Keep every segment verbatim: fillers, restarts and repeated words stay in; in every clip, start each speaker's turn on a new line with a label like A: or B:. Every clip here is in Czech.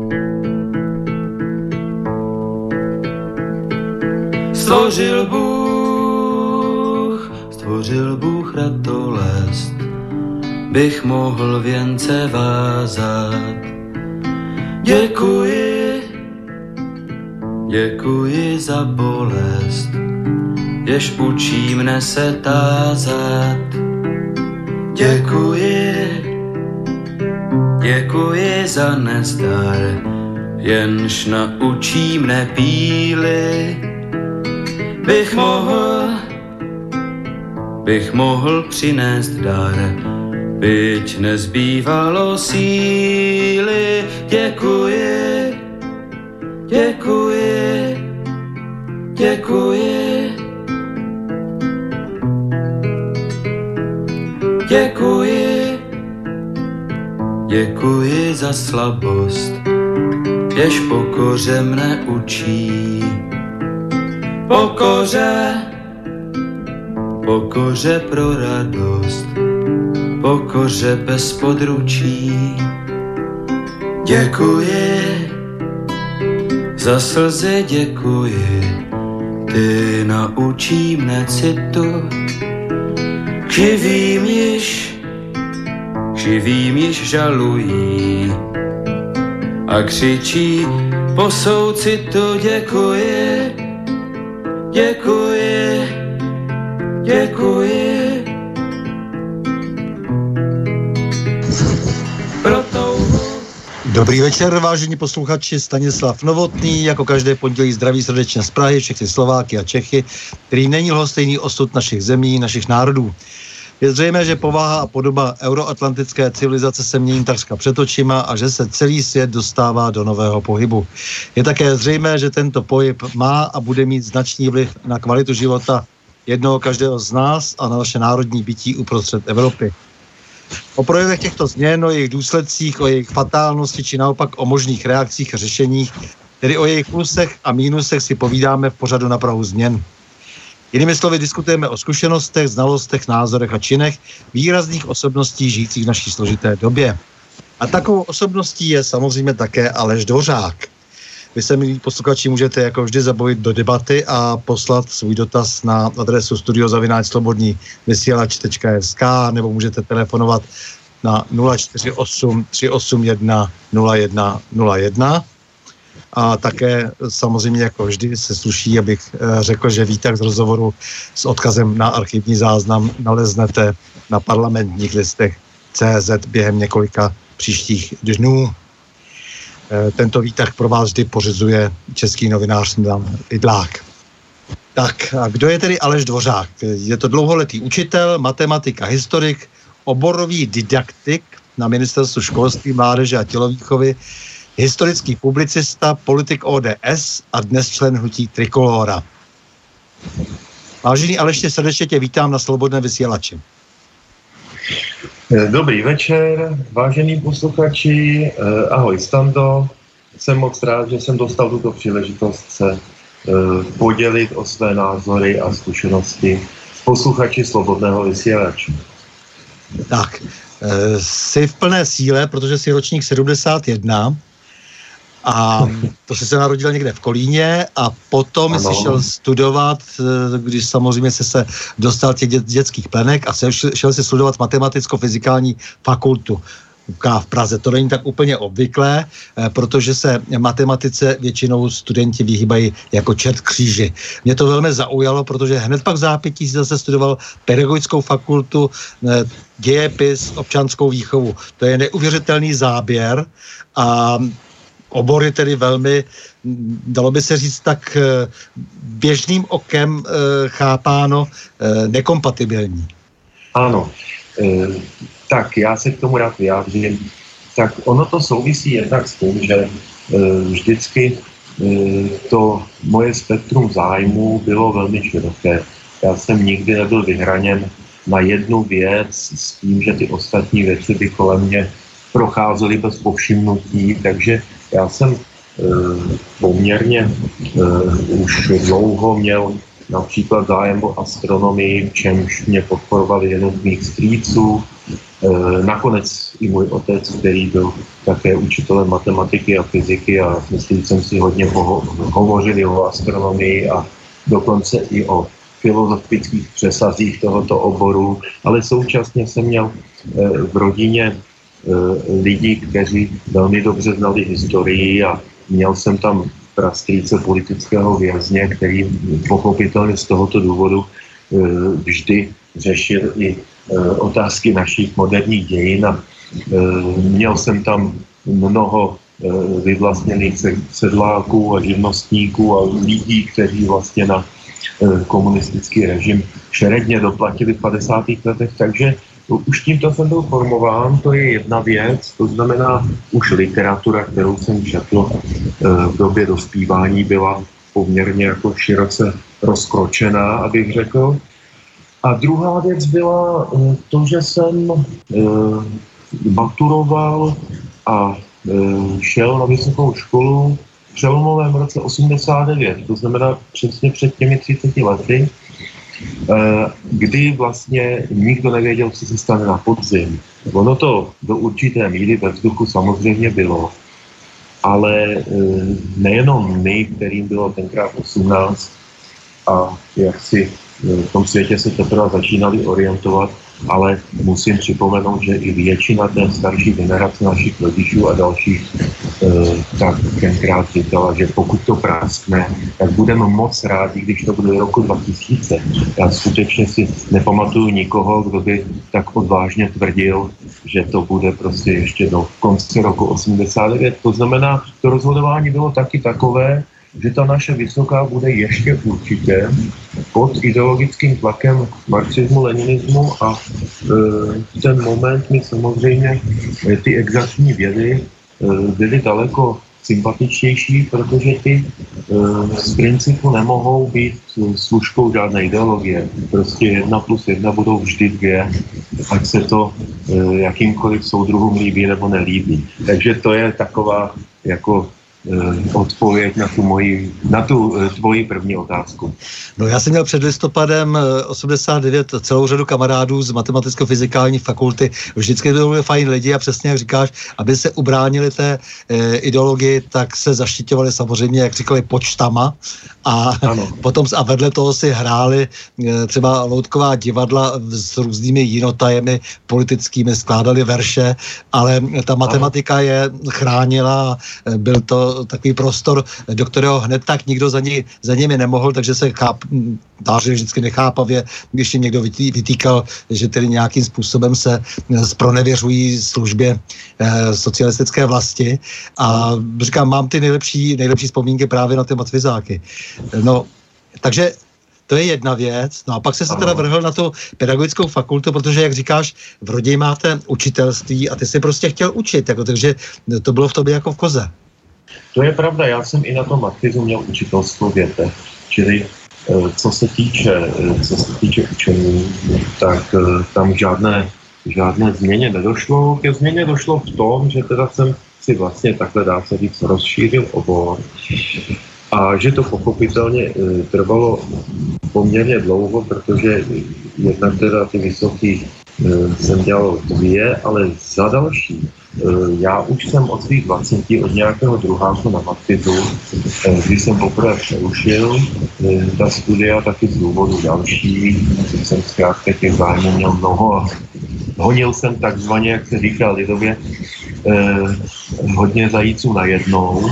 A: Stvořil Bůh, stvořil Bůh ratolest, bych mohl věnce vázat. Děkuji, děkuji za bolest, jež učí mne se tázat. Děkuji, děkuji za nezdar, jenž naučí mne píly. Bych mohl, bych mohl přinést dar, byť nezbývalo síly. Děkuji, děkuji, děkuji, děkuji, děkuji za slabost, jež pokoře mne učí. Pokoře, pokoře pro radost, pokoře bez područí. Děkuji, za slzy děkuji, ty naučí mne citu. K živým již, k živým již žalují a křičí po soucitu. Děkuji, děkuji, děkuji.
B: Dobrý večer, vážení posluchači, Stanislav Novotný, jako každé pondělí zdraví srdečně z Prahy, všechny Slováky a Čechy, který není lhostejný osud našich zemí, našich národů. Je zřejmé, že povaha a podoba euroatlantické civilizace se mění takřka před očima a že se celý svět dostává do nového pohybu. Je také zřejmé, že tento pohyb má a bude mít značný vliv na kvalitu života jednoho každého z nás a na naše národní bytí uprostřed Evropy. O projevech těchto změn, o jejich důsledcích, o jejich fatálnosti či naopak o možných reakcích a řešeních, tedy o jejich plusech a mínusech si povídáme v pořadu Na prahu změn. Jinými slovy diskutujeme o zkušenostech, znalostech, názorech a činech výrazných osobností žijících v naší složité době. A takovou osobností je samozřejmě také Aleš Dvořák. Vy se, milí posluchači, můžete jako vždy zapojit do debaty a poslat svůj dotaz na adresu studio zavináč slobodný vysílač tečka es ká nebo můžete telefonovat na nula čtyři osm tři osm jedna nula jedna nula jedna. A také samozřejmě jako vždy se sluší, abych řekl, že výtah z rozhovoru s odkazem na archivní záznam naleznete na parlamentních listech C Z během několika příštích dnů. Tento výtah pro vás vždy pořizuje český novinář Milan Vidlák. Tak a kdo je tedy Aleš Dvořák? Je to dlouholetý učitel, matematik a historik, oborový didaktik na Ministerstvu školství, mládeže a tělovýchovy, historický publicista, politik O D S a dnes člen hnutí Trikolóra. Vážený Aleši, srdečně tě vítám na Slobodném vysílači.
C: Dobrý večer, vážení posluchači, ahoj Stando, jsem moc rád, že jsem dostal tuto příležitost se podělit o své názory a zkušenosti s posluchači Slobodného vysílače.
B: Tak, jsi v plné síle, protože jsi ročník sedmdesát jedna a to jsi se narodil někde v Kolíně a potom ano. Jsi šel studovat, když samozřejmě jsi se dostal těch dět, dětských plenek a šel si studovat matematicko-fyzikální fakultu v Praze. To není tak úplně obvyklé, protože se matematice většinou studenti vyhýbají jako čert kříži. Mě to velmi zaujalo, protože hned pak v zápětí si zase studoval pedagogickou fakultu, dějepis, občanskou výchovu. To je neuvěřitelný záběr a obory tedy velmi, dalo by se říct tak běžným okem chápáno nekompatibilní.
C: Ano, tak já se k tomu rád vyjádřím. Tak ono to souvisí jednak s tím, že vždycky to moje spektrum zájmů bylo velmi široké. Já jsem nikdy nebyl vyhraněn na jednu věc s tím, že ty ostatní věci by kolem mě procházely bez povšimnutí, takže já jsem e, poměrně e, už dlouho měl například zájem o astronomii, čemž mě podporovali jeden z mých strýců. Nakonec i můj otec, který byl také učitelem matematiky a fyziky a myslím, jsem si hodně poho- hovořili o astronomii a dokonce i o filozofických přesazích tohoto oboru, ale současně jsem měl v rodině lidi, kteří velmi dobře znali historii a měl jsem tam prastrýce politického vězně, který pochopitelně z tohoto důvodu vždy řešil i otázky našich moderních dějin a měl jsem tam mnoho vyvlastněných sedláků a živnostníků a lidí, kteří vlastně na komunistický režim šeredně doplatili v padesátých letech, takže už tímto jsem byl formován, to je jedna věc, to znamená už literatura, kterou jsem četl v době dospívání, byla poměrně jako široce rozkročená, abych řekl. A druhá věc byla to, že jsem maturoval a šel na vysokou školu v přelomovém roce osmdesát devět, to znamená přesně před těmi třiceti lety, kdy vlastně nikdo nevěděl, co se stane na podzim. Ono to do určité míry ve vzduchu samozřejmě bylo, ale nejenom my, kterým bylo tenkrát osmnáct a jak si v tom světě se teprve začínali orientovat, ale musím připomenout, že i většina té starší generace našich rodičů a dalších e, tak tenkrát říkala, že pokud to praskne, tak budeme moc rádi, když to bude roku dva tisíce. Já skutečně si nepamatuju nikoho, kdo by tak odvážně tvrdil, že to bude prostě ještě do konce roku osmdesát devět. To znamená, to rozhodování bylo taky takové, že ta naše vysoká bude ještě určitě pod ideologickým tlakem marxismu, leninismu a e, ten moment mi samozřejmě e, ty exaktní vědy e, byly daleko sympatičnější, protože ty e, z principu nemohou být služkou žádné ideologie. Prostě jedna plus jedna budou vždy dvě, ať se to e, jakýmkoliv soudruhům líbí nebo nelíbí. Takže to je taková jako odpověď na tu moji, na tu tvoji první otázku.
B: No já jsem měl před listopadem osmdesát devět celou řadu kamarádů z matematicko-fyzikální fakulty. Vždycky byli fajn lidi a přesně jak říkáš, aby se ubránili té e, ideologii, tak se zaštiťovali samozřejmě, jak říkali, počtama a ano. Potom a vedle toho si hráli e, třeba loutková divadla s různými jinotajemi politickými, skládali verše, ale ta matematika ano. je chránila, byl to takový prostor, do kterého hned tak nikdo za, ní, za nimi nemohl, takže se cháp, dářili vždycky nechápavě, když jim někdo vytý, vytýkal, že tedy nějakým způsobem se zpronevěřují službě eh, socialistické vlasti. A říkám, mám ty nejlepší, nejlepší vzpomínky právě na ty matfizáky. No, takže to je jedna věc. No a pak se se teda vrhl na tu pedagogickou fakultu, protože, jak říkáš, v rodině máte učitelství a ty jsi prostě chtěl učit, jako, takže to bylo v tobě jako v koze.
C: To je pravda, já jsem i na tom matfizu měl učitelskou větev, čili co se týče, co se týče učení, tak tam žádné, žádné změně nedošlo. Ke změně došlo v tom, že teda jsem si vlastně takhle, dá se říct, rozšířil obor a že to pochopitelně trvalo poměrně dlouho, protože jednak teda ty vysoký jsem dělal dvě, ale za další. Já už jsem od svých dvaceti, od nějakého druháku na matfizu, když jsem poprvé přerušil ta studia taky z důvodu další, jsem zkrátka těch zájmů měl mnoho a honil jsem takzvaně, jak se říká lidově, hodně zajíců najednou.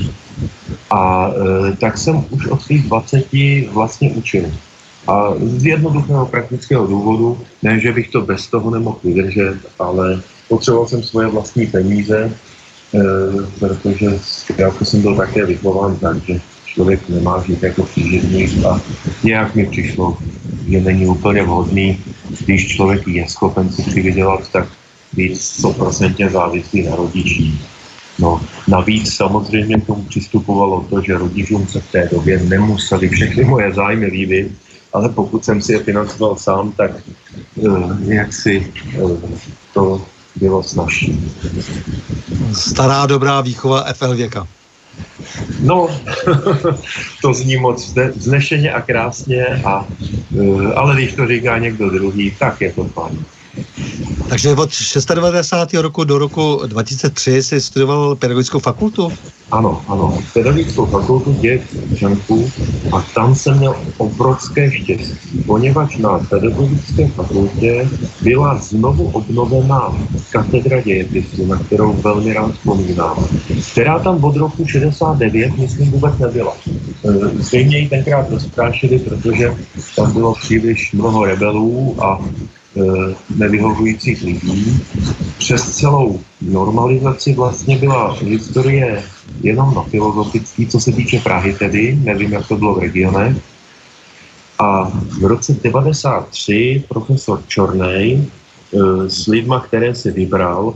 C: A tak jsem už od svých dvaceti vlastně učil. A z jednoduchého praktického důvodu, ne, že bych to bez toho nemohl vydržet, ale potřeboval jsem svoje vlastní peníze, e, protože zkrátka jsem byl také vychován tak, že člověk nemá žít jako příživník a nějak mi přišlo, že není úplně vhodný, když člověk je schopen si přivydělat, tak být sto procent závislý na rodičích. No, navíc samozřejmě k tomu přistupovalo to, že rodičům se v té době nemuseli všechny moje zájmy líbit, ale pokud jsem si je financoval sám, tak uh, jak si uh, to bylo snazší.
B: Stará dobrá výchova F L věka.
C: No, to zní moc vznešeně a krásně, a, uh, ale když to říká někdo druhý, tak je to fajn.
B: Takže od devadesátého šestého roku do roku dva tisíce tři jsi studoval pedagogickou fakultu?
C: Ano, ano, pedagogickou fakultu dějin Čanků a tam jsem měl obrovské štěstí, poněvadž na pedagogické fakultě byla znovu obnovená katedra dějepisu, na kterou velmi rád vzpomínám, která tam od roku šedesát devět, myslím, vůbec nebyla. Zřejmě ji tenkrát rozprášili, protože tam bylo příliš mnoho rebelů a nevyhovujících lidí. Přes celou normalizaci vlastně byla historie jenom na filozofický, co se týče Prahy tedy, nevím, jak to bylo v regionech. A v roce devadesát tři profesor Čornej s lidma, které si vybral,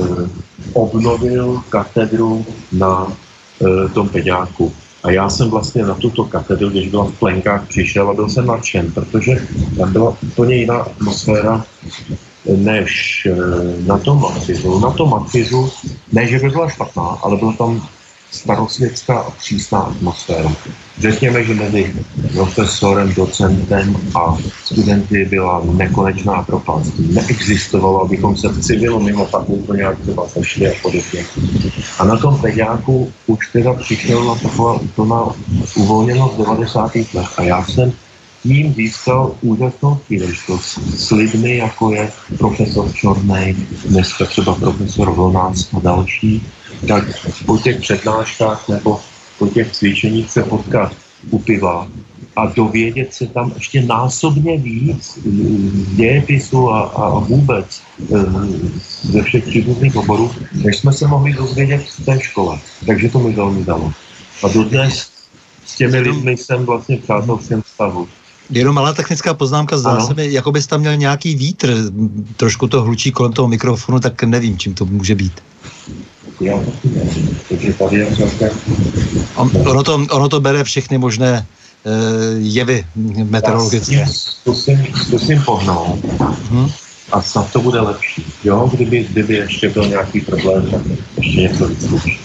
C: obnovil katedru na tom Peďáku. A já jsem vlastně na tuto katedru, když byla v Plenkách, přišel a byl jsem nadšen, protože tam byla úplně jiná atmosféra než na tom Matfizu. Na tom Matfizu, ne, že by byla špatná, ale byla tam starosvětská a přísná atmosféra. Řekněme, že mezi profesorem, docentem a studenty byla nekonečná propast. Neexistovalo, abychom se v civilu mimo fakultu nějak třeba sešli a podobně. A na tom Peďáku už teda přišel na taková úplná uvolněnost v devadesátých let. A já jsem tím získal úžasnou příležitost s lidmi, jako je profesor Čornej, dneska třeba profesor Vlnác a další, tak po těch přednáškách nebo po těch cvičeních se potkat u piva a dovědět se tam ještě násobně víc dějepisu a, a vůbec ze všech příbuzných oborů, než jsme se mohli dozvědět v té škole. Takže to mi velmi dalo. A dodnes s těmi lidmi jsem vlastně v přátelském vztahu.
B: Jenom malá technická poznámka, zdá ano. se mi, jako bys tam měl nějaký vítr, trošku to hlučí kolem toho mikrofonu, tak nevím, čím to může být.
C: Já taky nevím, takže tady je celkem...
B: Ono to, ono to bere všechny možné uh, jevy meteorologické.
C: Já zkusím, zkusím pohnout hmm. a snad to bude lepší. Jo, kdyby, kdyby ještě byl nějaký problém, tak ještě něco vyzkouší.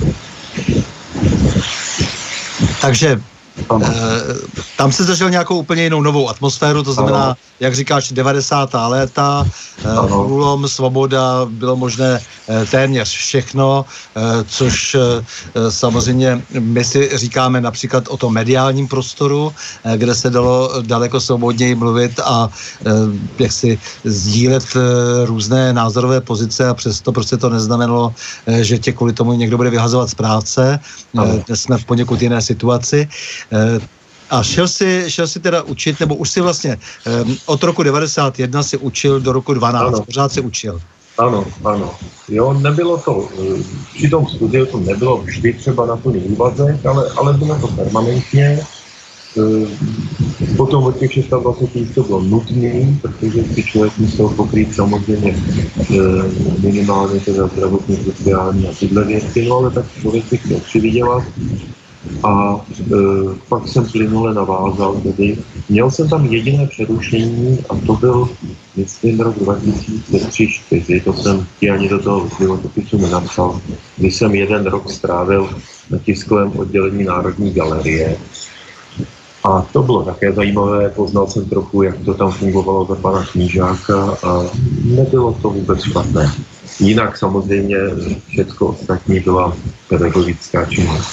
B: Takže E, tam se zažil nějakou úplně jinou novou atmosféru, to znamená, ano. jak říkáš, devadesátá léta, e, průlom, svoboda, bylo možné e, téměř všechno, e, což e, samozřejmě my si říkáme například o tom mediálním prostoru, e, kde se dalo daleko svobodněji mluvit a e, jak si sdílet e, různé názorové pozice a přesto prostě to neznamenalo, e, že tě kvůli tomu někdo bude vyhazovat z práce. E, dnes jsme v poněkud jiné situaci. A šel si, šel si teda učit, nebo už si vlastně um, od roku devadesát jedna si učil do roku dvanáct, ano. Pořád si učil.
C: Ano, ano. Jo, nebylo to, při tom studiu to nebylo vždy třeba na plný úvazek, ale, ale bylo to permanentně. Potom od těch dvacet šest to bylo nutné, protože si člověk musel pokrýt samozřejmě minimálně teda zdravotní, sociální a tyhle věci, no ale tak člověk si chtěl přivydělat. A e, pak jsem plynule navázal tedy. Měl jsem tam jediné přerušení a to byl, myslím, rok dva tisíce tři čtyři, to jsem ti ani do toho životopisu nenapsal, když jsem jeden rok strávil na tiskovém oddělení Národní galerie. A to bylo také zajímavé, poznal jsem trochu, jak to tam fungovalo za pana Knížáka a nebylo to vůbec špatné. Jinak samozřejmě všechno ostatní byla pedagogická činnost.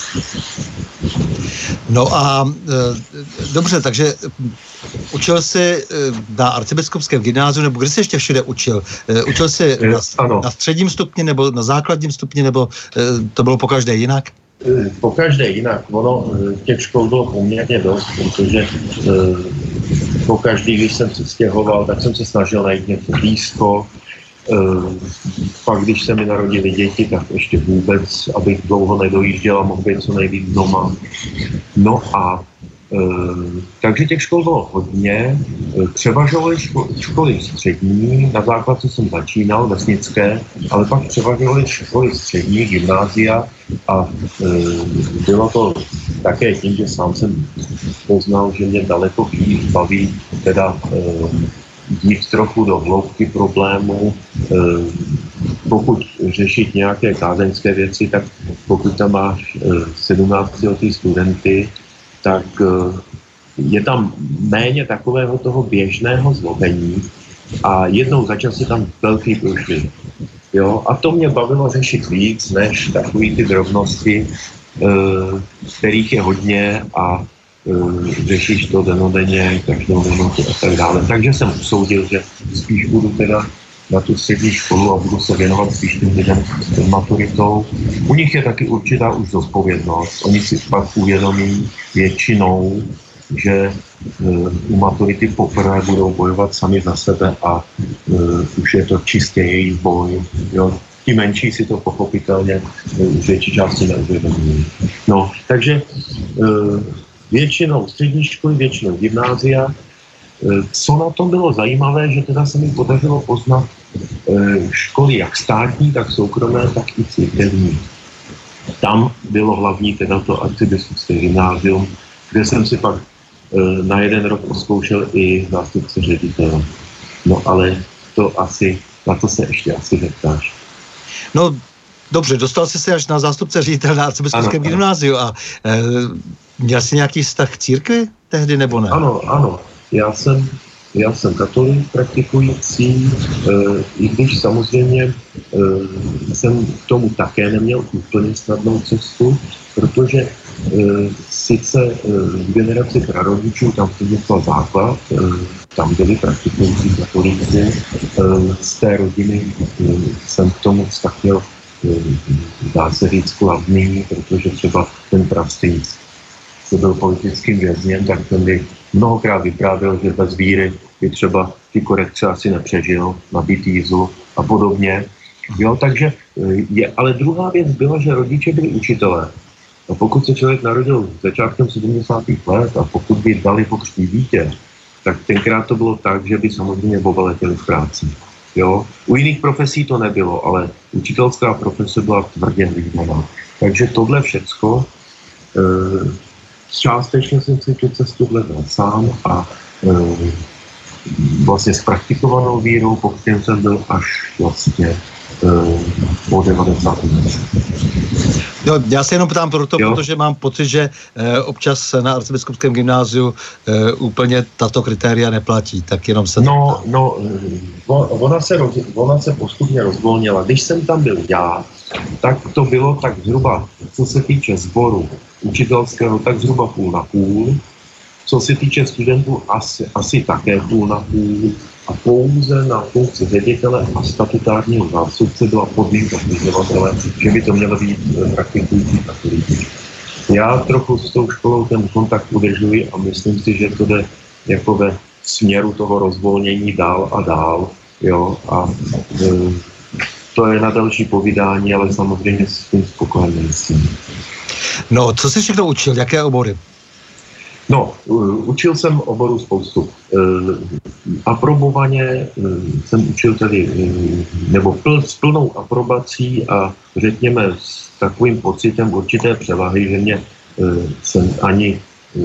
B: No a e, dobře, takže učil jsi e, na arcibiskupském gymnáziu, nebo kde jsi ještě všude učil? E, učil jsi na, na středním stupni, nebo na základním stupni, nebo e, to bylo pokaždé jinak?
C: Po každé jinak. Ono těch škol bylo poměrně dost, protože e, po každý, když jsem se stěhoval, tak jsem se snažil najít něco blízko. E, pak, když se mi narodili děti, tak ještě vůbec, abych dlouho nedojížděl a mohl být co nejvíc doma. No a e, takže těch škol bylo hodně. Převažovaly ško, školy střední, na základce jsem začínal, vesnické, ale pak převažovaly školy střední, gymnázia a e, bylo to také tím, že sám jsem poznal, že mě daleko víc baví teda e, jít trochu do hloubky problému, e, pokud řešit nějaké kázeňské věci, tak pokud tam máš e, sedmnáctiletý studenty, tak e, je tam méně takového toho běžného zlobení a jednou za čas je tam velký průšvih. Jo? A to mě bavilo řešit víc, než takový ty drobnosti, kterých je hodně a řešíš to denodenně, každou minutu a tak dále. Takže jsem usoudil, že spíš budu teda na tu střední školu a budu se věnovat spíš tím lidem s maturitou. U nich je taky určitá už zodpovědnost. Oni si pak uvědomí většinou, že uh, u maturity poprvé budou bojovat sami za sebe a uh, už je to čistě jejich boj. Jo. Ti menší si to pochopitelně uh, už větší části neuvědomí. No, takže uh, většinou střední školy, většinou gymnázia. Co na tom bylo zajímavé, že teda se mi podařilo poznat školy jak státní, tak soukromé, tak i církevní. Tam bylo hlavní teda to arcibiskupské gymnázium, kde jsem si pak na jeden rok zkoušel i zástupce ředitele. No ale to asi, na to se ještě asi zeptáš.
B: No dobře, dostal jsi se až na zástupce ředitele na arcibiskupském gymnáziu a e, měl jsi nějaký vztah k církvi tehdy nebo ne?
C: Ano, ano. Já jsem, já jsem katolik praktikující, e, i když samozřejmě e, jsem k tomu také neměl úplně snadnou cestu, protože e, sice e, v generaci prarodičů tam vznikl základ, e, tam byli praktikující katolíci, e, z té rodiny e, jsem k tomu vztah měl, e, dá se říct, kladný, protože třeba ten prastrýc, co byl politickým vězněm, tak ten by mnohokrát vyprávěl, že bez víry by třeba ty korekce asi nepřežil na Bitýzu a podobně. Jo, takže je, ale druhá věc byla, že rodiče byli učitelé. A pokud se člověk narodil začátkem sedmdesátých let a pokud by dali pokřtít dítě, tak tenkrát to bylo tak, že by samozřejmě oba letěli v práci. Jo? U jiných profesí to nebylo, ale učitelská profese byla tvrdě hlídaná. Takže tohle všecko e, částečně jsem si tu cestu hledal sám a e, vlastně s praktikovanou vírou, po kterém jsem byl až vlastně e, po devadesátých letech.
B: No, já se jenom ptám proto, jo? Protože mám pocit, že e, občas na arcibiskupském gymnáziu e, úplně tato kritéria neplatí, tak jenom se...
C: No, no, ona se, roz, ona se postupně rozvolnila. Když jsem tam byl já, tak to bylo tak zhruba, co se týče sboru učitelského, tak zhruba půl na půl. Co se týče studentů, asi, asi také půl na půl. A pouze na funkci ředitele a statutárního zástupce byla podmínka snižovatele, že by to mělo být praktikující katolíci. Já trochu s tou školou ten kontakt udržuji a myslím si, že to jde jako ve směru toho rozvolnění dál a dál. Jo? A e, to je na další povídání, ale samozřejmě s tím spokojený nejsem.
B: No, co jsi všechno učil? Jaké obory?
C: No, učil jsem oboru spoustu. Aprobovaně jsem učil tedy, nebo pl, s plnou aprobací a řekněme s takovým pocitem určité převahy, že mě jsem ani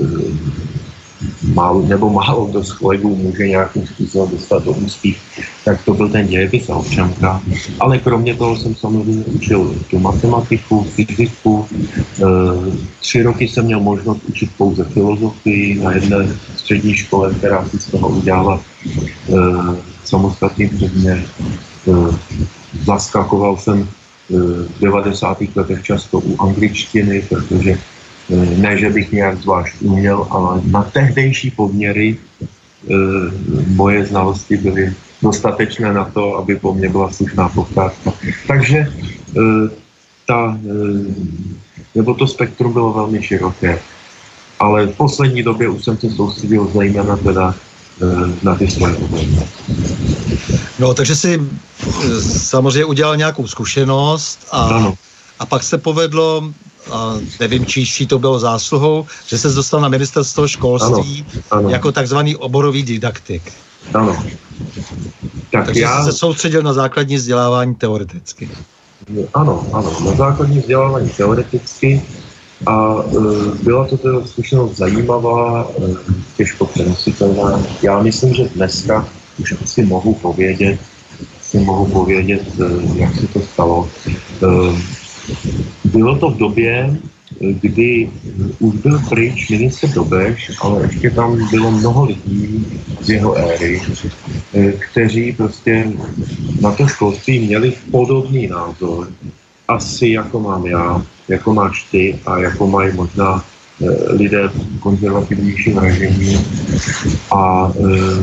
C: málo, nebo málo dost kolegů může nějakým způsobem dostat do úspěch, tak to byl ten dějepis a občanka. Ale kromě toho jsem samozřejmě učil tu matematiku, fyziku. E, tři roky jsem měl možnost učit pouze filozofii na jedné střední škole, která si z toho udělala e, samostatný předmět. E, zaskakoval jsem e, v devadesátých letech často u angličtiny, protože ne, že bych nějak zvlášť uměl, ale na tehdejší poměry e, moje znalosti byly dostatečné na to, aby po mně byla slušná poptávka. Takže e, ta, e, nebo to spektrum bylo velmi široké. Ale v poslední době už jsem se soustředil zejména teda e, na ty svoje obory.
B: No, takže si samozřejmě udělal nějakou zkušenost a, a pak se povedlo, a nevím, čí to bylo zásluhou, že se dostal na ministerstvo školství ano, ano. jako takzvaný oborový didaktik.
C: Ano. Tak
B: Takže
C: já...
B: jsi se soustředil na základní vzdělávání teoreticky.
C: Ano, ano, na základní vzdělávání teoreticky a e, byla to teda zkušenost zajímavá, e, těžko přenositelná. Já myslím, že dneska už si mohu povědět, si mohu povědět, e, jak se to stalo. E, Bylo to v době, kdy už byl pryč ministr Dobeš, ale ještě tam bylo mnoho lidí z jeho éry, kteří prostě na to školství měli podobný názor, asi jako mám já, jako máš ty a jako mají možná lidé konzervativnějším ražení. A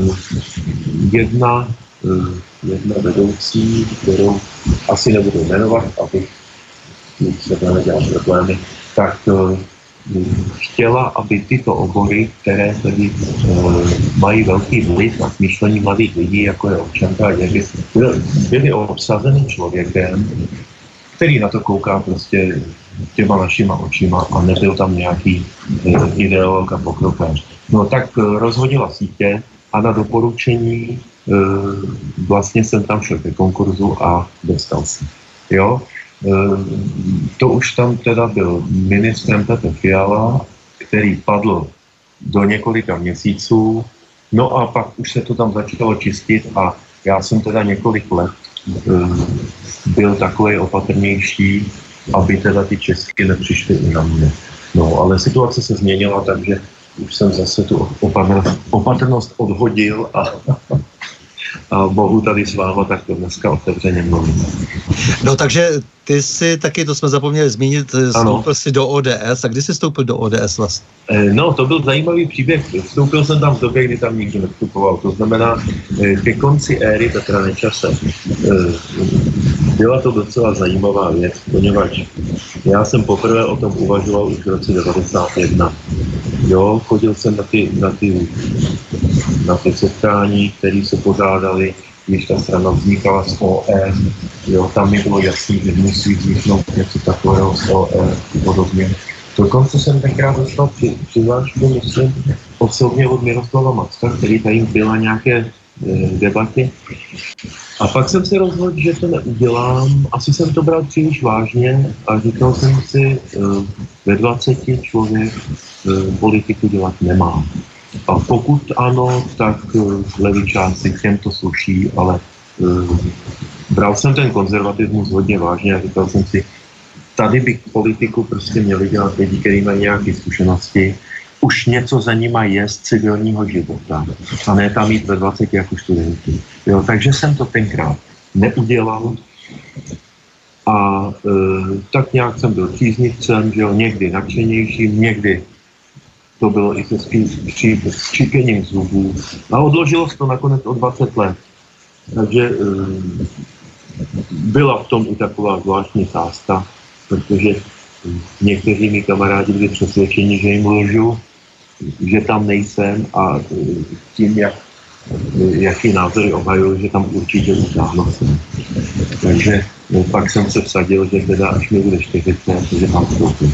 C: jedna, jedna vedoucí, kterou asi nebudu jmenovat, abych se nedělal problémy, tak chtěla, aby tyto obory, které tedy mají velký vliv na myšlení mladých lidí, jako je občanka, byly obsazeny člověkem, který na to kouká prostě těma našima očima a nebyl tam nějaký ideolog a pokrokář. No tak rozhodila sítě a na doporučení vlastně jsem tam šel ke konkurzu a dostal se. Jo? To už tam teda byl ministrem Petr Fiala, který padl do několika měsíců, no a pak už se to tam začalo čistit a já jsem teda několik let byl takový opatrnější, aby teda ty Česky nepřišly i na mě. No, ale situace se změnila, takže už jsem zase tu opatrnost odhodil a, a mohu tady s váma takto dneska otevřeně mluvit.
B: No takže ty jsi taky, to jsme zapomněli zmínit, vstoupil jsi do O D S. A kdy jsi vstoupil do O D S vlastně?
C: No, to byl zajímavý příběh. Vstoupil jsem tam v době, kdy tam nikdo nevstupoval. To znamená, ke konci éry Petra Nečase. Byla to docela zajímavá věc, poněvadž já jsem poprvé o tom uvažoval už v roce devadesát jedna. Jo, chodil jsem na ty, na ty, na ty setkání, které se pořádaly, když ta strana vznikala z O E, jo, tam mi bylo jasný, že musí vzniknout něco takového z O E a podobně. Dokonce jsem tenkrát dostal při, přihlášku, myslím, osobně od Miroslava Macka, který tady byla nějaké e, debaty. A pak jsem si rozhodl, že to neudělám. Asi jsem to bral příliš vážně a říkal jsem si, e, ve dvaceti člověk e, politiku dělat nemá. A pokud ano, tak levičáci těm to sluší, ale uh, bral jsem ten konzervatismus hodně vážně a říkal jsem si, tady by politiku prostě měli dělat lidi, kteří mají nějaké zkušenosti, už něco za nima je z civilního života a ne tam jít ve dvaceti jako studenti. Jo, takže jsem to tenkrát neudělal a uh, tak nějak jsem byl příznivcem, že jo, někdy nadšenějším, někdy to bylo i se skřípěním zubů. A odložilo se to nakonec o dvacet let. Takže um, byla v tom i taková zvláštní sázka, protože um, někteří mi kamarádi byli přesvědčeni, že jim lžu, že tam nejsem a um, tím, jak, jaký názory obhajují, že tam určitě utáhnu jsem. Takže um, pak jsem se vsadil, že teda až mi bude čtyřicet, že tam vstoupím.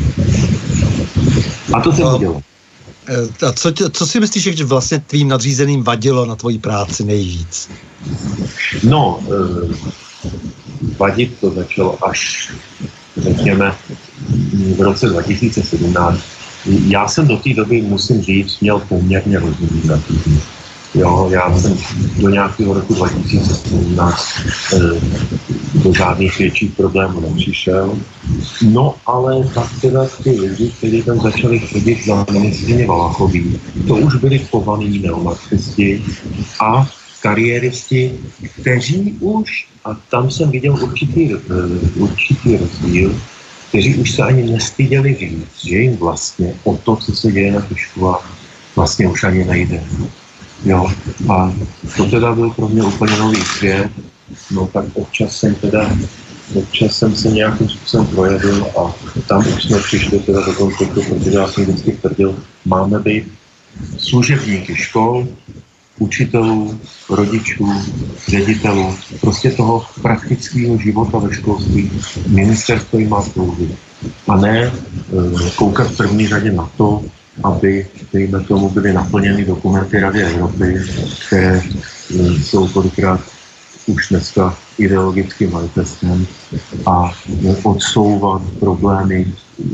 C: A to jsem udělal.
B: A co, co si myslíš, že vlastně tvým nadřízeným vadilo na tvojí práci nejvíc?
C: No, eh, vadit to začalo až, řekněme, v roce dva tisíce sedmnáct. Já jsem do té doby, musím říct, měl poměrně rozumný natřízení. Jo, já jsem do nějakého roku dva tisíce sedmnáct eh, do žádných větších problémů nepřišel. No, ale tak teda ty lidi, kteří tam začali chodit za ministryně Valachový, to už byli chovaní neomarxisti a kariéristi, kteří už, a tam jsem viděl určitý, uh, určitý rozdíl, kteří už se ani nestyděli říct, že jim vlastně o to, co se děje na těch školách, vlastně už ani nejde. Jo, a to teda byl pro mě úplně nový svět, no tak občas jsem teda, občas jsem se nějakým způsobem projevil a tam už jsme přišli teda do konfliktu, protože já jsem vždycky tvrdil, máme být služebníky škol, učitelů, rodičů, ředitelů, prostě toho praktického života ve školství. Ministerstvo jim má sloužit. A ne koukat v první řadě na to, aby dejme tomu byly naplněny dokumenty Rady Evropy, které jsou kolikrát už dneska ideologickým manifestem a odsouvat problémy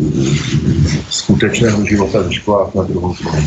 C: skutečného života ve školách na druhou stranu.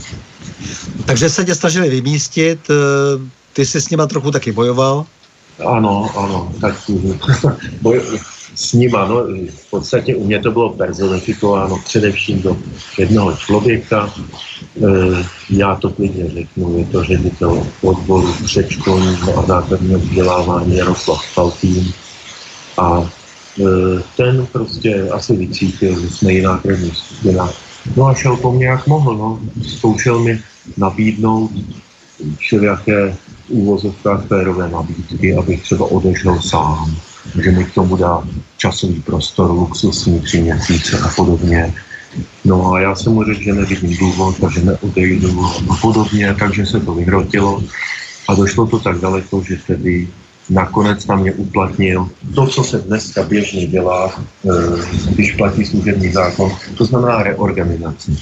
B: Takže se tě snažili vymístit, ty jsi s nima trochu taky bojoval?
C: Ano, ano, tak boj, s nima, no v podstatě u mě to bylo personifikováno především do jednoho člověka. E, já to klidně řeknu, je to ředitel odboru předškolního a základního vzdělávání Jaroslav Faltín. A e, ten prostě asi vycítil, že jsme jiná krevní skupina. No a šel po mně jak mohl, no. Zkoušel mi nabídnout všelijaké úvozovkách férové nabídky, abych třeba odešel sám, že mi k tomu dá časový prostor, luxusní tři měsíce a podobně. No a já jsem mu řekl, že nevidím důvod, takže neodejdu a podobně, takže se to vyhrotilo a došlo to tak daleko, že tedy nakonec na mě uplatnil to, co se dneska běžně dělá, když platí služební zákon, to znamená reorganizaci.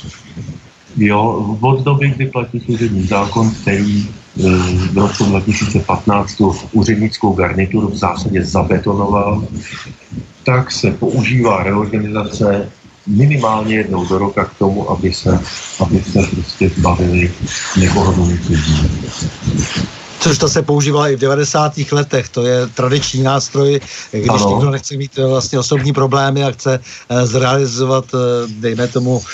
C: Jo, od doby, kdy platí služební zákon, který v roce dva tisíce patnáct tu úřednickou garnituru v zásadě zabetonoval, tak se používá reorganizace minimálně jednou do roka k tomu, aby se, aby se prostě zbavili nepohodlných lidí.
B: Což to se používalo i v devadesátých letech, to je tradiční nástroj, když ano. Někdo nechce mít vlastně osobní problémy a chce uh, zrealizovat, uh, dejme tomu, uh,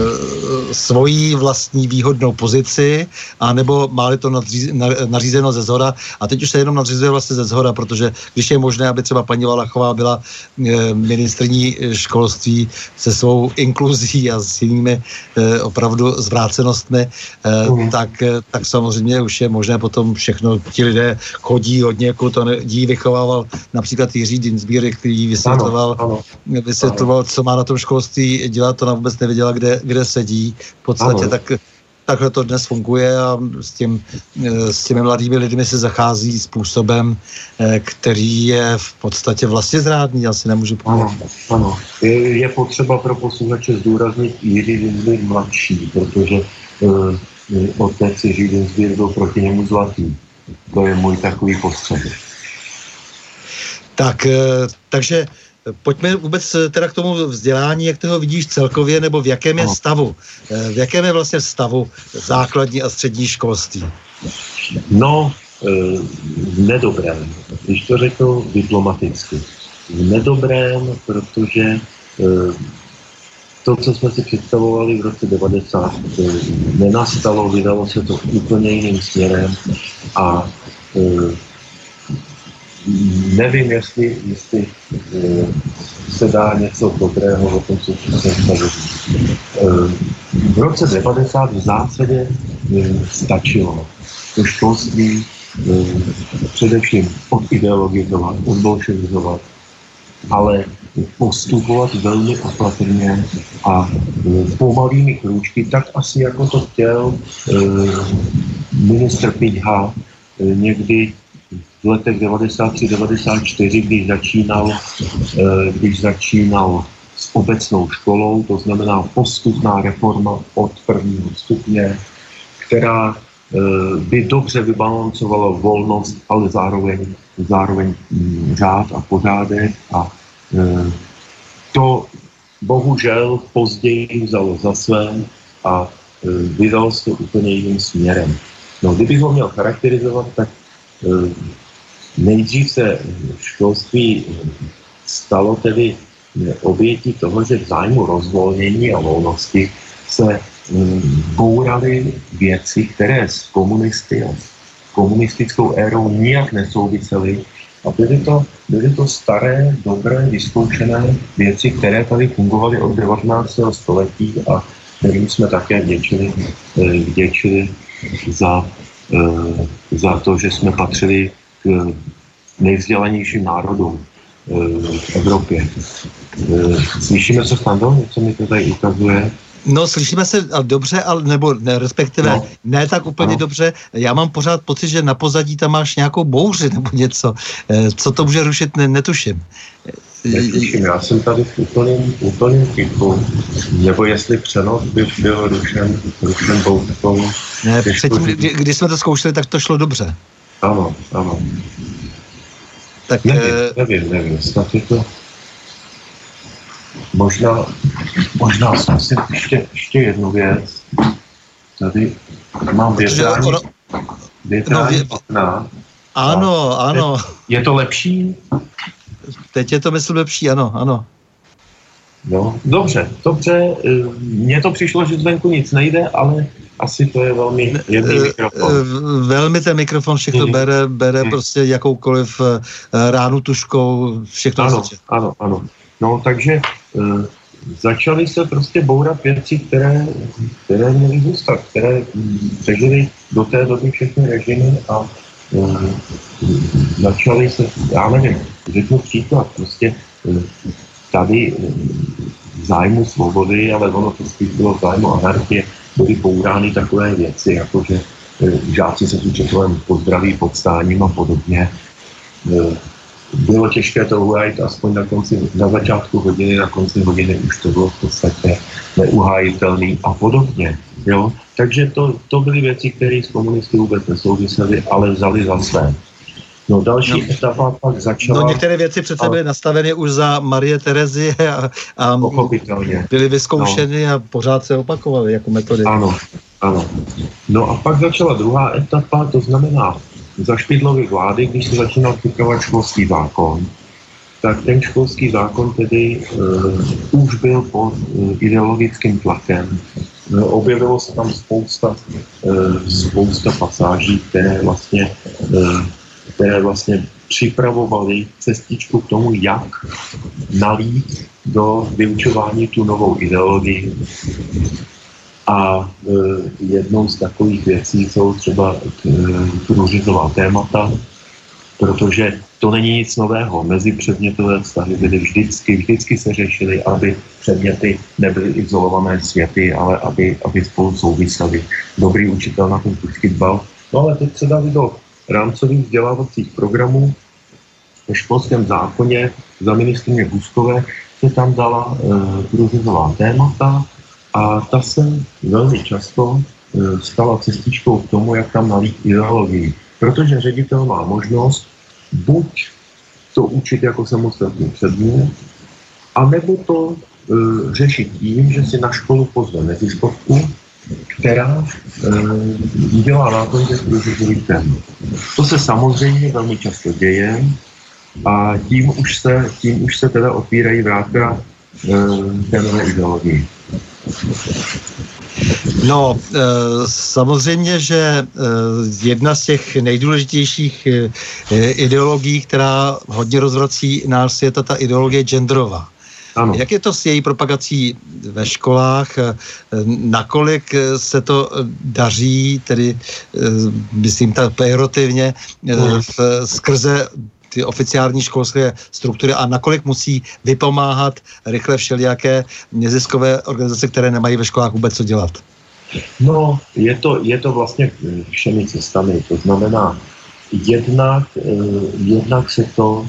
B: svoji vlastní výhodnou pozici, anebo má-li to nadříz, na, nařízeno ze zhora. A teď už se jenom nadřízuje vlastně ze zhora, protože když je možné, aby třeba paní Valachová byla uh, ministryní školství se svou inkluzí a s jinými uh, opravdu zvrácenostmi, uh, mm. tak, uh, tak samozřejmě už je možné potom všechno, ti lidé chodí od někud, to dí vychovával například Jiří Dinsbír, který vysvětloval, ano, ano. vysvětloval, co má na tom školství dělat, to nám vůbec nevěděla, kde, kde sedí. V podstatě tak, takhle to dnes funguje a s, tím, s těmi mladými lidmi se zachází způsobem, který je v podstatě vlastně zrádný, asi nemůžu
C: povedat. Ano, ano. Je, je potřeba pro posluchače zdůraznit Jiří Dinsbír mladší, protože uh, otec Jiří Dinsbír byl proti němu zlatý. To je můj takový postřeh.
B: Tak, takže pojďme vůbec teda k tomu vzdělání, jak toho vidíš celkově, nebo v jakém je stavu? V jakém je vlastně stavu základní a střední školství?
C: No, v nedobrém. Když to řeknu diplomaticky. V nedobrém, protože to, co jsme si představovali v roce devadesát, nenastalo, vydalo se to úplně jiným směrem a e, nevím, jestli, jestli e, se dá něco dobrého o tom současném stavu. E, v roce devadesát v zásadě e, stačilo to školství e, především odideologizovat, odbolševizovat, ale postupovat velmi opatrně a e, pomalými krůčky, tak asi jako to chtěl e, ministr Piťha e, někdy v letech devadesát tři devadesát čtyři, když začínal, e, když začínal s obecnou školou, to znamená postupná reforma od prvního stupně, která e, by dobře vybalancovala volnost, ale zároveň, zároveň m, řád a pořádek a to bohužel později vzalo za své a vydal se to úplně jiným směrem. No, kdybych ho měl charakterizovat, tak nejdřív se školství stalo tedy obětí toho, že v zájmu rozvolnění a volnosti se bouraly věci, které s komunisty a komunistickou érou nijak nesouvisely. A byly to, byly to staré, dobré, vyzkoušené věci, které tady fungovaly od devatenáctého století a kterým jsme také vděčili, vděčili za, za to, že jsme patřili k nejvzdělanějším národům v Evropě. Slyšíme se, Stando? Něco mi to tady ukazuje.
B: No, slyšíme se dobře, ale nebo ne, respektive no. ne tak úplně no. dobře. Já mám pořád pocit, že na pozadí tam máš nějakou bouři nebo něco. Co to může rušit, ne, netuším.
C: Neslyším, já jsem tady v úplným, úplným tichu. Nebo jestli přenos by byl rušen, rušen bouřkou.
B: Ne, předtím, kdy, když jsme to zkoušeli, tak to šlo dobře.
C: Ano, ano.
B: Tak,
C: nevím, nevím, nevím, snad je to... Možná, možná zkusit ještě, ještě jednu věc. Tady mám větrání, ono... větrání
B: no, vě...
C: okna.
B: Ano, ano.
C: Je, je to lepší?
B: teď je to mysl lepší, ano, ano.
C: No, dobře, dobře, mně to přišlo, že zvenku nic nejde, ale asi to je velmi jedný mikrofon.
B: Velmi ten mikrofon všechno mm. bere, bere mm. prostě jakoukoliv ránu tuškou, všechno.
C: Ano, ano, ano. No, takže uh, začaly se prostě bourat věci, které, které měly zůstat, které přežily do té doby všechny režimy a uh, začaly se, já nevím, řeknu příklad, prostě uh, tady v zájmu svobody, ale ono to spíš bylo v zájmu anarchie, byly bourány takové věci, jako že žáci se tu čekolem pozdraví pod stáním a podobně. Bylo těžké to uhájit aspoň na konci, na začátku hodiny, na konci hodiny už to bylo v podstatě neuhájitelný a podobně. Jo? Takže to, to byly věci, které s komunisty vůbec nesouvisely, ale vzali za své. No další no. etapa pak začala...
B: No některé věci přece byly nastaveny už za Marie Terezie a, a byly vyzkoušeny no. a pořád se opakovaly jako metody.
C: Ano, ano. No a pak začala druhá etapa, to znamená za Špidlovy vlády, když se začínal připravovat školský zákon, tak ten školský zákon tedy uh, už byl pod uh, ideologickým tlakem. Uh, objevilo se tam spousta, uh, spousta pasáží, které vlastně uh, které vlastně připravovaly cestičku k tomu, jak nalít do vyučování tu novou ideologii. A e, jednou z takových věcí jsou třeba e, průřezová témata, protože to není nic nového. Mezipředmětové vztahy byly vždycky, vždycky se řešily, aby předměty nebyly izolované světy, ale aby, aby spolu souvisely. Dobrý učitel na tom vždycky dbal. No ale teď se dali do rámcových vzdělávacích programů ve školském zákoně za ministryně Buzkové se tam dala e, průřezová témata a ta se velmi často e, stala cestičkou k tomu, jak tam nalít ideologii. Protože ředitel má možnost buď to učit jako samostatný předmět, anebo to e, řešit tím, že si na školu pozve neziskovku, která e, dělá náplň průřezových témat. To se samozřejmě velmi často děje a tím už se, tím už se teda otvírají vrátka e, té nové ideologii.
B: No, e, samozřejmě, že e, jedna z těch nejdůležitějších e, ideologií, která hodně rozvrací náš svět, je ta ideologie genderová. Ano. Jak je to s její propagací ve školách? Nakolik se to daří, tedy myslím tak pejorativně, skrze ty oficiální školské struktury a nakolik musí vypomáhat rychle všelijaké neziskové organizace, které nemají ve školách vůbec co dělat?
C: No, je to, je to vlastně všemi cestami. To znamená, jednak, jednak se to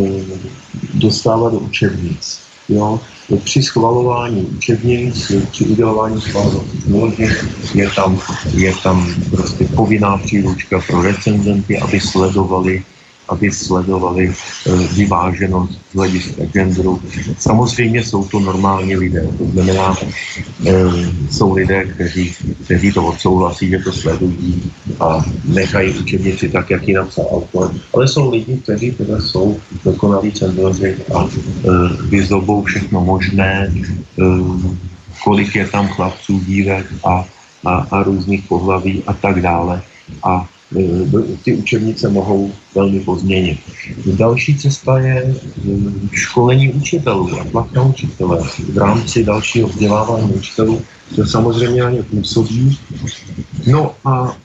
C: dostává do učebnic. Jo, při schvalování učebnic, při udělování schvalovacích úložek je tam, je tam prostě povinná příručka pro recenzenty, aby sledovali, aby sledovali e, vyváženost z hlediska genderu. Samozřejmě jsou to normální lidé, to znamená, e, jsou lidé, kteří, kteří to odsouhlasí, že to sledují a nechají učebnici tak, jak ji napsal autor. Ale jsou lidi, kteří teda jsou dokonalí cenzoři a e, vyzobou všechno možné, e, kolik je tam chlapců, dívek a, a, a různých pohlaví a tak dále. A ty učebnice mohou velmi pozměnit. Další cesta je školení učitelů a tlak na učitele. V rámci dalšího vzdělávání učitelů to samozřejmě na ně působí. No a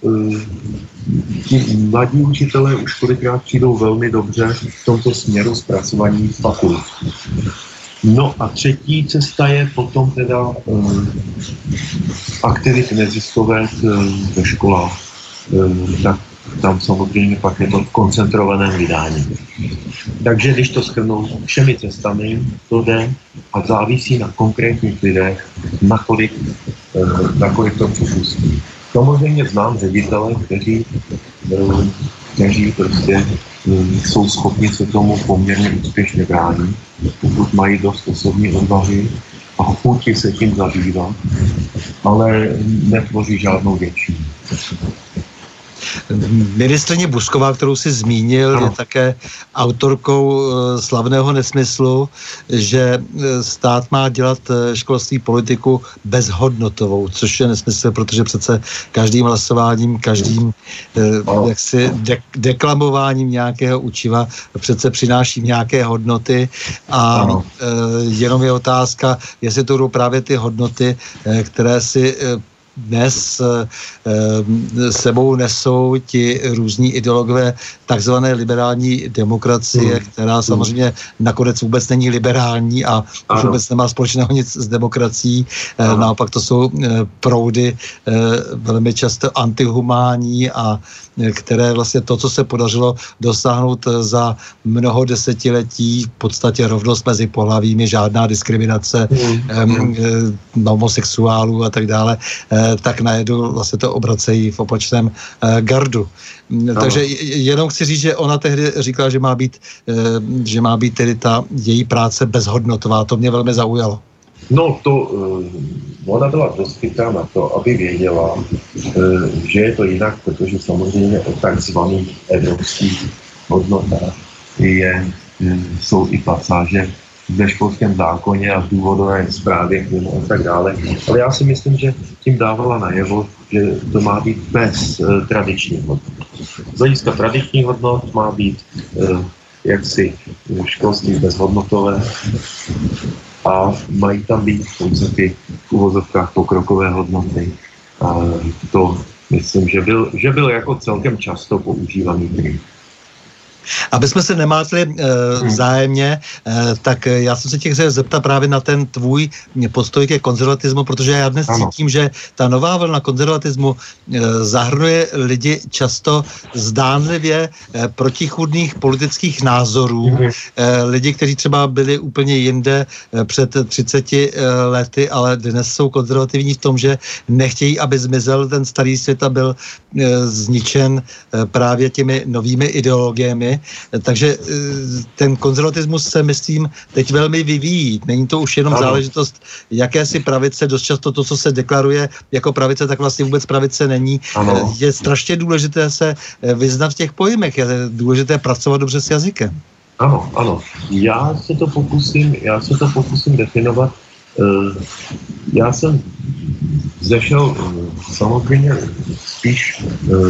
C: ti mladí učitelé už kolikrát přijdou velmi dobře v tomto směru zpracování fakult. No a třetí cesta je potom teda um, aktivity neziskové ve školách. Tak tam samozřejmě pak je to v koncentrovaném vydání. Takže když to shrnou všemi cestami, to jde a závisí na konkrétních lidech, nakolik, nakolik to připustí. Samozřejmě znám ředitele, kteří, kteří prostě jsou schopni se tomu poměrně úspěšně bránit, pokud mají dost osobní odvahy a chuti se tím zabývat, ale netvoří žádnou větší.
B: Ministryně Busková, kterou si zmínil, ano. je také autorkou slavného nesmyslu, že stát má dělat školství politiku bezhodnotovou, což je nesmysl, protože přece každým hlasováním, každým jaksi de- deklamováním nějakého učiva přece přináší nějaké hodnoty a ano. jenom je otázka, jestli to budou právě ty hodnoty, které si dnes e, sebou nesou ti různí ideologové takzvané liberální demokracie, mm. která samozřejmě nakonec vůbec není liberální a už vůbec nemá společného nic s demokracií. E, naopak to jsou e, proudy e, velmi často antihumánní a e, které vlastně to, co se podařilo dosáhnout za mnoho desetiletí, v podstatě rovnost mezi pohlavími, žádná diskriminace mm. e, homosexuálů a tak dále, e, tak najednou vlastně to obracejí v opačném eh, gardu. No. Takže jenom chci říct, že ona tehdy říkala, že má být, eh, že má být tedy ta její práce bezhodnotová. To mě velmi zaujalo.
C: No to, uh, ona byla dost chytrá na to, aby věděla, uh, že je to jinak, protože samozřejmě o takzvaných evropských hodnotách je, uh, jsou i pasáže ve školském zákoně a v důvodové zprávě k němu a tak dále. Ale já si myslím, že tím dávala najevo, že to má být bez uh, tradičních hodnot. Z hlediska tradičních hodnot má být uh, jaksi školství bezhodnotové a mají tam být pouze ty v uvozovkách pokrokové hodnoty. A to myslím, že byl, že byl jako celkem často používaný trik.
B: Aby jsme se nemátli e, vzájemně, e, tak já jsem se tě chtěl zeptat právě na ten tvůj postoj ke konzervatismu, protože já dnes ano. cítím, že ta nová vlna konzervatismu e, zahrnuje lidi často zdánlivě e, protichůdných politických názorů. Mhm. E, lidi, kteří třeba byli úplně jinde e, před třiceti e, lety, ale dnes jsou konzervativní v tom, že nechtějí, aby zmizel ten starý svět a byl e, zničen e, právě těmi novými ideologiemi. Takže ten konzervatismus se, myslím, teď velmi vyvíjí. Není to už jenom ano. záležitost jakési pravice, dost často to, co se deklaruje jako pravice, tak vlastně vůbec pravice není. Ano. Je strašně důležité se vyznat v těch pojmech, je důležité pracovat dobře s jazykem.
C: Ano, ano. Já se to pokusím, já se to pokusím definovat. Já jsem zešel samozřejmě spíš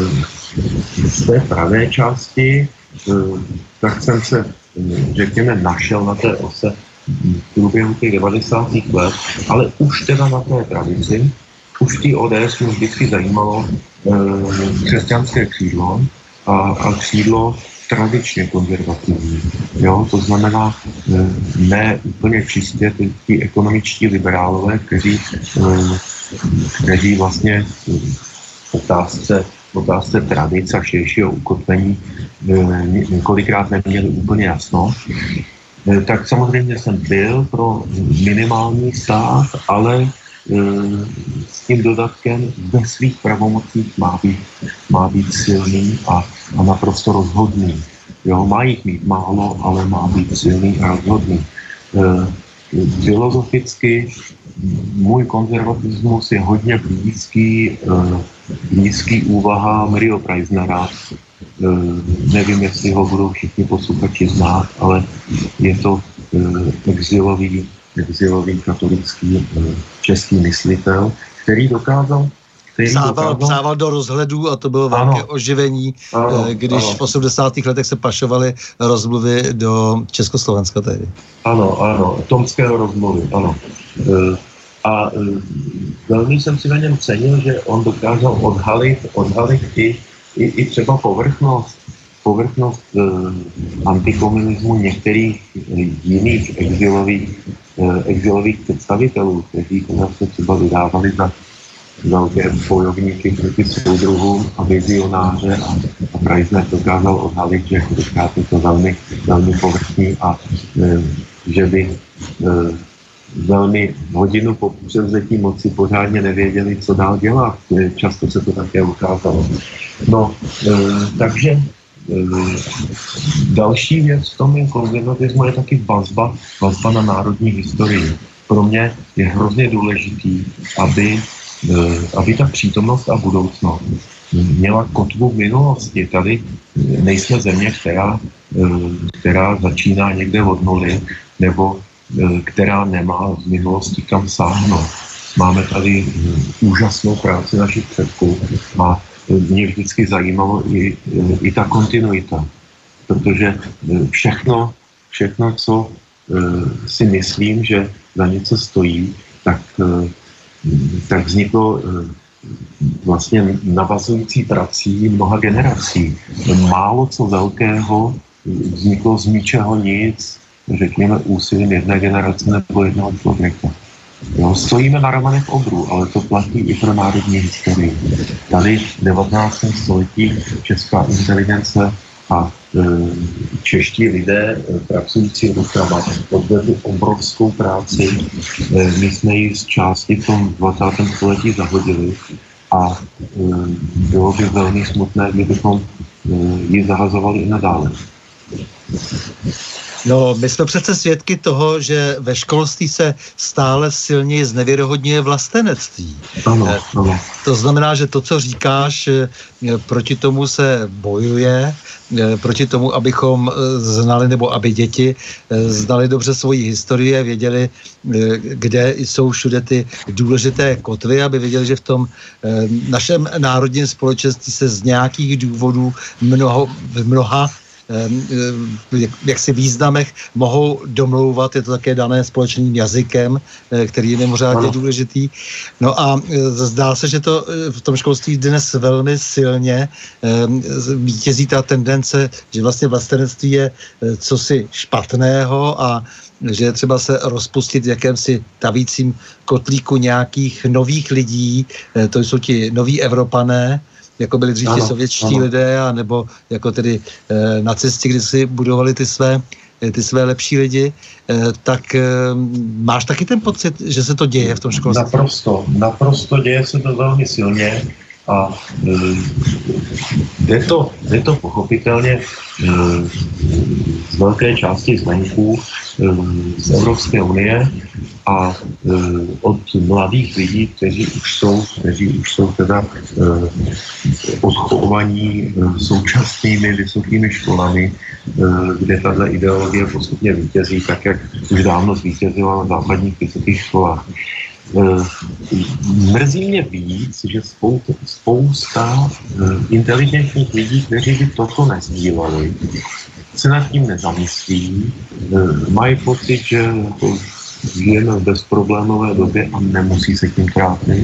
C: z té pravé části, tak jsem se, řekněme, našel na té ose v průběhu těch devadesátých let, ale už teda na té pravici, už v té O D S mě vždycky zajímalo e, křesťanské křídlo a, a křídlo tradičně konzervativní. Jo? To znamená e, ne úplně čistě ty, ty ekonomičtí liberálové, kteří, e, kteří vlastně v otázce v otázce tradic a širšího ukotvení několikrát neměli úplně jasno. Tak samozřejmě jsem byl pro minimální stát, ale s tím dodatkem ve svých pravomocích má být, má být silný a, a naprosto rozhodný. Jo, má jich mít málo, ale má být silný a rozhodný. Filozoficky můj konzervatismus je hodně blízký, blízký úvahám Rio Preissnera. Nevím, jestli ho budou všichni posluchači znát, ale je to exilový, exilový katolický český myslitel, který dokázal
B: Psával, psával do rozhledů a to bylo velké ano. oživení, ano, když ano. v osmdesátých letech se pašovaly rozmluvy do Československa tehdy.
C: Ano, ano, tomského rozmluvy, ano. A velmi jsem si na něm cenil, že on dokázal odhalit, odhalit i, i, i třeba povrchnost, povrchnost eh, antikomunismu některých jiných exilových, eh, exilových představitelů, kteří se třeba vydávali za velké bojovníky proti soudruhům a vizionáře a, a Preissner dokázal odhalit, že kolikrát je to velmi, velmi povrchní a e, že by e, velmi hodinu po převzetí moci pořádně nevěděli, co dál dělat. Často se to také ukázalo. No, e, takže e, další věc v tom konzervatismu je taky vazba, vazba na národní historii. Pro mě je hrozně důležitý, aby aby ta přítomnost a budoucnost měla kotvu v minulosti. Tady nejsme země, která, která začíná někde od nuly, nebo která nemá z minulosti kam sáhnout. Máme tady úžasnou práci našich předků a mě vždycky zajímalo i, i ta kontinuita, protože všechno, všechno, co si myslím, že za něco stojí, tak, tak vzniklo vlastně navazující prací mnoha generací. Málo co velkého vzniklo z ničeho nic, řekněme úsilím jedné generace nebo jednoho člověka. Jo, stojíme na ramenech obrů, ale to platí i pro národní historii. Tady v devatenáctém století česká inteligence a e, čeští lidé e, pracující rukama odvedli obrovskou práci. E, my jsme ji z části v tom dvacátém století zahodili a e, bylo by velmi smutné, kdybychom e, ji zahazovali i nadále.
B: No, my jsme přece svědky toho, že ve školství se stále silněji znevěrohodňuje vlastenectví.
C: Ano, ano.
B: To znamená, že to, co říkáš, proti tomu se bojuje, proti tomu, abychom znali, nebo aby děti znali dobře svoji historii, věděli, kde jsou všude ty důležité kotvy, aby věděli, že v tom našem národním společenství se z nějakých důvodů mnoho, v mnoha jak si významech mohou domlouvat, je to také dané společným jazykem, který je mimořádně ano. důležitý. No a zdá se, že to v tom školství dnes velmi silně vítězí ta tendence, že vlastně vlastenectví je cosi špatného a že je třeba se rozpustit v jakémsi tavícím kotlíku nějakých nových lidí, to jsou ti noví Evropané, jako byli dřív ti sovětští lidé, a nebo jako tedy e, nacisti, kdy si budovali ty své, ty své lepší lidi, e, tak e, máš taky ten pocit, že se to děje v tom školství? Naprosto,
C: naprosto děje se to velmi silně a e, jde, to, jde to pochopitelně e, z velké části zvenku e, z Evropské unie a e, od mladých lidí, kteří už jsou, kteří už jsou teda e, odchovaní e, současnými vysokými školami, e, kde tato ideologie postupně vítězí, tak jak už dávno zvítězila na západních vysokých školách. E, mrzí mě víc, že spousta, spousta e, inteligentních lidí, kteří by toto nezdíleli, se nad tím nezamyslí, e, mají pocit, že to žijeme v bezproblémové době a nemusí se tím trápit.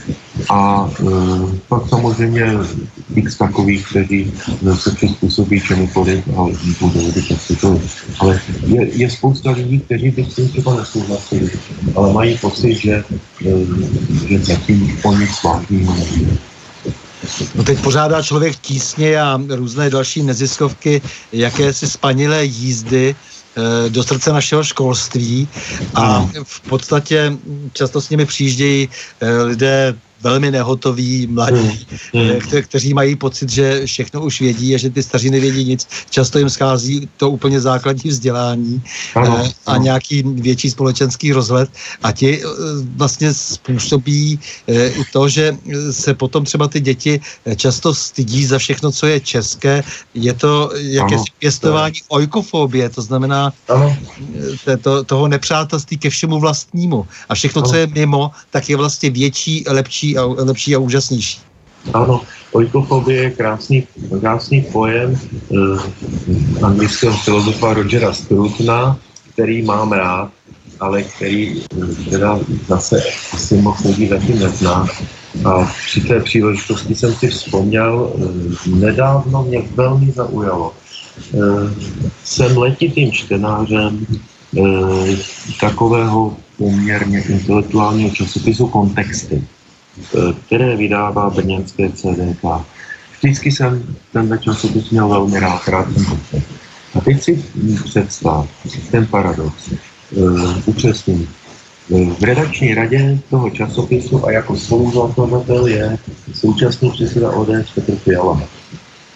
C: A e, pak samozřejmě x takových, kteří se přizpůsobí čemukoliv a budou to. Ale je, je spousta lidí, kteří by s tím třeba nesouhlasili, ale mají pocit, že, e, že zatím o nic vážného nejde.
B: No teď pořádá člověk tísně a různé další neziskovky, jakési spanilé jízdy do srdce našeho školství a v podstatě často s nimi přijíždějí lidé velmi nehotoví, mladí, kte- kteří mají pocit, že všechno už vědí a že ty staří nevědí nic. Často jim schází to úplně základní vzdělání ano, a ano. nějaký větší společenský rozhled a ti vlastně způsobí i to, že se potom třeba ty děti často stydí za všechno, co je české. Je to jakési pěstování oikofobie, to znamená to, toho nepřátelství ke všemu vlastnímu. A všechno, co je mimo, tak je vlastně větší, lepší a lepší a úžasnější.
C: Ano, oikofobie je krásný, krásný pojem eh, anglického filozofa Rogera Scrutona, který mám rád, ale který eh, teda zase asi moc lidí zatím nezná. A při té příležitosti jsem si vzpomněl, eh, nedávno mě velmi zaujalo. Eh, jsem letitým čtenářem eh, takového poměrně intelektuálního časopisu Kontexty, které vydává brněnské C D K. Vždycky jsem tenhle časopis měl velmi rád, rád jsem to. A teď si představ ten paradox. Uh, upřesním. Uh, v redakční radě toho časopisu a jako spoluzakladatel je současný předseda O D S Petr Fiala.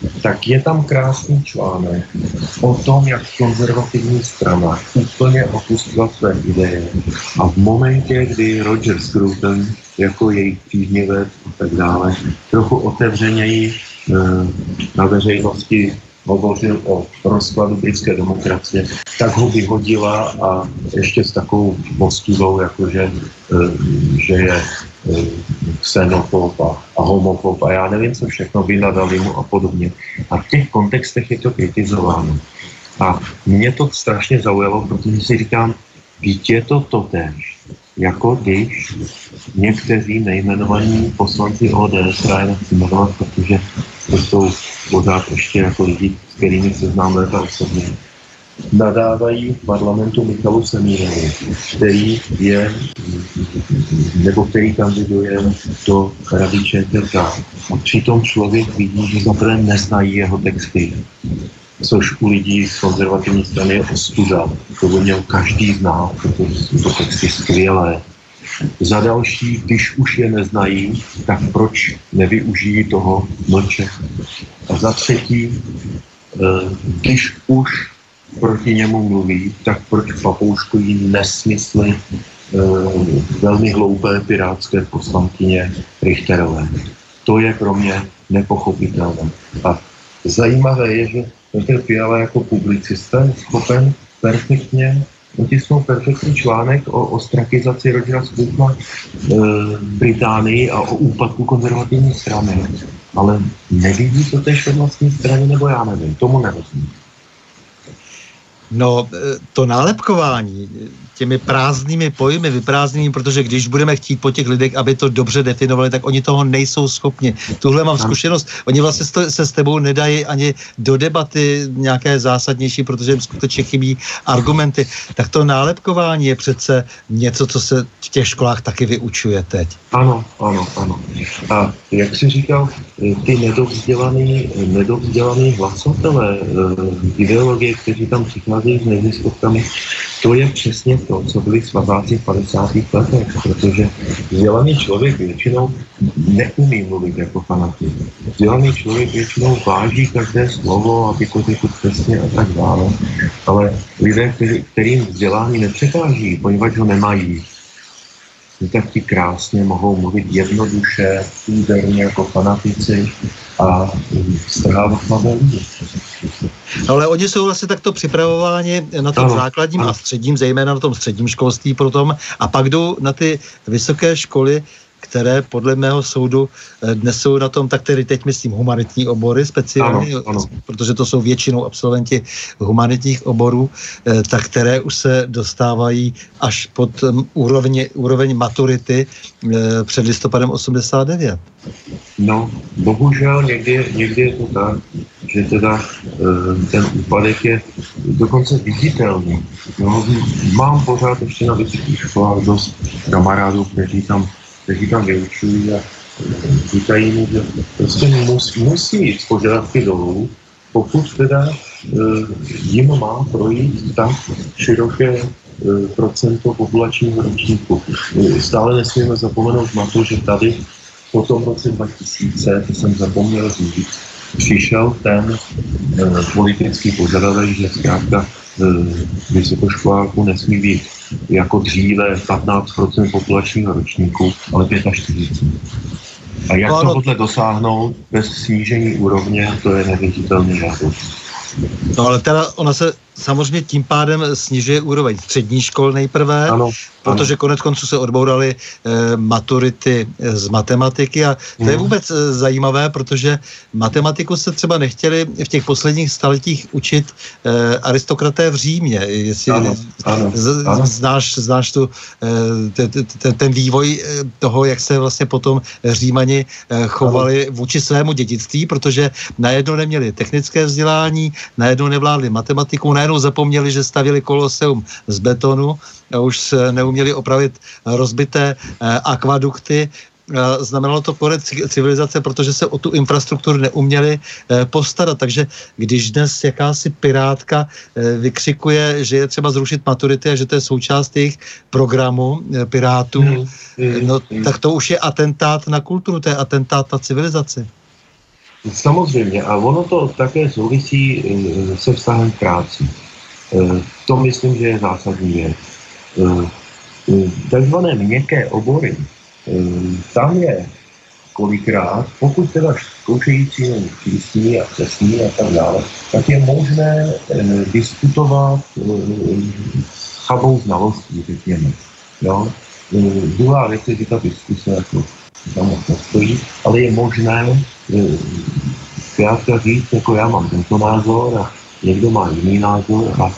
C: tak je tam krásný článek o tom, jak konzervativní strana úplně opustila své ideje a v momentě, kdy Roger Scruton jako jejich příznivec a tak dále trochu otevřeněji e, na veřejnosti hovořil o rozkladu britské demokracie, tak ho vyhodila a ještě s takovou ostudou, jakože že je xenofob a homofob a já nevím, co všechno, vynadali mu a podobně. A v těch kontextech je to kritizováno. A mě to strašně zaujalo, protože si říkám, víc je to totéž, jako když někteří nejmenovaní poslanci O D S, která je nechci jmenovat, protože to jsou pořád ještě jako lidi, s kterými se znám léta osobně, nadávají parlamentu Michalu Semínovi, který je, nebo který kandiduje do Rady ČTK. A přitom člověk vidí, že zaprvé neznají jeho texty, což u lidí z konzervativní strany je ostuda. To by měl každý znát, protože jsou to texty skvělé. Za další, když už je neznají, tak proč nevyužijí toho mlčet? A za třetí, když už proti němu mluví, tak proč papouškují nesmysly velmi hloupé pirátské poslankyně Richterové. To je pro mě nepochopitelné. A zajímavé je, že Petr Fiala jako publicista je schopen perfektně otisknout perfektní článek o ostrakizaci Rogera Scrutona v Británii a o úpadku konzervativní strany. Ale nevidí to tež ve vlastní straně, nebo já nevím, tomu nerozumím.
B: No, to nálepkování těmi prázdnými pojmy, vyprázdnými, protože když budeme chtít po těch lidech, aby to dobře definovali, tak oni toho nejsou schopni. Tuhle mám zkušenost. Oni vlastně se s tebou nedají ani do debaty nějaké zásadnější, protože jim skutečně chybí argumenty. Tak to nálepkování je přece něco, co se v těch školách taky vyučuje teď.
C: Ano, ano, ano. A jak jsi říkal, ty nedovzdělaný, nedovzdělaný hlasatelé ideologie, kteří tam přicházejí s neziskovkami, to je přesně to, co byli svazáci v padesátých letech, protože vzdělaný člověk většinou neumí mluvit jako fanatik. Vzdělaný člověk většinou váží každé slovo, aby to řekl přesně a tak dále. Ale lidé, který, kterým vzdělání nepřekáží, poněvadž ho nemají, tak ti krásně mohou mluvit jednoduše, úderně jako fanatici a strhávat mladé lidi.
B: Ale oni jsou vlastně takto připravováni na tom ano, základním ano. a středním, zejména na tom středním školství potom, a pak jdou na ty vysoké školy, které podle mého soudu dnes jsou na tom, tak tedy teď myslím humanitní obory speciálně, ano, ano. protože to jsou většinou absolventi humanitních oborů, tak které už se dostávají až pod úroveň, úroveň maturity před listopadem osmdesát devět.
C: No, bohužel někdy, někdy je to tak, že teda ten úpadek je dokonce viditelný. No, mám pořád ještě na vysokých školách dost kamarádů, kteří tam kteří tam vyučují a říkají mi, že prostě musí, musí jít z požadavky dolů, pokud teda e, jim má projít tak široké e, procento populačního ročníku. Stále nesmíme zapomenout na to, že tady po tom roce dva tisíce, to jsem zapomněl říct, přišel ten e, politický požadavek, že zkrátka e, vysokoškoláků nesmí být jako dříve patnáct procent populačního ročníku, ale čtyřicet pět. A jak
B: ano.
C: tohle dosáhnout bez snížení úrovně, to je neviditelný žádoucí.
B: No ale teda ona se samozřejmě tím pádem snižuje úroveň střední škol nejprve, ano, protože ano. konec konců se odbouraly e, maturity z matematiky a to je vůbec e, zajímavé, protože matematiku se třeba nechtěli v těch posledních staletích učit e, aristokraté v Římě. Jestli
C: ano, ano,
B: z,
C: ano.
B: Znáš, znáš tu, e, te, te, te, ten vývoj toho, jak se vlastně potom Římani e, chovali ano. vůči svému dědictví, protože najednou neměli technické vzdělání, najednou nevládli matematiku, najednou zapomněli, že stavěli koloseum z betonu a už neuměli opravit rozbité akvadukty. Znamenalo to konec civilizace, protože se o tu infrastrukturu neuměli postarat. Takže když dnes jakási pirátka vykřikuje, že je třeba zrušit maturity a že to je součást jejich programu pirátů, no, tak to už je atentát na kulturu, to je atentát na civilizaci.
C: Samozřejmě, a ono to také souvisí se vztahem k práci. To myslím, že je zásadní věc. Takzvané měkké obory, tam je kolikrát, pokud teda zkoušející není přísný a přesný a tak dále, tak je možné diskutovat s chabou znalostí, řekněme. Jo? Druhá věc je, že ta diskuse jako tam stojí, ale je možné zkrátka říct, jako já mám tento názor a někdo má jiný názor a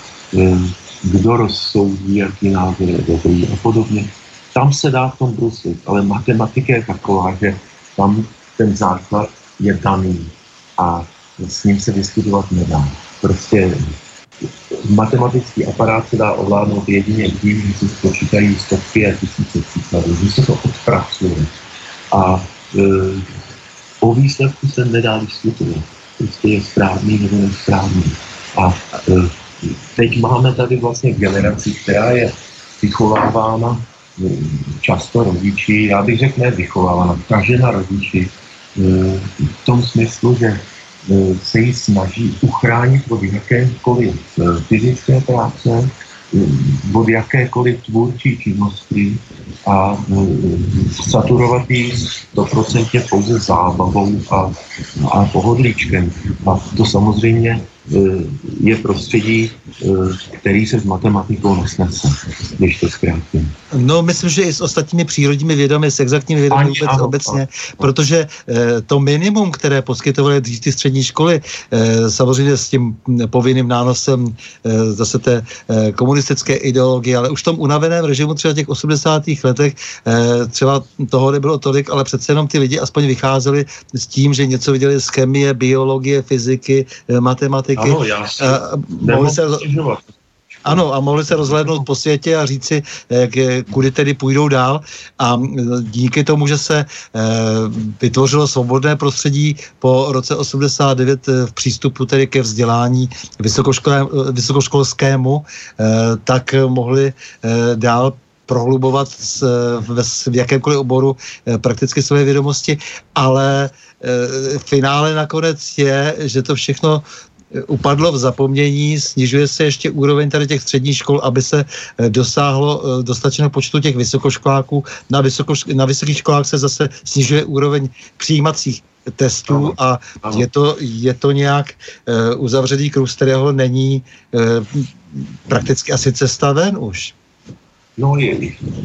C: kdo rozsoudí, jaký názor je dobrý a podobně. Tam se dá v tom bruslit, ale matematika je taková, že tam ten základ je daný a s ním se diskutovat nedá. Prostě matematický aparát se dá ovládnout jedině tím, že se spočítají stovky a tisíce příkladů, že se to odpracuje. A e, o výsledku se nedá diskutovat. Prostě je správný nebo nesprávný. A e, teď máme tady vlastně generaci, která je vychovávána často rodiči, já bych řekl ne vychovávána, tažena rodiči v tom smyslu, že se jí snaží uchránit od jakékoliv fyzické práce, od jakékoliv tvůrčí činnosti a saturovat ji stoprocentně pouze zábavou a, a pohodlíčkem. A to samozřejmě je prostředí, který se s matematikou nesnese, když to zkrátím.
B: No, myslím, že i s ostatními přírodními vědami, s exaktními vědami Ani, vůbec ano, obecně, ano. Protože eh, to minimum, které poskytovaly dřív ty střední školy, eh, samozřejmě s tím povinným nánosem eh, zase té eh, komunistické ideologie, ale už v tom unaveném režimu třeba těch osmdesátých letech eh, třeba toho nebylo tolik, ale přece jenom ty lidi aspoň vycházeli s tím, že něco viděli z chemie, biologie, fyziky, eh, matematiky.
C: Ano, já si
B: mohli se, ano, a mohli se rozhlédnout po světě a říci, kudy tedy půjdou dál. A díky tomu, že se vytvořilo svobodné prostředí po roce osmdesát devět v přístupu tedy ke vzdělání vysokoškolskému, tak mohli dál prohlubovat v jakémkoliv oboru prakticky své vědomosti, ale v finále nakonec je, že to všechno upadlo v zapomnění, snižuje se ještě úroveň tady těch středních škol, aby se dosáhlo dostatečného počtu těch vysokoškoláků. Na, vysokoš- na vysokých školách se zase snižuje úroveň přijímacích testů a je to, je to nějak uh, uzavřený kruh, z kterého není uh, prakticky asi cesta ven už.
C: No je.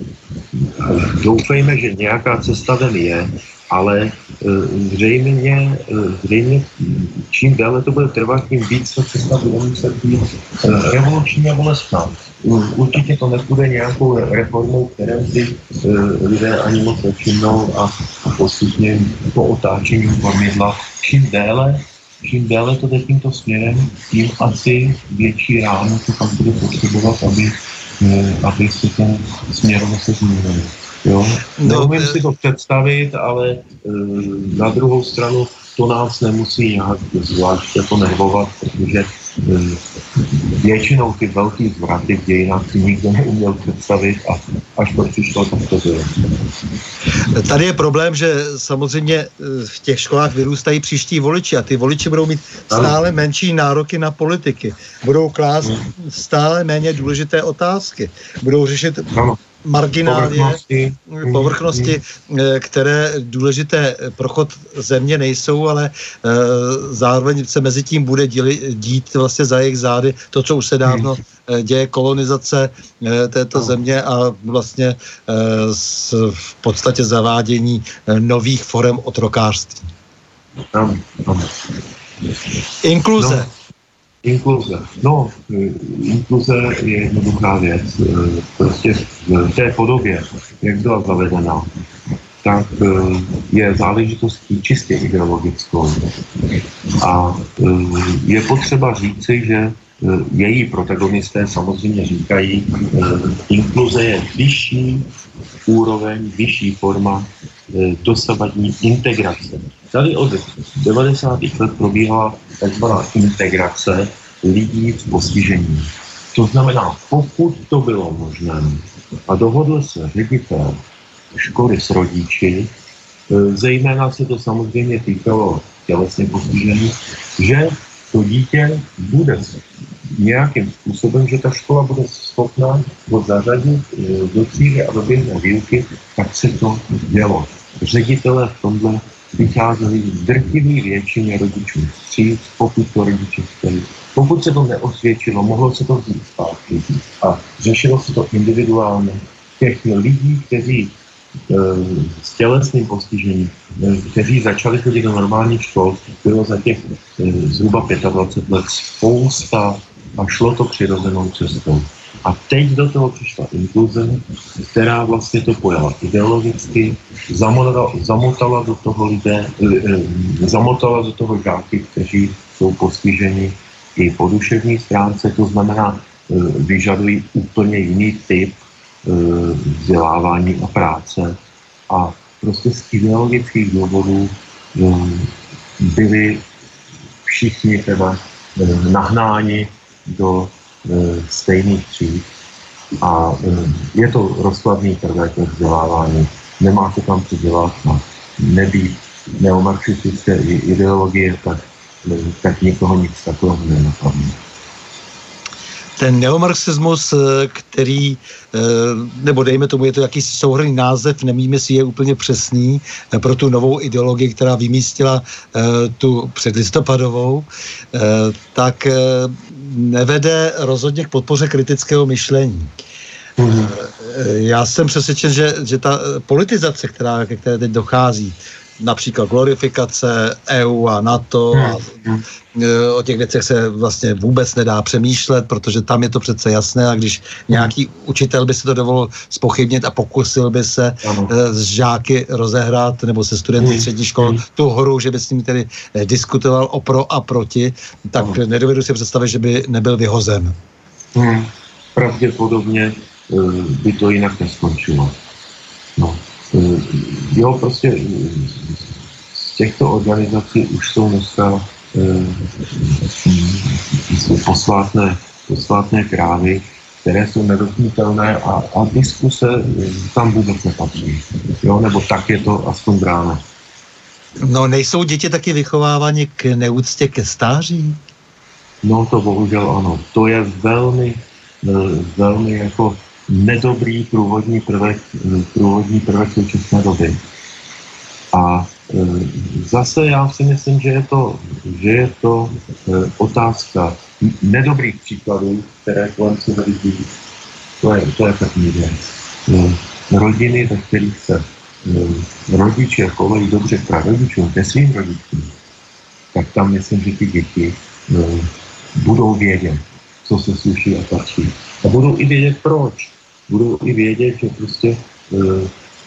C: Doufejme, že nějaká cesta ven je, ale zřejmě, zřejmě čím déle to bude trvat, tím víc ta cesta bude muset být revoluční a bolestná. Určitě to nepůjde nějakou reformou, které si lidé ani moc nevšimnou a postupně po otáčení kormidla. Čím déle, čím déle to jde tímto směrem, tím asi větší ráno to pak bude potřebovat, aby, aby se ten směr se změnil. Jo? Neumím si to představit, ale e, na druhou stranu to nás nemusí nějak zvlášť jako nervovat, protože e, většinou ty velký zvraty v dějinách si nikdo neuměl představit a až to přišlo, tak to bylo.
B: Tady je problém, že samozřejmě v těch školách vyrůstají příští voliči a ty voliči budou mít stále menší nároky na politiky. Budou klást stále méně důležité otázky. Budou řešit ano. marginálie, povrchnosti. povrchnosti, které důležité pro chod země nejsou, ale uh, zároveň se mezi tím bude díli, dít vlastně za jejich zády to, co už se dávno uh, děje, kolonizace uh, této no. země a vlastně uh, s, v podstatě zavádění uh, nových forem otrokářství.
C: No, no.
B: Inkluze.
C: No. Inkluze. No, inkluze je jednoduchá věc. Prostě v té podobě, jak byla zavedena, tak je záležitostí čistě ideologickou. A je potřeba říci, že její protagonisté samozřejmě říkají, inkluze je vyšší úroveň, vyšší forma dosavadní integrace. Tady od devadesátých let probíhala takzvaná integrace lidí s postižením. To znamená, pokud to bylo možné a dohodl se ředitel školy s rodiči, zejména se to samozřejmě týkalo tělesně postižený, že to dítě bude nějakým způsobem, že ta škola bude schopná ho zařadit do třídy a do běžné výuky, tak se to dělo. Ředitelé v tomhle vycházeli v drtivé většině rodičů vstříc, pokud to rodiče chtěli. Pokud se to neosvědčilo, mohlo se to vzít zpátky a řešilo se to individuálně. Těch lidí, kteří e, s tělesným postižením, e, kteří začali chodit do normálních škol, bylo za těch e, zhruba dvacet pět let spousta a šlo to přirozenou cestou. A teď do toho přišla inkluze, která vlastně to pojala ideologicky, zamotala, zamotala do toho lidé, e, zamotala do toho žáky, kteří jsou postiženi i po duševní stránce, to znamená, e, vyžadují úplně jiný typ e, vzdělávání a práce. A prostě z ideologických důvodů e, byli všichni teda e, nahnáni do e, stejných tříd. A e, je to rozkladný prvek vzdělávání. Nemá se tam co dělat a nebýt neomarxistické ideologie, tak tak nikoho nic takového nenapadne.
B: Ten neomarxismus, který, nebo dejme tomu, je to jakýsi souhrnný název, nevíme, si je úplně přesný pro tu novou ideologii, která vymístila tu předlistopadovou, tak nevede rozhodně k podpoře kritického myšlení. Mm. Já jsem přesvědčen, že, že ta politizace, která, ke které teď dochází, například glorifikace E U a NATO a o těch věcech se vlastně vůbec nedá přemýšlet, protože tam je to přece jasné a když nějaký učitel by si to dovolil zpochybnit a pokusil by se ano. s žáky rozehrát nebo se studenty střední škol tu hru, že by s nimi tedy diskutoval o pro a proti, tak ano. nedovedu si představit, že by nebyl vyhozen.
C: Hmm. Pravděpodobně by to jinak neskončilo. No. Jo, prostě z těchto organizací už jsou dneska e, posvátné, posvátné krávy, které jsou nedotknutelné a, a diskuse tam vůbec nepatří. Jo, nebo tak je to aspoň bráno.
B: No, nejsou děti taky vychovávány k neúctě ke stáří?
C: No, to bohužel ano. To je velmi, velmi jako nedobrý průvodní prvek, průvodní prvek současné doby. A e, zase já si myslím, že je to, že je to e, otázka nedobrých příkladů, které kolem sebe vidí. To je, to je první věc. E, rodiny, ve kterých se e, rodiče chovají dobře k prarodičům, ke svým rodičům, tak tam myslím, že ty děti e, budou vědět, co se sluší a patří. A budou i vědět, proč. Budou i vědět, že prostě e,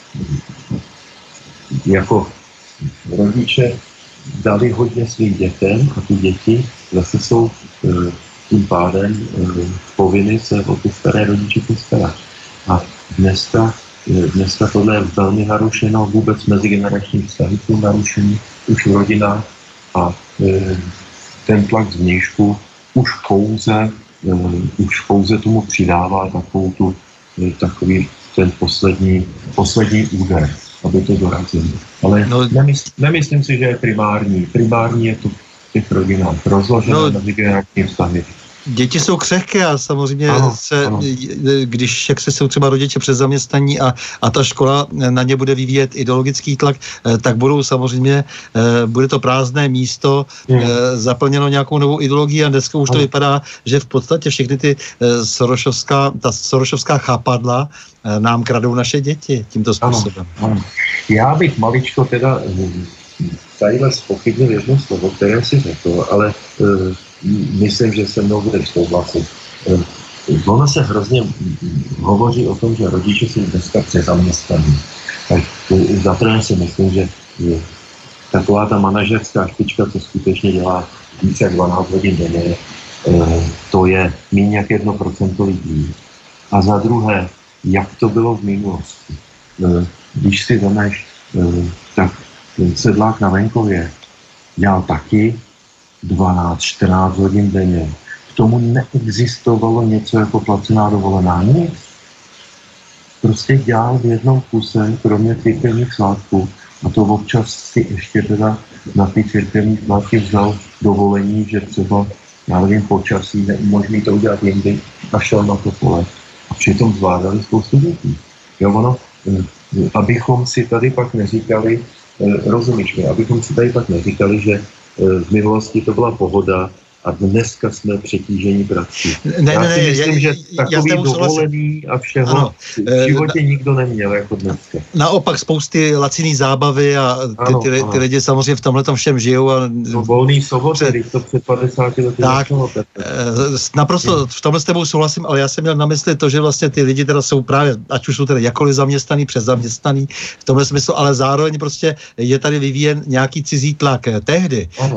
C: jako rodiče dali hodně svým dětem a ty děti zase jsou e, tím pádem e, povinny se o ty staré rodiče postarat. A dneska, e, dneska tohle je velmi narušeno, vůbec mezigenerační vztahy jsou narušeny už v rodinách a e, ten tlak zvnějšku už pouze, e, už pouze tomu přidává takovou tu takový ten poslední, poslední úder, aby to dorazilo. Ale no, nemysl, nemyslím si, že je primární. Primární je to v těch rodinách rozložené no, mezigenerační vztahy.
B: Děti jsou křehké a samozřejmě ano, se, ano. když jak se jsou třeba rodiče přes zaměstnaní a, a ta škola na ně bude vyvíjet ideologický tlak, tak budou samozřejmě, bude to prázdné místo hmm. zaplněno nějakou novou ideologií a dneska už to ano. vypadá, že v podstatě všechny ty sorošovská, ta sorošovská chápadla nám kradou naše děti tímto způsobem.
C: Ano, ano. Já bych maličko teda tadyhle zpochybnil jedno slovo, které si řekl, ale myslím, že se mnou bude souhlasit. Ono se hrozně hovoří o tom, že rodiče jsou dneska přezaměstnaní. Tak za to si myslím, že taková ta manažerská špička, co skutečně dělá více jak dvanáct hodin denně, to je méně jak jedno procento lidí. A za druhé, jak to bylo v minulosti. Když si vemeš, tak sedlák na venkově dělal taky dvanáct čtrnáct hodin denně. K tomu neexistovalo něco jako placená dovolená. Nic. Prostě dělal v jednom kuse, kromě církevních svátků, a to občas si ještě teda na ty církevní svátky vzal dovolení, že třeba, já nevím, počasí neumožní to udělat jindy a šel na to pole. A přitom zvládali spoustu dětí. Jo, ono, abychom si tady pak neříkali, rozumíš mi, abychom si tady pak neříkali, že v minulosti to byla pohoda a dneska jsme přetížení prací.
B: Ne,
C: já
B: ne,
C: si
B: ne,
C: myslím,
B: já,
C: že takový dovolený a všeho ano, v životě na, nikdo neměl jako dneska.
B: Naopak spousty laciný zábavy a ty, ano, ty, ty lidi samozřejmě v tomhletom všem žijou. A,
C: no, volný soboty, když to před padesáti lety začalo.
B: Naprosto v tomhle s tebou souhlasím, ale já jsem měl na mysli to, že vlastně ty lidi teda jsou právě, ať už jsou tedy jakkoliv zaměstnaný, přezaměstnaný, v tomhle smyslu, ale zároveň prostě je tady vyvíjen nějaký cizí tlak. Tehdy ano.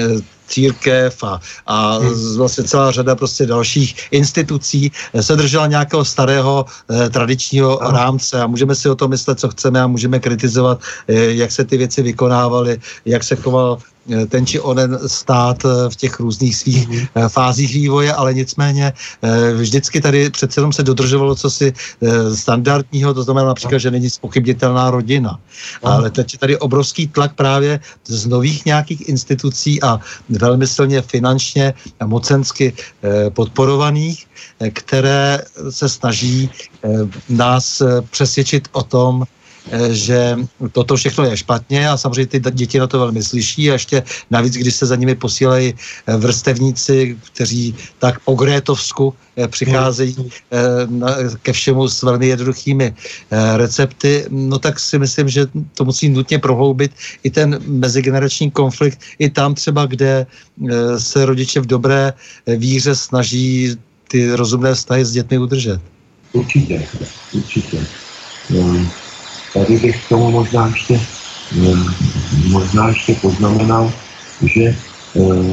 B: církev a, a vlastně celá řada prostě dalších institucí se držela nějakého starého eh, tradičního Aha. rámce a můžeme si o tom myslet, co chceme a můžeme kritizovat, eh, jak se ty věci vykonávaly, jak se choval eh, ten či onen stát eh, v těch různých svých mm-hmm. eh, fázích vývoje, ale nicméně eh, vždycky tady přece jenom se dodržovalo cosi eh, standardního, to znamená například, že není zpochybnitelná rodina. Aha. Ale teď je tady obrovský tlak právě z nových nějakých institucí a velmi silně finančně a mocensky eh, podporovaných, eh, které se snaží eh, nás eh, přesvědčit o tom, eh, že toto všechno je špatně a samozřejmě ty děti na to velmi slyší a ještě navíc, když se za nimi posílají eh, vrstevníci, kteří tak po grétovsku eh, přicházejí eh, na, ke všemu s velmi jednoduchými eh, recepty, no tak si myslím, že to musí nutně prohloubit i ten mezigenerační konflikt, i tam třeba, kde eh, se rodiče v dobré eh, víře snaží ty rozumné vztahy s dětmi udržet.
C: Určitě, určitě. Um, tady bych k tomu možná ještě, um, možná ještě poznamenal, že um,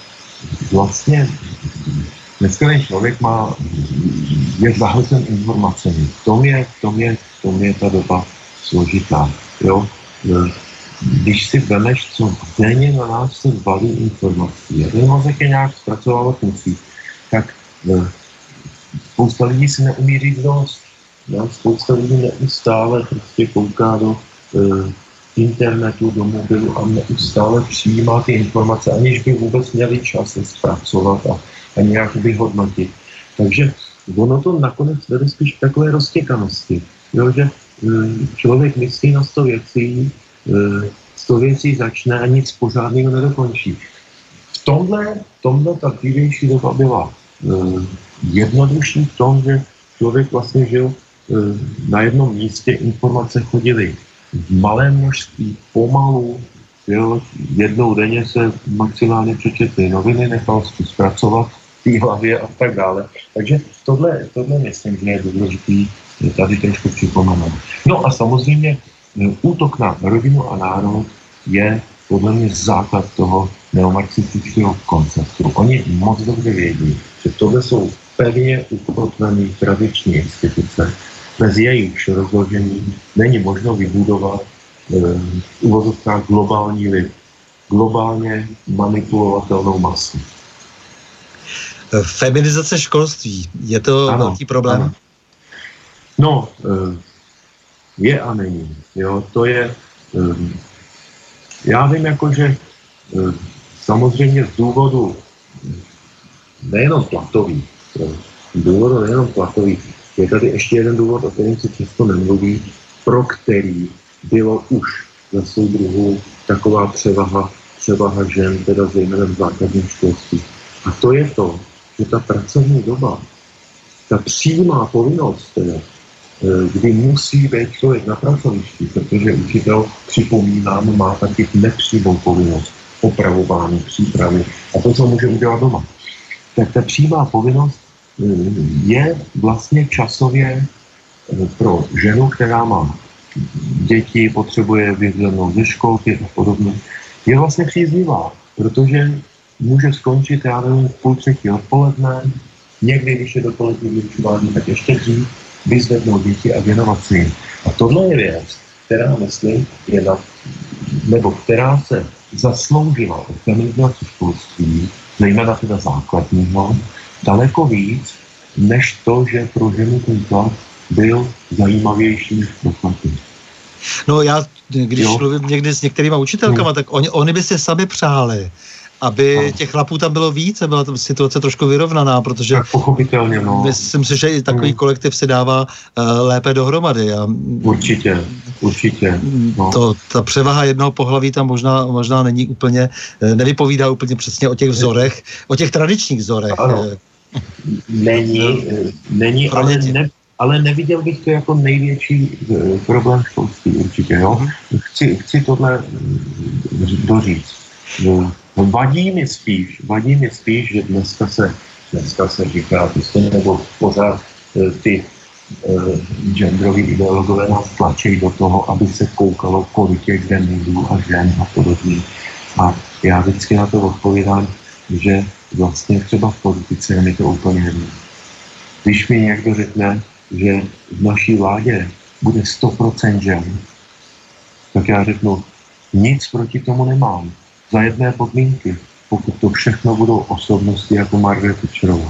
C: vlastně dneska ten člověk má, je zahlcen informacemi. V tom je, v tom je, v tom je ta doba složitá. Jo? Když si vemeš, co denně na nás se zbalí informací, a ten mozek je nějak zpracovávat musí, tak spousta lidí si neumí říct dost. No, spousta lidí neustále prostě kouká do uh, internetu, do mobilu a neustále přijímá ty informace, aniž by vůbec měli čas je zpracovat a, a nějak vyhodnotit. Takže ono to nakonec vede spíš k takové roztěkanosti. Jo, že uh, člověk myslí na sto věcí, uh, sto věcí začne a nic pořádného nedokončí. V tomhle, tomhle ta dřívější doba byla uh, jednodušší v tom, že člověk vlastně žil na jednom místě, informace chodily v malém množství, pomalu, jo, jednou denně se maximálně přečetly noviny, nechal si zpracovat v té hlavě a tak dále. Takže tohle, tohle myslím, že je důležitý tady trošku připomenout. No a samozřejmě útok na rodinu a národ je podle mě základ toho neomarxistického konceptu. Oni moc dobře vědí, že tohle jsou pevně ukotvené tradiční instituce, bez jejichž rozložení není možno vybudovat e, uvozovkách globální lid, globálně manipulovatelnou masu.
B: Feminizace školství, je to ano, velký problém? Ano.
C: No, e, je a není. Jo, to je, e, já vím jako, že e, samozřejmě z důvodu nejenom platový, z důvodu nejenom platový, je tady ještě jeden důvod, o kterém se často nemluví, pro který bylo už za soudruhu taková převaha, převaha žen, teda zejména v základním školství. A to je to, že ta pracovní doba, ta přímá povinnost, teda, kdy musí být člověk na pracovišti, protože učitel, připomínám, má taky nepřímou povinnost opravování, přípravy a to, co může udělat doma. Tak ta přímá povinnost je vlastně časově pro ženu, která má děti, potřebuje vyzvednout ze školky a podobně, je vlastně příznivá, protože může skončit, já nevím, v půl třetí odpoledne, někdy, když je dopolední vyučování, tak ještě dřív vyzvednout děti a věnovat si jim. A tohle je věc, která, myslím, je na, nebo která se zasloužila od feminizace školství, zejména teda základního, daleko víc, než to, že pro ženu ten tlak byl zajímavější než pro chlapy.
B: No já, když jo. mluvím někdy s některýma učitelkama, hmm. tak oni, oni by si sami přáli, aby no. těch chlapů tam bylo víc a byla tam situace trošku vyrovnaná, protože
C: tak pochopitelně, no.
B: myslím si, že i takový hmm. kolektiv se dává uh, lépe dohromady. A,
C: určitě, určitě. No.
B: To, ta převaha jednoho pohlaví tam možná, možná není úplně, nevypovídá úplně přesně o těch vzorech, o těch tradičních vzorech.
C: Ano. Není, není, ale, ne, ale neviděl bych to jako největší problém školství určitě, jo. Chci, chci tohle doříct. Vadí mi spíš, vadí mi spíš, že dneska se, dneska se říká, prostě, nebo pořád ty uh, genderoví ideologové nás tlačí do toho, aby se koukalo, kolik je kde mužů a žen a podobně. A já vždycky na to odpovídám, že vlastně třeba v politice je mi to úplně jedno. Když mi někdo řekne, že v naší vládě bude sto procent žen, tak já řeknu, nic proti tomu nemám. Za jedné podmínky, pokud to všechno budou osobnosti jako Margaret Thatcherová.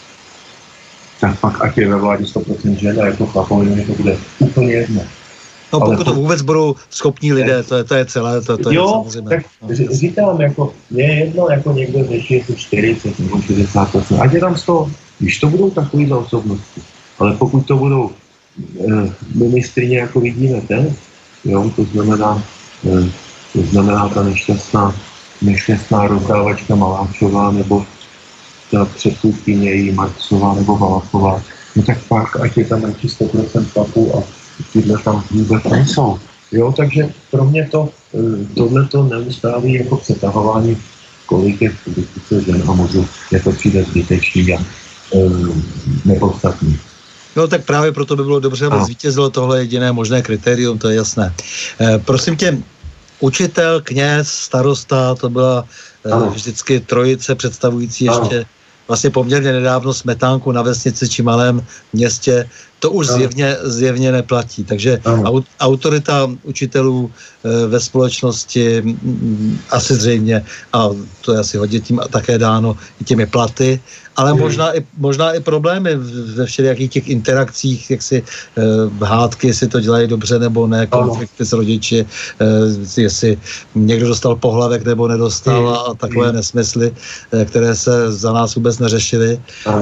C: Tak pak ať je ve vládě sto procent žen a jako chlapovi, mi to bude úplně jedno.
B: No pokud ale to vůbec budou schopní lidé, to je, to je celé, to, to
C: jo,
B: je samozřejmě.
C: Tak no, říkám, jako, je jedno, jako někdo řeší, jestli čtyřicet nebo šedesát procent, ať je tam sto, když to budou takovýhle osobnosti, ale pokud to budou eh, ministrině, jako vidíme teď, jo, to znamená, eh, to znamená ta nešťastná, nešťastná rozdávačka Maláčová, nebo ta předchůdkyně její Marksová nebo Valachová, no tak pak, ať je tam radši sto procent chlapů a tyhle tam vůbec nejsou. Jo, takže pro mě to, tohleto neustáví jako přetahování, kolik je v politice žen a mužů, jako přijde zbytečný a e, nepodstatný.
B: No tak právě proto by bylo dobře, aby zvítězilo tohle jediné možné kritérium, to je jasné. E, prosím tě, učitel, kněz, starosta, to byla e, vždycky trojice představující ještě ano. vlastně poměrně nedávno smetánku na vesnici či malém městě. To už zjevně, zjevně neplatí. Takže aut, autorita učitelů e, ve společnosti m, asi zřejmě, a to je asi hodně tím také dáno, i těmi platy, ale možná i, možná i problémy ve všelijakých těch interakcích, jak si e, hádky, jestli to dělají dobře nebo ne, konflikty s rodiči, e, jestli někdo dostal pohlavek nebo nedostal a, a takové nesmysly, e, které se za nás vůbec neřešily.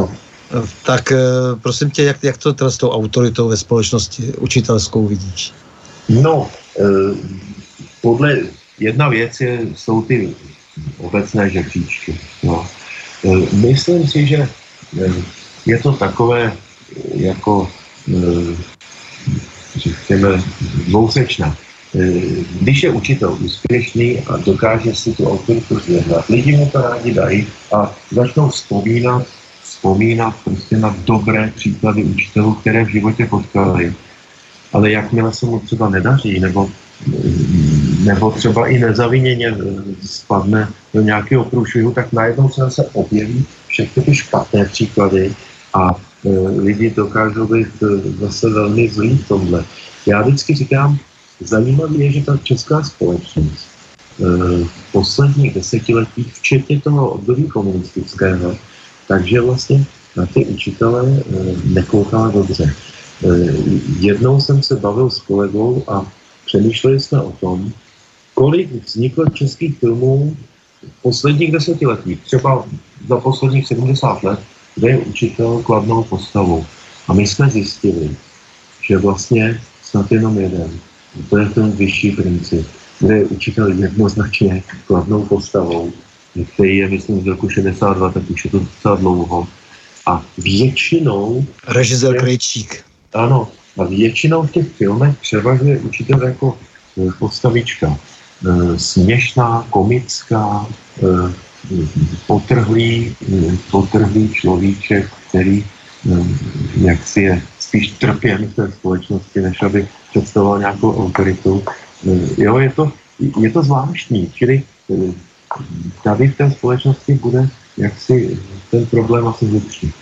B: Tak prosím tě, jak, jak to teda s tou autoritou ve společnosti učitelskou vidíš?
C: No, eh, podle, jedna věc je, jsou ty obecné žebříčky. No. Eh, myslím si, že eh, je to takové jako, eh, řekněme, dvousečná. Eh, když je učitel úspěšný a dokáže si tu autoritu zjednat, lidi mu to rádi dají a začnou vzpomínat vzpomínat prostě na dobré příklady učitelů, které v životě potkali. Ale jakmile se mu třeba nedaří, nebo, nebo třeba i nezaviněně spadne do nějakého průšvihu, tak najednou se zase objeví všechny ty špatné příklady a e, lidi dokážou být zase velmi zlí v tomhle. Já vždycky říkám, zajímavé je, že ta česká společnost e, v posledních desetiletích, včetně toho období komunistického, takže vlastně na ty učitele e, nekoukala dobře. E, jednou jsem se bavil s kolegou a přemýšleli jsme o tom, kolik vzniklo českých filmů v posledních desetiletích, třeba za posledních sedmdesát let, kde je učitel kladnou postavou. A my jsme zjistili, že vlastně snad jenom jeden, to je ten vyšší princip, kde je učitel jednoznačně kladnou postavou, který je, myslím, z roku šedesát dva, tak už je to docela dlouho. A většinou...
B: Režisér Krejčík.
C: Ano, a většinou v těch filmech převažuje učitel jako postavička. E, směšná, komická, e, potrhlý, e, potrhlý človíček, který e, jak si je spíš trpěn v té společnosti, než aby představoval nějakou autoritu. E, jo, je to, je to zvláštní, čili e, tady v té společnosti bude jaksi ten problém asi hlubší.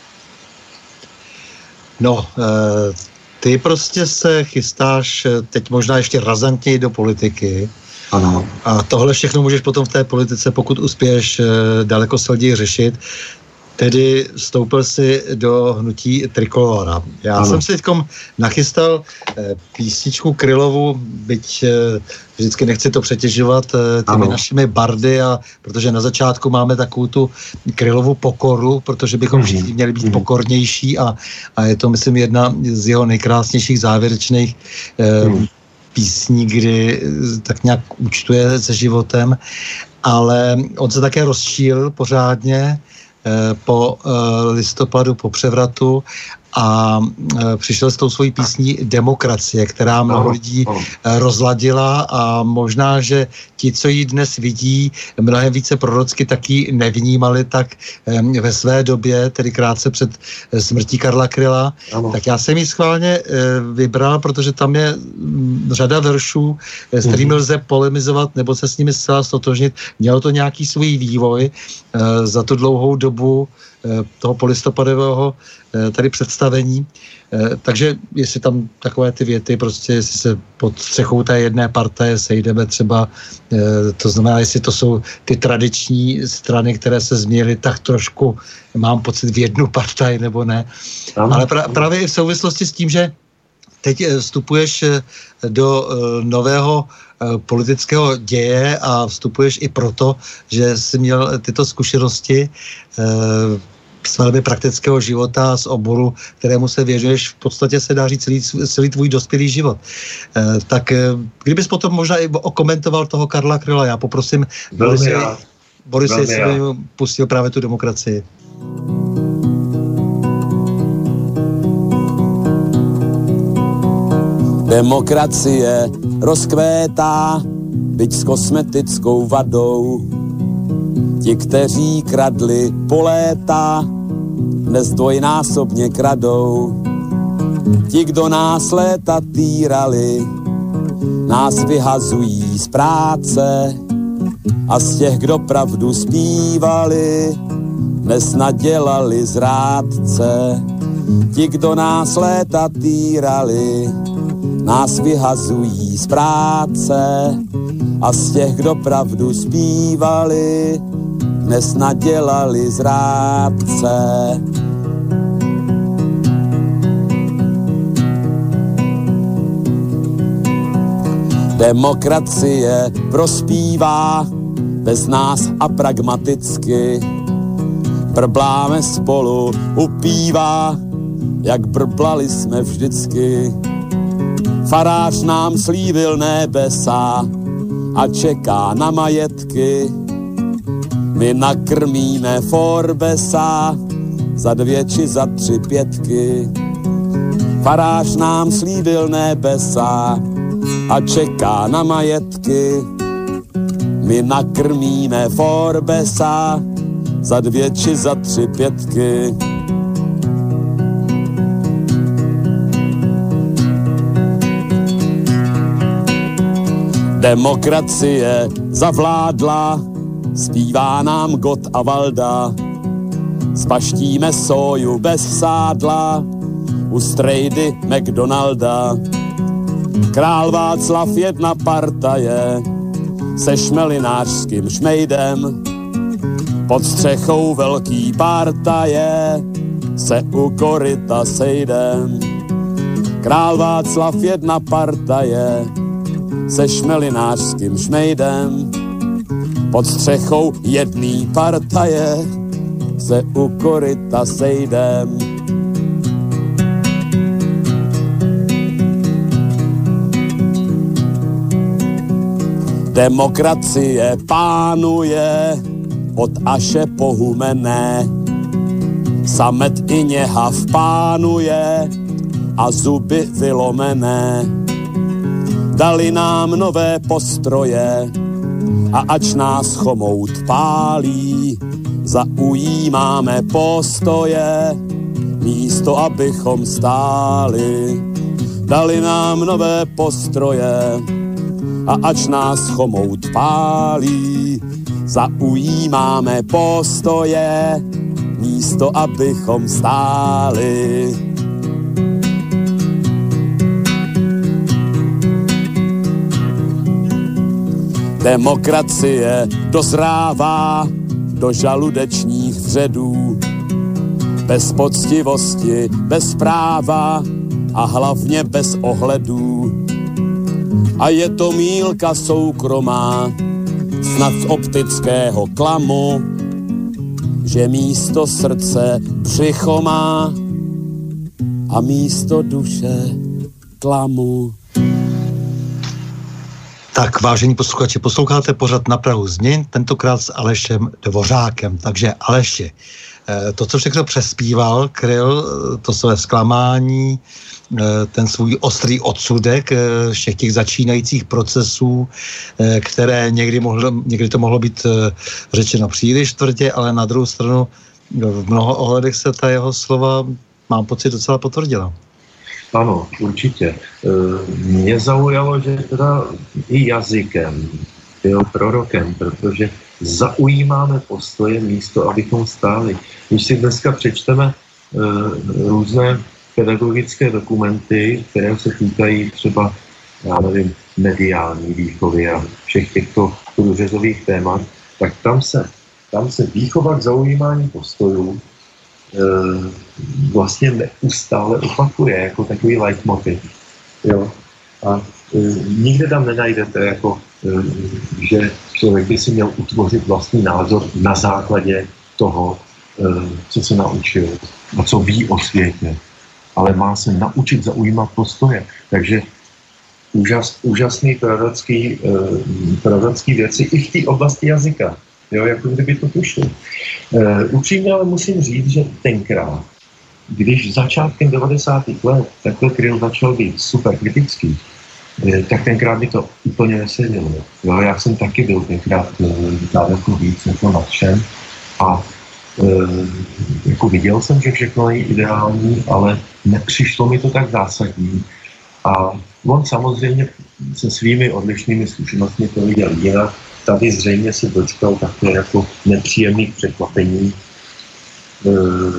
B: No, ty prostě se chystáš teď možná ještě razantněji do politiky.
C: Ano.
B: A tohle všechno můžeš potom v té politice, pokud uspěješ, daleko silněji řešit. Tedy vstoupil si do hnutí Trikolora. Já ano. jsem si teďkom nachystal eh, písničku Krylovu, byť eh, vždycky nechci to přetěžovat eh, těmi ano. našimi bardy, a protože na začátku máme takovou tu Krylovu pokoru, protože bychom všichni měli být pokornější, a, a je to, myslím, jedna z jeho nejkrásnějších závěrečných eh, písní, kdy tak nějak účtuje se životem, ale on se také rozčíl pořádně po listopadu, po převratu, a přišel s tou svojí písní Demokracie, která mnoho lidí rozladila, a možná, že ti, co ji dnes vidí mnohem více prorocky, tak ji nevnímali tak ve své době, tedy krátce před smrtí Karla Kryla. Ano. Tak já jsem ji schválně vybral, protože tam je řada veršů, s kterými lze polemizovat nebo se s nimi zcela stotožnit. Mělo to nějaký svůj vývoj za tu dlouhou dobu toho polistopadového tady představení. Takže jestli tam takové ty věty, prostě jestli se pod střechou té jedné partaje sejdeme třeba, to znamená, jestli to jsou ty tradiční strany, které se změnily tak trošku, mám pocit, v jednu partaj nebo ne. Tam. Ale pra, právě i v souvislosti s tím, že teď vstupuješ do nového politického děje a vstupuješ i proto, že jsi měl tyto zkušenosti z velmi praktického života, z oboru, kterému se věřuješ, v podstatě se dá říct celý, celý tvůj dospělý život. E, tak kdybys potom možná i okomentoval toho Karla Kryla, já poprosím Borisy, Borisy, jestli by pustil právě tu Demokracii.
D: Demokracie rozkvétá, byť s kosmetickou vadou. Ti, kteří kradli po léta, dnes dvojnásobně kradou. Ti, kdo nás léta týrali, nás vyhazují z práce, a z těch, kdo pravdu zpívali, dnes nadělali zrádce. Ti, kdo nás léta týrali, nás vyhazují z práce, a z těch, kdo pravdu zpívali, dnes nadělali zrádce. Demokracie prospívá bez nás a pragmaticky. Brbláme spolu u piva, jak brblali jsme vždycky. Farář nám slíbil nebesa a čeká na majetky. My nakrmíme Forbesa za dvě či za tři pětky. Farář nám slíbil nebesa a čeká na majetky. My nakrmíme Forbesa za dvě či za tři pětky. Demokracie zavládla, zpívá nám Gott a Valda. Spaštíme soju bez sádla u strejdy McDonalda. Král Václav jedna partaje se šmelinářským šmejdem. Pod střechou velký partaje se u koryta sejdem. Král Václav jedna partaje se šmelinářským šmejdem. Pod střechou jedný partaje se u koryta sejdem. Demokracie pánuje od Aše po Humenné. Samet i něhav pánuje a zuby vylomené. Dali nám nové postroje a ač nás chomout pálí, zaujímáme postoje, místo abychom stáli. Dali nám nové postroje a ač nás chomout pálí, zaujímáme postoje, místo abychom stáli. Demokracie dozrává do žaludečních vředů. bez poctivosti, bez práva a hlavně bez ohledů. A je to mýlka soukromá, snad z optického klamu, že místo srdce břicho má a místo duše klamu.
B: Tak, vážení posluchači, posloucháte pořad Na prahu změn, tentokrát s Alešem Dvořákem. Takže Aleši, to, co všechno přespíval Kryl, to své zklamání, ten svůj ostrý odsudek všech těch začínajících procesů, které někdy, mohlo, někdy to mohlo být řečeno příliš tvrdě, ale na druhou stranu v mnoha ohledech se ta jeho slova, mám pocit, docela potvrdila.
C: Ano, určitě. Mě zaujalo, že teda i jazykem, jo, prorokem, protože zaujímáme postoje místo, abychom stáli. Když si dneska přečteme uh, různé pedagogické dokumenty, které se týkají třeba, já nevím, mediální výchovy a všech těchto průřezových témat, tak tam se, tam se výchova k zaujímání postojů vlastně neustále opakuje jako takový leitmotiv. Jo? A e, nikde tam nenajdete, jako, e, že člověk by si měl utvořit vlastní názor na základě toho, e, co se naučil a co ví o světě. Ale má se naučit zaujímat postoje. Takže úžas, úžasný prorocký, e, prorocký věci i v té oblasti jazyka. Jo, jako kdyby to tušil. E, upřímně ale musím říct, že tenkrát, když začátkem devadesátých let takhle Kryl začal být super kritický, e, tak tenkrát mi to úplně nesedělo. Jo, já jsem taky byl tenkrát e, daleko víc jako nadšen a e, jako viděl jsem, že všechno je ideální, ale nepřišlo mi to tak zásadní. A on samozřejmě se svými odlišnými zkušenostmi to viděl jinak. Tady zřejmě se dočkal také jako nepříjemných překvapení. E,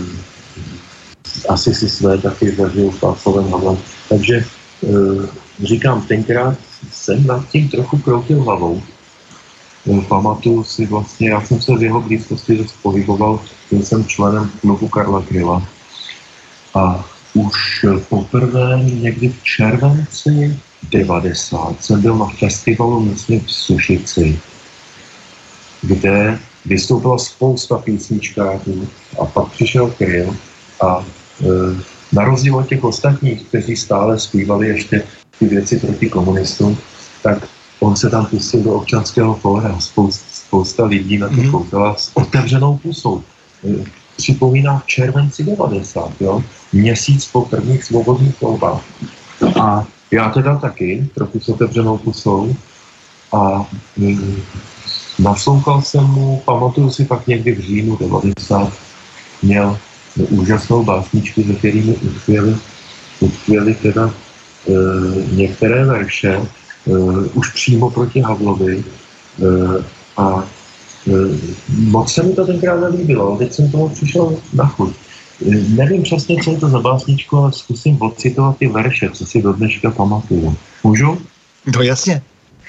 C: asi si své taky zažil s Václavem Havlem. Takže e, říkám, tenkrát jsem nad tím trochu kroutil hlavou. E, pamatuju si vlastně, já jsem se v jeho blízkosti dost pohyboval, byl jsem členem klubu Karla Kryla. A už poprvé někdy v červenci devadesát jsem byl na festivalu, myslím, v Sušici, kde vystoupila spousta písničkáků a pak přišel Kryl a e, na rozdíl od těch ostatních, kteří stále zpívali ještě ty věci proti komunistům, tak on se tam pustil do občanského fóra. Spousta, spousta lidí na to koukala s otevřenou pusou. E, připomíná v červenci devadesát, jo? Měsíc po prvních svobodných volbách. A já teda taky, trochu s otevřenou pusou a e, naslouchal jsem mu, pamatuju si pak někdy v říjnu devadesát, měl úžasnou básničku, ze kterými utkvěly, utkvěly teda e, některé verše, e, už přímo proti Havlovi e, a e, moc se mi to tenkrát nelíbilo, teď jsem tomu přišel na chuť. E, nevím přesně, co je to za básničku, ale zkusím odcitovat ty verše, co si do dneška pamatuju. Můžu?
B: No jasně.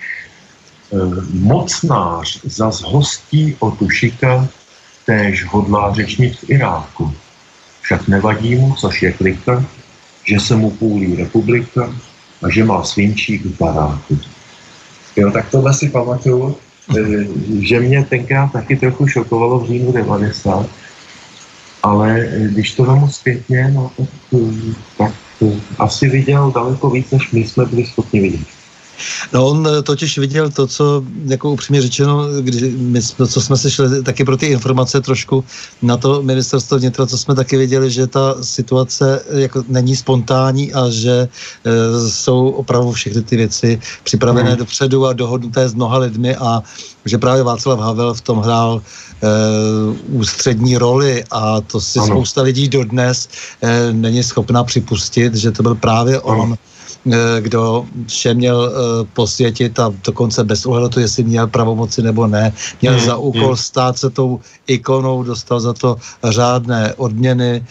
C: Mocnář zas hostí od Ušika, též hodlá řečnit v Iráku. Však nevadí mu, což je klika, že se mu půlí republika a že má svinčík v baráku. Jo, tak tohle si pamatuju, že mě tenkrát taky trochu šokovalo v říjnu devadesát, ale když to vemu zpětně, no, tak, tak asi viděl daleko víc, než my jsme byli schopni vidět.
B: No on totiž viděl to, co, jako upřímně řečeno, když my, co jsme se šli taky pro ty informace trošku na to ministerstvo vnitra, co jsme taky viděli, že ta situace jako není spontánní a že e, jsou opravdu všechny ty věci připravené hmm. dopředu a dohodnuté s mnoha lidmi a že právě Václav Havel v tom hrál e, ústřední roli a to si ano. spousta lidí dodnes e, není schopná připustit, že to byl právě on, kdo vše měl posvětit a dokonce bez ohledu to, jestli měl pravomoci nebo ne, měl hmm. za úkol stát se tou ikonou, dostal za to řádné odměny,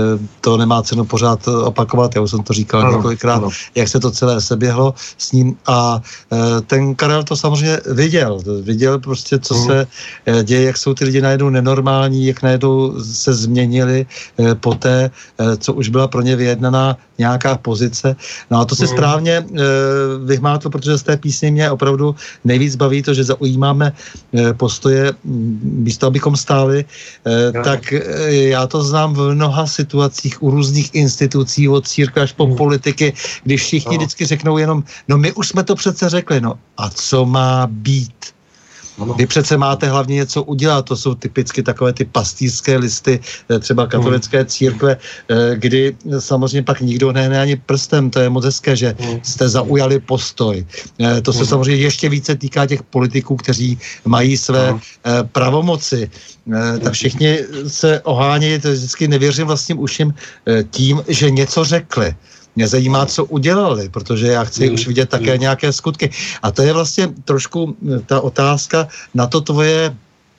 B: to nemá cenu pořád opakovat, já už jsem to říkal ano, několikrát, ano. jak se to celé seběhlo s ním a ten Karel to samozřejmě viděl, viděl prostě, co hmm. se děje, jak jsou ty lidi najednou nenormální, jak najednou se změnili poté, co už byla pro ně vyjednaná nějaká pozice. No a to si hmm. správně e, vyhmátl, protože z té písně mě opravdu nejvíc baví to, že zaujímáme e, postoje, místo abychom stáli, e, ja. tak e, já to znám v mnoha situacích u různých institucí, od církve až po hmm. politiky, když všichni no. vždycky řeknou jenom, no my už jsme to přece řekli, no a co má být? Vy přece máte hlavně něco udělat, to jsou typicky takové ty pastýřské listy, třeba katolické církve, kdy samozřejmě pak nikdo nehne ani prstem, to je moc hezké, že jste zaujali postoj. To se samozřejmě ještě více týká těch politiků, kteří mají své pravomoci. Tak všichni se ohánějí, to vždycky nevěřím vlastním uším, tím, že něco řekli. Mě zajímá, co udělali, protože já chci mm, už vidět také mm. nějaké skutky. A to je vlastně trošku ta otázka na to tvoje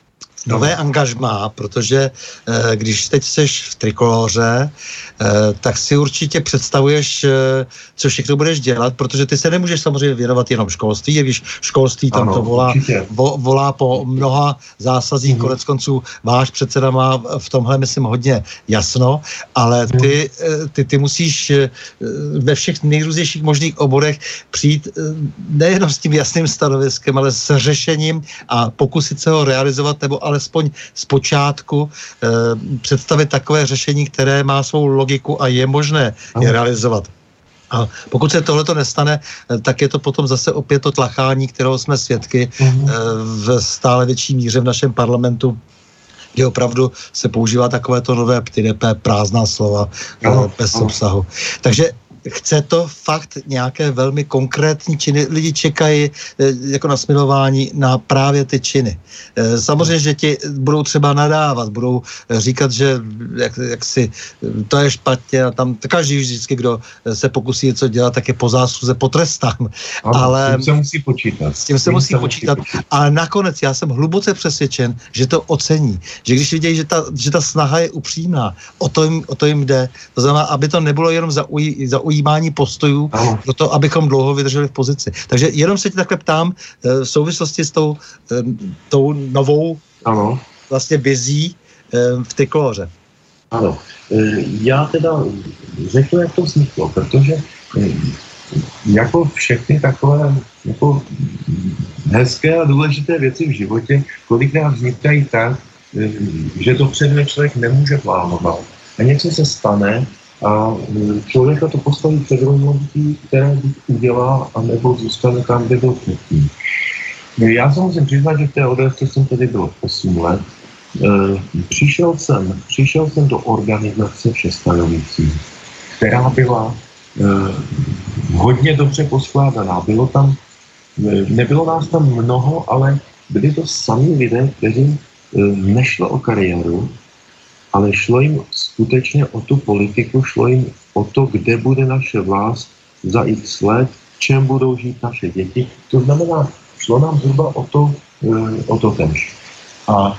B: nové angažmá, protože eh, když teď seš v Trikoloře, eh, tak si určitě představuješ, eh, co všechno budeš dělat, protože ty se nemůžeš samozřejmě věnovat jenom školství, je víš, školství tam ano, to volá, vo, volá po mnoha zásazích, mm-hmm. konec konců váš předseda má v tomhle, myslím, hodně jasno, ale ty, mm. ty, ty musíš eh, ve všech nejrůznějších možných oborech přijít eh, nejenom s tím jasným stanoviskem, ale s řešením a pokusit se ho realizovat, nebo alespoň zpočátku e, představit takové řešení, které má svou logiku a je možné je realizovat. A pokud se tohleto nestane, tak je to potom zase opět to tlachání, kterého jsme svědky mm-hmm. e, v stále větší míře v našem parlamentu, kde opravdu se používá takovéto nové ptylepé prázdná slova no, bez no. obsahu. Takže chce to fakt nějaké velmi konkrétní činy. Lidi čekají jako na smilování na právě ty činy. Samozřejmě, že ti budou třeba nadávat, budou říkat, že jak, jak si, to je špatně a tam každý vždycky, kdo se pokusí něco dělat, tak je po zásluze potrestán.
C: Ano, ale s tím se musí počítat.
B: S tím se, tím musí, se počítat. musí počítat. Ale nakonec já jsem hluboce přesvědčen, že to ocení. Že když vidějí, že ta, že ta snaha je upřímná, o to jim, o to jim jde. To znamená, aby to nebylo jenom zaují, zaují ujímání postojů, ano. proto abychom dlouho vydrželi v pozici. Takže jenom se ti takhle ptám v souvislosti s tou, tou novou ano. vlastně vizí v Trikoloře.
C: Ano. Já teda řeknu, jak to vzniklo, protože jako všechny takové jako hezké a důležité věci v životě, kolikrát vznikají tak, že dopředu člověk nemůže plánovat. A něco se stane, a člověka to postaví před rozhodnutí, které buď udělá, anebo zůstane tam, kde byl předtím. Já se musím přiznat, že v té O D S jsem tedy byl osm let. E, přišel, jsem, přišel jsem do organizace Všestajovicí, která byla e, hodně dobře poskládaná. Bylo tam, e, nebylo nás tam mnoho, ale byli to sami lidé, kteří e, nešlo o kariéru, ale šlo jim skutečně o tu politiku, šlo jim o to, kde bude naše vlast za x let, čem budou žít naše děti. To znamená, šlo nám zhruba o to, o to též. A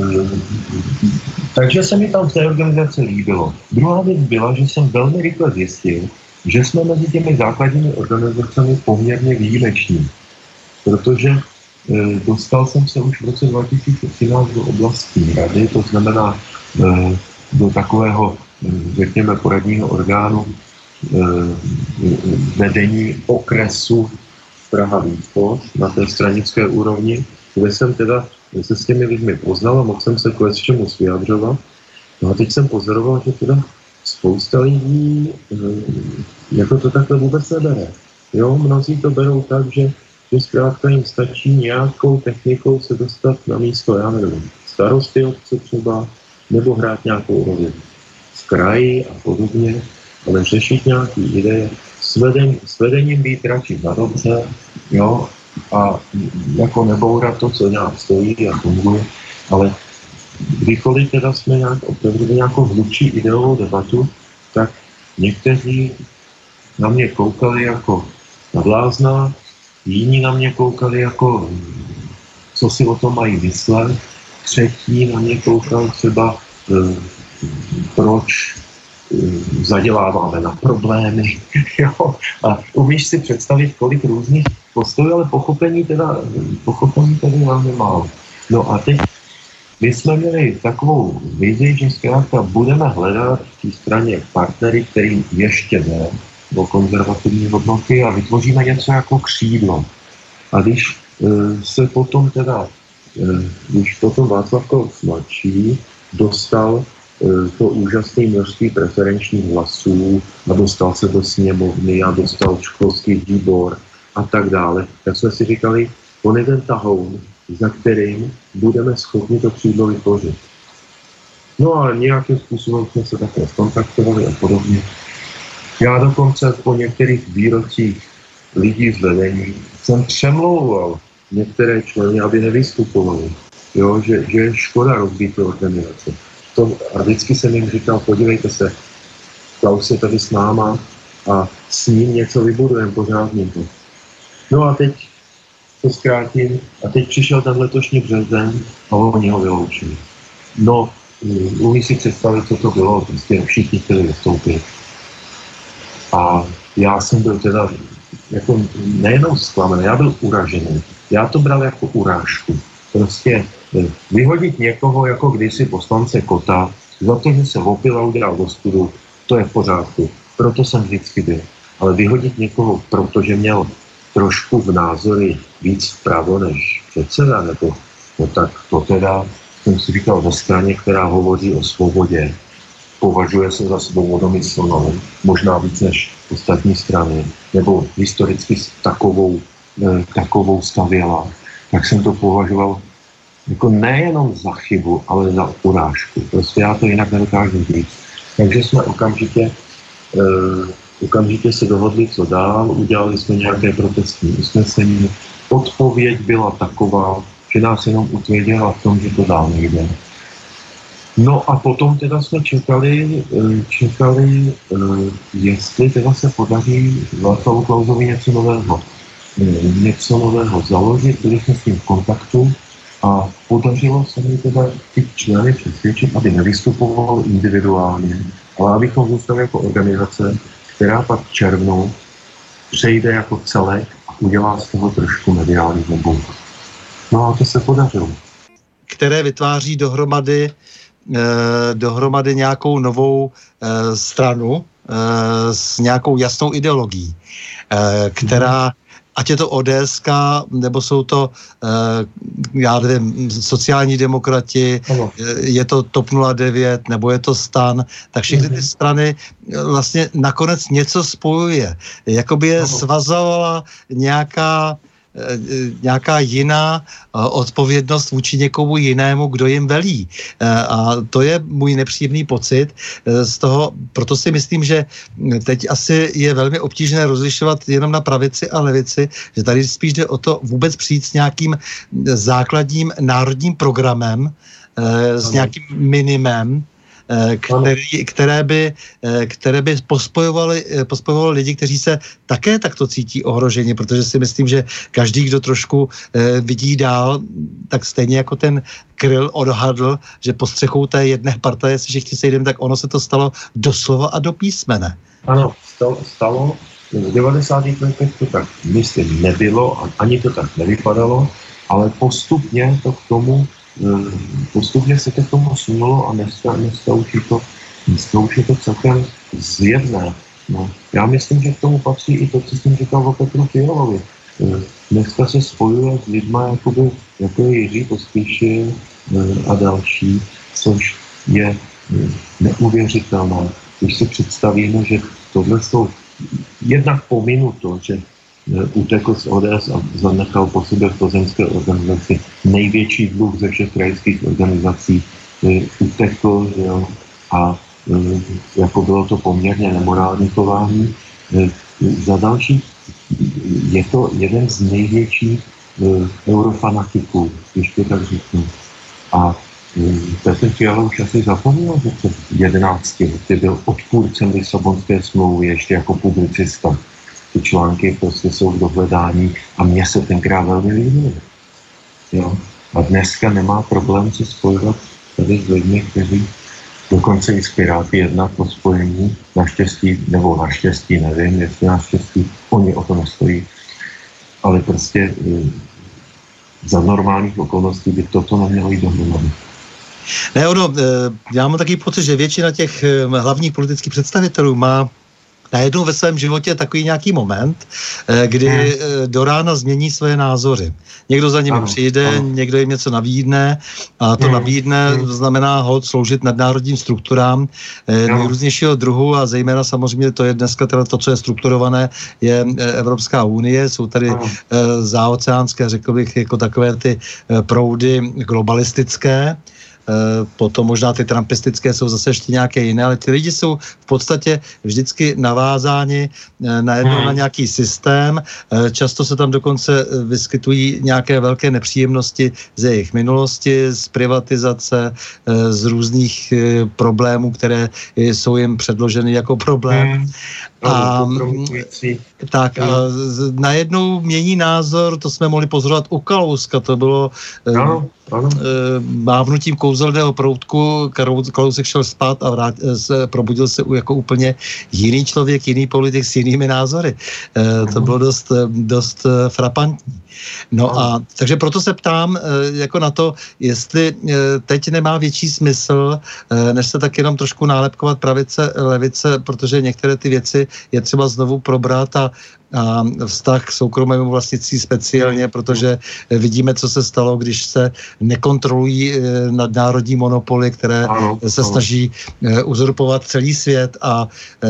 C: takže se mi tam v té organizaci líbilo. Druhá věc byla, že jsem velmi rychle zjistil, že jsme mezi těmi základními organizacemi poměrně výjimeční. Protože dostal jsem se už v roce dva tisíce třináct do oblastní rady, to znamená do takového, řekněme, poradního orgánu vedení okresu Praha Východ na té stranické úrovni, kde jsem teda se s těmi lidmi poznal a mohl jsem se k čemu vyjadřovat. No a teď jsem pozoroval, že teda spousta lidí jako to takhle vůbec nebere. Jo, mnozí to berou tak, že, že zkrátka jim stačí nějakou technikou se dostat na místo, já nevím, starosty obce třeba, nebo hrát nějakou roli v kraji a podobně, ale řešit nějaký ideje, s, veden, s vedením být radši na dobře, jo, a jako nebourat to, co nějak stojí a funguje, ale kdykoliv teda jsme nějak otevřeli nějakou hlubší ideovou debatu, tak někteří na mě koukali jako na blázna, jiní na mě koukali jako, co si o tom mají myslet, třetí na mě koukal třeba, e, proč e, zaděláváme na problémy. Jo? A umíš si představit, kolik různých postojů, ale pochopení teda, pochopení teda velmi málo. No a teď my jsme měli takovou vizi, že zkrátka budeme hledat v té straně partnery, kterým ještě jde do konzervativní hodnoty a vytvoříme něco jako křídlo. A když e, se potom teda, e, když potom Václav Klaus mladší dostal e, to úžasné množství preferenčních hlasů a dostal se do sněmovny a dostal školský výbor a tak dále, tak jsme si říkali, on je ten tahoun, za kterým budeme schopni to křídlo vytvořit. No a nějakým způsobem jsme se také kontaktovali a podobně. Já dokonce po některých výrocích lidí z vedení jsem přemlouval některé členy, aby nevystupovali. Jo, že, že je škoda rozbít tu organizaci. To, a vždycky jsem jim říkal, podívejte se, Klaus je tady s náma a s ním něco vybudujeme pořádně. No a teď to zkrátím. A teď přišel ten letošní březen a oni ho vyloučili. No, umí si představit, co to bylo, prostě všichni chtěli vystoupit. A já jsem byl teda jako nejenom zklamený, já byl uražený. Já to bral jako urážku. Prostě vyhodit někoho, jako kdysi poslance Kota, za to, že se opil a udělal do studu, to je v pořádku. Proto jsem vždycky byl. Ale vyhodit někoho, protože měl trošku v názory víc vpravo než předseda, nebo no tak to teda, jsem si říkal, ve straně, která hovoří o svobodě, považuje se za svobodomyslnou, možná víc než ostatní strany, nebo historicky takovou, eh, takovou stavěla, tak jsem to považoval jako nejenom za chybu, ale za urážku. Prostě já to jinak nedokážu říct. Takže jsme okamžitě eh, Okamžitě se dohodli, co dál, udělali jsme nějaké protestní usnesení. Odpověď byla taková, že nás jenom utvrdila v tom, že to dál nejde. No a potom teda jsme čekali, čekali, jestli teda se podaří Václavu Klausovi něco nového, něco nového založit, byli jsme s ním v kontaktu a podařilo se mi teda ty členy přesvědčit, aby nevystupoval individuálně, ale abychom zůstali jako organizace, která pak v červnu přejde jako celek a udělá z toho trošku mediální bombu. No a to se podařilo.
B: Které vytváří dohromady, eh, dohromady nějakou novou eh, stranu eh, s nějakou jasnou ideologií, eh, která, hmm. ať je to O D S ka, nebo jsou to, eh, já nevím, sociální demokrati, ano. Je to TOP nula devět, nebo je to STAN, tak všechny ty strany vlastně nakonec něco spojuje. Jakoby je svazovala nějaká nějaká jiná odpovědnost vůči někomu jinému, kdo jim velí. A to je můj nepříjemný pocit z toho, proto si myslím, že teď asi je velmi obtížné rozlišovat jenom na pravici a levici, že tady spíš jde o to vůbec přijít s nějakým základním národním programem, s nějakým minimem, Který, které by, které by pospojovaly, pospojovaly lidi, kteří se také takto cítí ohroženi, protože si myslím, že každý, kdo trošku vidí dál, tak stejně jako ten Kryl odhadl, že pod střechou té jedné partaje se všichni sejdeme, tak ono se to stalo doslova a do písmene.
C: Ano, stalo, stalo. V devadesátých letech to tak myslím nebylo, ani to tak nevypadalo, ale postupně to k tomu postupně se to k tomu sunulo a dneska, dneska, už je to, dneska už je to celkem zjevné. No, já myslím, že k tomu patří i to, co jsem říkal o Petru Fialovi. Dneska se spojuje s lidma, jakoby, jako je Jiří Pospíšil a další, což je neuvěřitelné. Když si představíme, že tohle jsou jednak pominu to, že utekl z O D S a zanechal po sobě v plzeňské organizaci největší dluh ze všech krajských organizací, utekl, jo, a jako bylo to poměrně nemorální chování. Za další je to jeden z největších eurofanatiků, když to tak říkám. A Petr Fiala už asi zapomněl, že před jedenácti lety byl odpůrcem Lisabonské smlouvy ještě jako publicista. Ty články prostě jsou v dohledání a mně se tenkrát velmi líbily. Jo? A dneska nemá problém se spojovat tady s lidmi, kteří dokonce i z Piráty jednat o spojení, naštěstí, nebo naštěstí, nevím, jestli naštěstí, oni o to nestojí, ale prostě za normálních okolností by toto nemělo jít dohromady.
B: Ne, ono, já mám takový pocit, že většina těch hlavních politických představitelů má najednou ve svém životě takový nějaký moment, kdy hmm. do rána změní své názory. Někdo za nimi ano, přijde, ano. někdo jim něco nabídne a to hmm. nabídne hmm. znamená hod sloužit nadnárodním strukturám ano. nejrůznějšího druhu a zejména samozřejmě to je dneska teda to, co je strukturované, je Evropská unie, jsou tady ano. záoceánské, řekl bych, jako takové ty proudy globalistické. Potom možná ty trumpistické jsou zase ještě nějaké jiné, ale ty lidi jsou v podstatě vždycky navázáni najednou hmm. na nějaký systém. Často se tam dokonce vyskytují nějaké velké nepříjemnosti ze jejich minulosti, z privatizace, z různých problémů, které jsou jim předloženy jako problém. Hmm. A, tak a najednou mění názor, to jsme mohli pozorovat u Kalouska, to bylo no, no. mávnutím kouzelného proutku, Kalousek šel spát a vrát, se, probudil se jako úplně jiný člověk, jiný politik s jinými názory. To bylo dost, dost frapantní. No a takže proto se ptám jako na to, jestli teď nemá větší smysl, než se tak jenom trošku nálepkovat pravice, levice, protože některé ty věci je třeba znovu probrat a, a vztah k soukromému vlastnictví speciálně, protože vidíme, co se stalo, když se nekontrolují nadnárodní monopoly, které ano, se ano. snaží uzurpovat celý svět a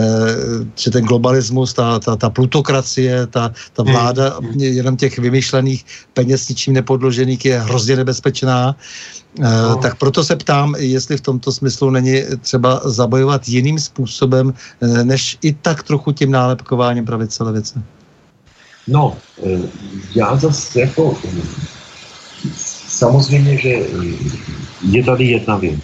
B: že ten globalismus, ta, ta, ta plutokracie, ta, ta vláda hmm. jenom těch vymyšlených peněz ničím nepodložených je hrozně nebezpečná. No. Tak proto se ptám, jestli v tomto smyslu není třeba zabojovat jiným způsobem, než i tak trochu tím nálepkováním pravice levice.
C: No, já zase jako samozřejmě, že je tady jedna věc.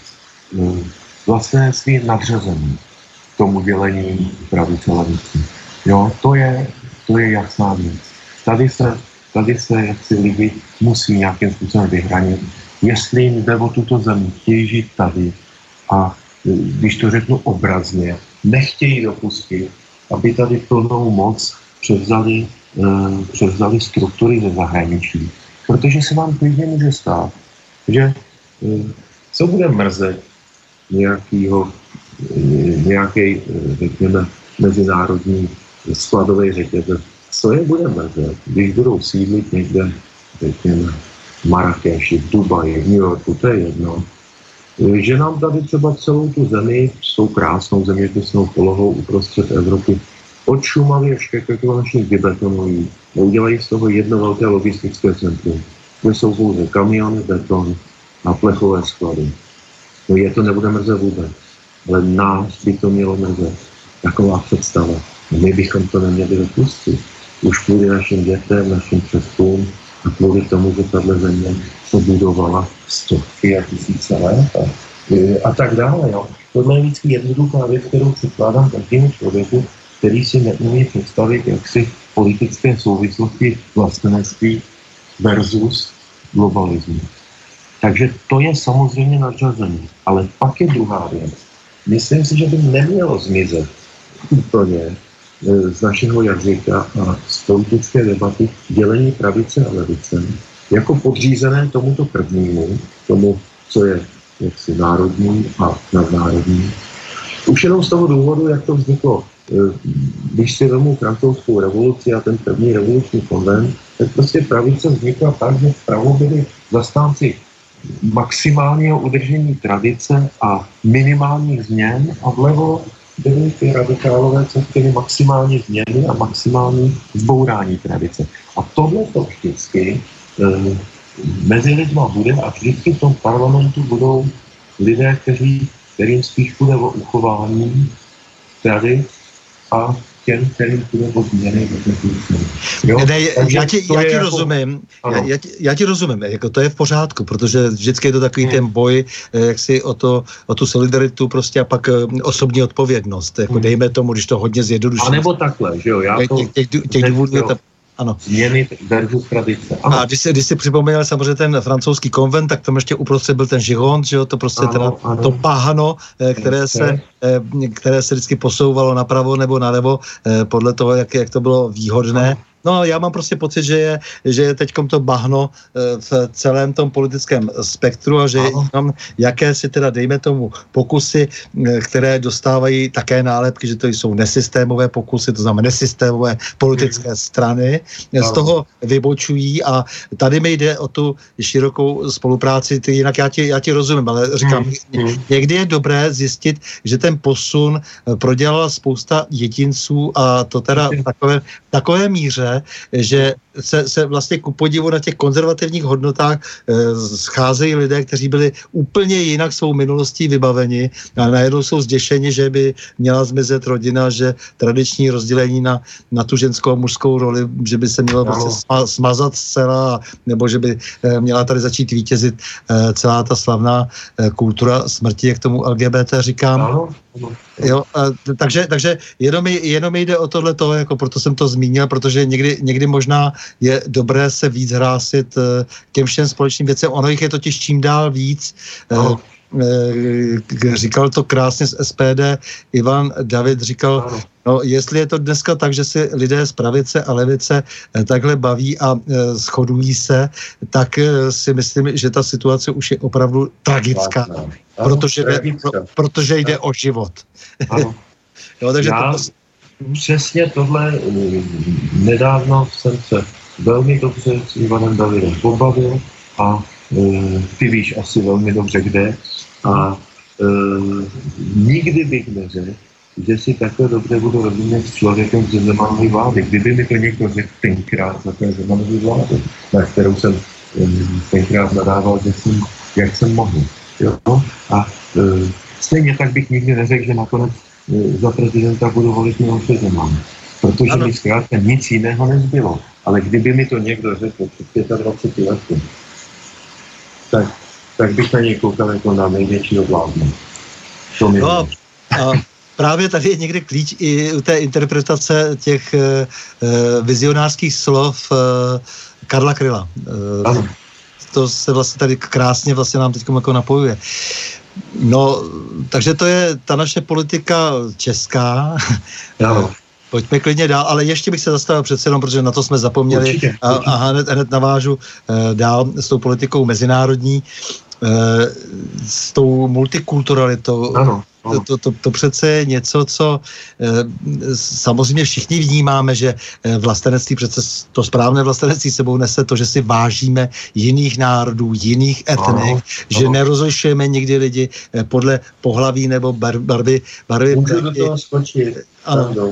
C: Vlastně svým nadřazením tomu dělení pravice levice. Jo, to je, to je jasná věc. Tady se, tady se jaksi lidi musí nějakým způsobem vyhranit, jestli jim jde o tuto zemi, chtějí žít tady a když to řeknu obrazně, nechtějí dopustit, aby tady plnou moc převzali, eh, převzali struktury ze zahraničí. Protože se vám klidně může stát, že eh, co bude mrzet nějakýho, eh, nějaký, eh, řekněme, mezinárodní skladový řetězec, co je bude mrzet, když budou sídlit někde, řekněme, Marrakeši, v Dubaji, v New Yorku, to je jedno, že nám tady třeba celou tu zemi s tou krásnou zeměpisnou polohou uprostřed Evropy od Šumavy až ke konečných vybetonují a udělají z toho jedno velké logistické centrum, kde jsou pouze kamiony, beton a plechové sklady. No je to nebude mrzet vůbec, ale nás by to mělo mrzet. Taková představa. My bychom to neměli dopustit. Už kvůli našim dětem, našim předkům, a kvůli tomu, že tato země se budovala stovky a tisíce let a, a tak dále. Jo. To je vždycky jednoduchá věc, kterou předkládám každému člověku, který si neumí představit jaksi politické souvislosti vlastenectví versus globalismu. Takže to je samozřejmě nadřazené. Ale pak je druhá věc. Myslím si, že by nemělo zmizet úplně z našeho jazyka a z politické debaty dělení pravice a levice jako podřízené tomuto prvnímu, tomu, co je jaksi národní a nadnárodní. Už jenom z toho důvodu, jak to vzniklo, když si vemu francouzskou revoluci a ten první revoluční konvent, tak prostě pravice vznikla tak, že vpravo byli zastánci maximálního udržení tradice a minimálních změn a vlevo byli ty radikálové, co chtěli maximální změny a maximální zbourání tradice. A tohle to vždycky e, mezi lidma bude a vždycky v tom parlamentu budou lidé, kteří, kterým spíš bude o uchování tradic a těm, kterým půjde o změny.
B: Ne, já ti, já ti jako, rozumím, já, já, ti, já ti rozumím, jako to je v pořádku, protože vždycky je to takový hmm. ten boj, jak si o, to, o tu solidaritu prostě a pak osobní odpovědnost, jako hmm. dejme tomu, když to hodně zjednoduším.
C: A nebo takhle, že jo, já to...
B: Těch, těch, těch důvodů je ta... Ano.
C: Změny versus tradice. Ano.
B: A když si, když si připomněl samozřejmě ten francouzský konvent, tak tam ještě uprostřed byl ten Gironde, že jo, to prostě ano, teda ano. to páhano, které se, které se vždycky posouvalo napravo nebo nalevo, podle toho, jak, jak to bylo výhodné. Ano. No, já mám prostě pocit, že je, že je teďkom to bahno v celém tom politickém spektru a že tam jakési teda, dejme tomu, pokusy, které dostávají také nálepky, že to jsou nesystémové pokusy, to znamená nesystémové politické strany, z toho vybočují a tady mi jde o tu širokou spolupráci, ty, jinak já ti, já ti rozumím, ale říkám, někdy je dobré zjistit, že ten posun prodělala spousta jedinců a to teda v takové, takové míře, že se, se vlastně ku podivu na těch konzervativních hodnotách e, scházejí lidé, kteří byli úplně jinak svou minulostí vybaveni a najednou jsou zděšeni, že by měla zmizet rodina, že tradiční rozdělení na, na tu ženskou a mužskou roli, že by se mělo prostě sma, smazat zcela, nebo že by e, měla tady začít vítězit e, celá ta slavná e, kultura smrti, jak tomu L G B T říkám.
C: Ano.
B: Jo, a, takže, takže jenom, jenom jde o tohleto, jako proto jsem to zmínil, protože někdy, někdy možná je dobré se víc hrásit uh, těm všem společným věcem. Ono jich je totiž čím dál víc. Uh, uh, říkal to krásně z S P D Ivan David, říkal, no, jestli je to dneska tak, že si lidé z pravice a levice uh, takhle baví a uh, shodují se, tak uh, si myslím, že ta situace už je opravdu tragická. Ano, protože, jde, pro, protože jde o život.
C: Jo, takže Já to... přesně tohle nedávno jsem se velmi dobře s Ivanem Davidem pobavil a e, ty víš asi velmi dobře kde a e, nikdy bych neřekl, že si takhle dobře budu rozumět s člověkem ze Zemanovy vlády. Kdyby mi to někdo řekl tenkrát za té Zemanovy vlády, na kterou jsem e, tenkrát nadával, že jsem, jak jsem mohl. Jo? A e, stejně tak bych nikdy neřekl, že nakonec e, za prezidenta budu volit Miloše Zemana. Protože ano. mi zkrátka nic jiného nezbylo. Ale kdyby mi to někdo řekl před dvaceti pěti lety, tak, tak bych na něj koukal jako na největšího vládnu. To mi
B: no, a právě tady je někde klíč i u té interpretace těch e, vizionářských slov e, Karla Kryla. E, ano. To se vlastně tady krásně vlastně nám teď jako napojuje. No, takže to je ta naše politika česká.
C: No.
B: Pojďme klidně dál, ale ještě bych se zastavil přece jenom, protože na to jsme zapomněli. Určitě, určitě. A, a hned, hned navážu e, dál s tou politikou mezinárodní, e, s tou multikulturalitou.
C: Ano.
B: To, to, to, to přece je něco, co e, samozřejmě všichni vnímáme, že e, vlastenectví, přece to správné vlastenectví sebou nese to, že si vážíme jiných národů, jiných etnik, ano, že ano. nerozlišujeme nikdy lidi e, podle pohlaví nebo bar, barvy. barvy
C: Můžu do toho skočit. Ano. Ano.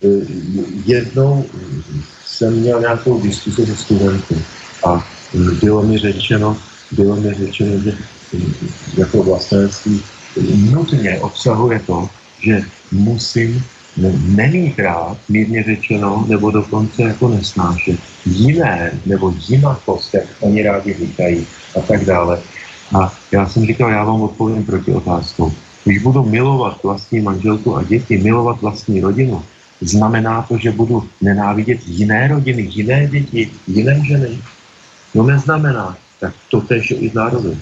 C: Jednou jsem měl nějakou diskusi se studenty a bylo mi řečeno, bylo mi řečeno, že jako vlastenectví nutně obsahuje to, že musím nemít rád, mírně řečeno, nebo dokonce jako nesnášet jiné, nebo jinakost, jak oni rádi říkají a tak dále. A já jsem říkal, já vám odpovím proti otázkou. Když budu milovat vlastní manželku a děti, milovat vlastní rodinu, znamená to, že budu nenávidět jiné rodiny, jiné děti, jiné ženy? No neznamená. Tak to též i z národu.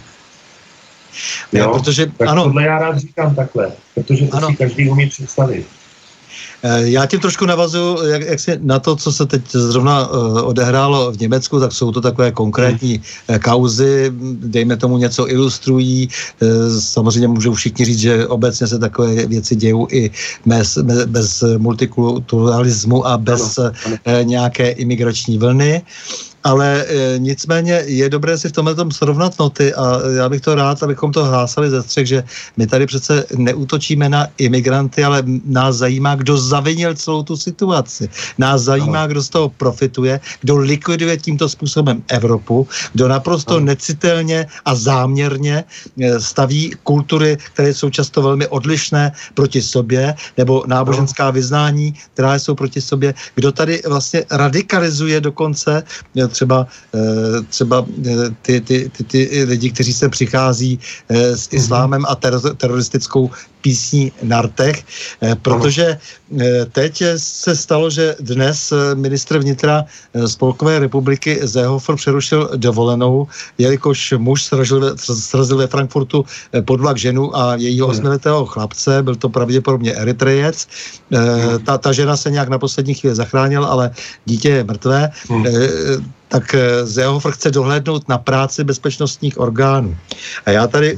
C: Jo, protože, tak ano. Tohle já rád říkám takhle, protože to ano. si každý umí představit.
B: Já tím trošku navazuju, jak, jak si na to, co se teď zrovna uh, odehrálo v Německu, tak jsou to takové konkrétní uh, kauzy, dejme tomu něco ilustrují. Uh, samozřejmě můžou všichni říct, že obecně se takové věci dějou i bez, bez, bez multikulturalismu a bez ano, ano. Uh, nějaké imigrační vlny. Ale e, nicméně je dobré si v tomhle tom srovnat noty a já bych to rád, abychom to hlásali ze střech, že my tady přece neútočíme na imigranty, ale nás zajímá, kdo zavinil celou tu situaci. Nás zajímá, kdo z toho profituje, kdo likviduje tímto způsobem Evropu, kdo naprosto necitelně a záměrně staví kultury, které jsou často velmi odlišné proti sobě, nebo náboženská vyznání, která jsou proti sobě, kdo tady vlastně radikalizuje dokonce třeba, třeba ty, ty, ty, ty lidi, kteří se přichází s islámem a teroristickou písní Nartech, protože teď se stalo, že dnes ministr vnitra Spolkové republiky Seehofer přerušil dovolenou, jelikož muž srazil, srazil ve Frankfurtu pod vlak ženu a jejího osmiletého chlapce, byl to pravděpodobně Eritrejec. Ta, ta žena se nějak na poslední chvíli zachránila, ale dítě je mrtvé. Tak Seehofer chce dohlédnout na práci bezpečnostních orgánů. A já tady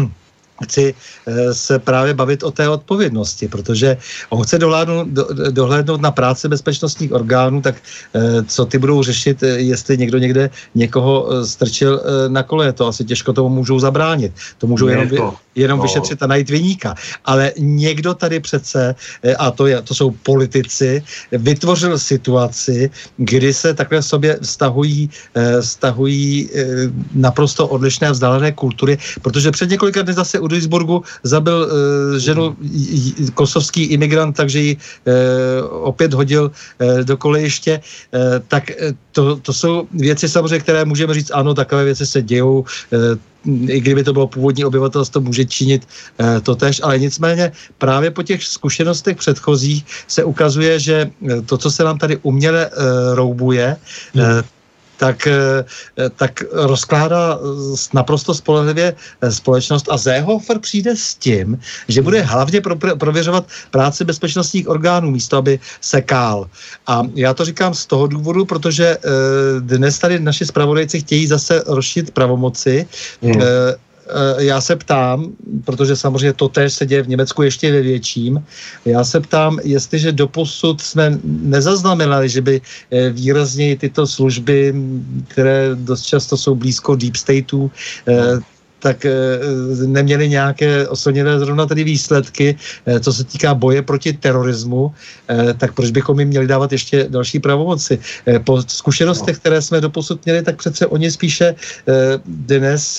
B: chci se právě bavit o té odpovědnosti, protože on chce dohlédnout, do, dohlédnout na práci bezpečnostních orgánů, tak co ty budou řešit, jestli někdo někde někoho strčil na kole, to asi těžko tomu můžou zabránit. To můžou jenom, to, jenom no. vyšetřit a najít viníka. Ale někdo tady přece, a to, je, to jsou politici, vytvořil situaci, kdy se takhle sobě vztahují, vztahují naprosto odlišné a vzdálené kultury, protože před několika dny zase u Duisburgu zabil uh, ženu j, kosovský imigrant, takže ji uh, opět hodil uh, do kolejiště. Uh, tak to, to jsou věci samozřejmě, které můžeme říct, ano, takové věci se dějou, uh, i kdyby to bylo původní obyvatelstvo, může činit uh, to též, ale nicméně právě po těch zkušenostech předchozích se ukazuje, že to, co se nám tady uměle uh, roubuje, uh, Tak, tak rozkládá naprosto spolehlivě společnost a Seehofer přijde s tím, že bude hlavně pro, prověřovat práci bezpečnostních orgánů místo, aby sekál. A já to říkám z toho důvodu, protože dnes tady naši zpravodajci chtějí zase rozšířit pravomoci. Mm. Já se ptám, protože samozřejmě to též se děje v Německu ještě ve větším, já se ptám, jestliže doposud jsme nezaznamenali, že by výrazněji tyto služby, které dost často jsou blízko deep statů, tak neměli nějaké oslněné zrovna tady výsledky, co se týká boje proti terorismu, tak proč bychom jim měli dávat ještě další pravomoci? Po zkušenostech, které jsme doposud měli, tak přece oni spíše dnes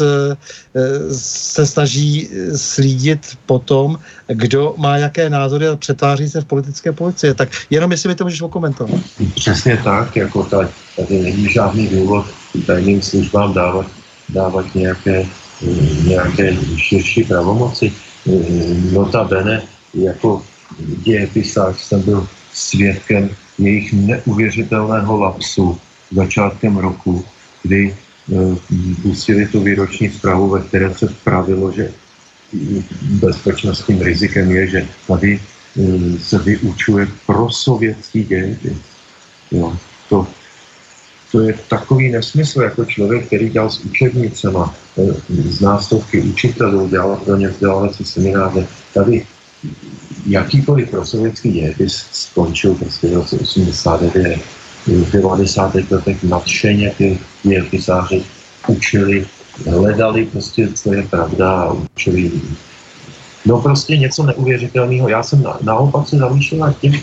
B: se snaží slídit po tom, kdo má jaké názory a přetváří se v politické policie. Tak jenom jestli mi to můžeš okomentovat.
C: Přesně tak, jako tady, tady není žádný důvod tajným službám dávat, dávat nějaké nějaké širší pravomoci. Notabene jako dějepisář jsem byl svědkem jejich neuvěřitelného lapsu začátkem roku, kdy pustili tu výroční zprávu, ve které se pravilo, že bezpečnostním rizikem je, že tady se vyučuje prosovětský dějepis. Jo, to To je takový nesmysl, jako člověk, který dělal s učebnicema, z nástovky učitelů, dělal pro ně vzdělávací semináře. Tady jakýkoliv prosovětský dějepis skončil prostě v roce osmdesát devět. V devadesátých letech nadšeně ty dějepisáři učili, hledali prostě, co je pravda a učili. No prostě něco neuvěřitelného. Já jsem na, naopak se zamýšlel nad tím,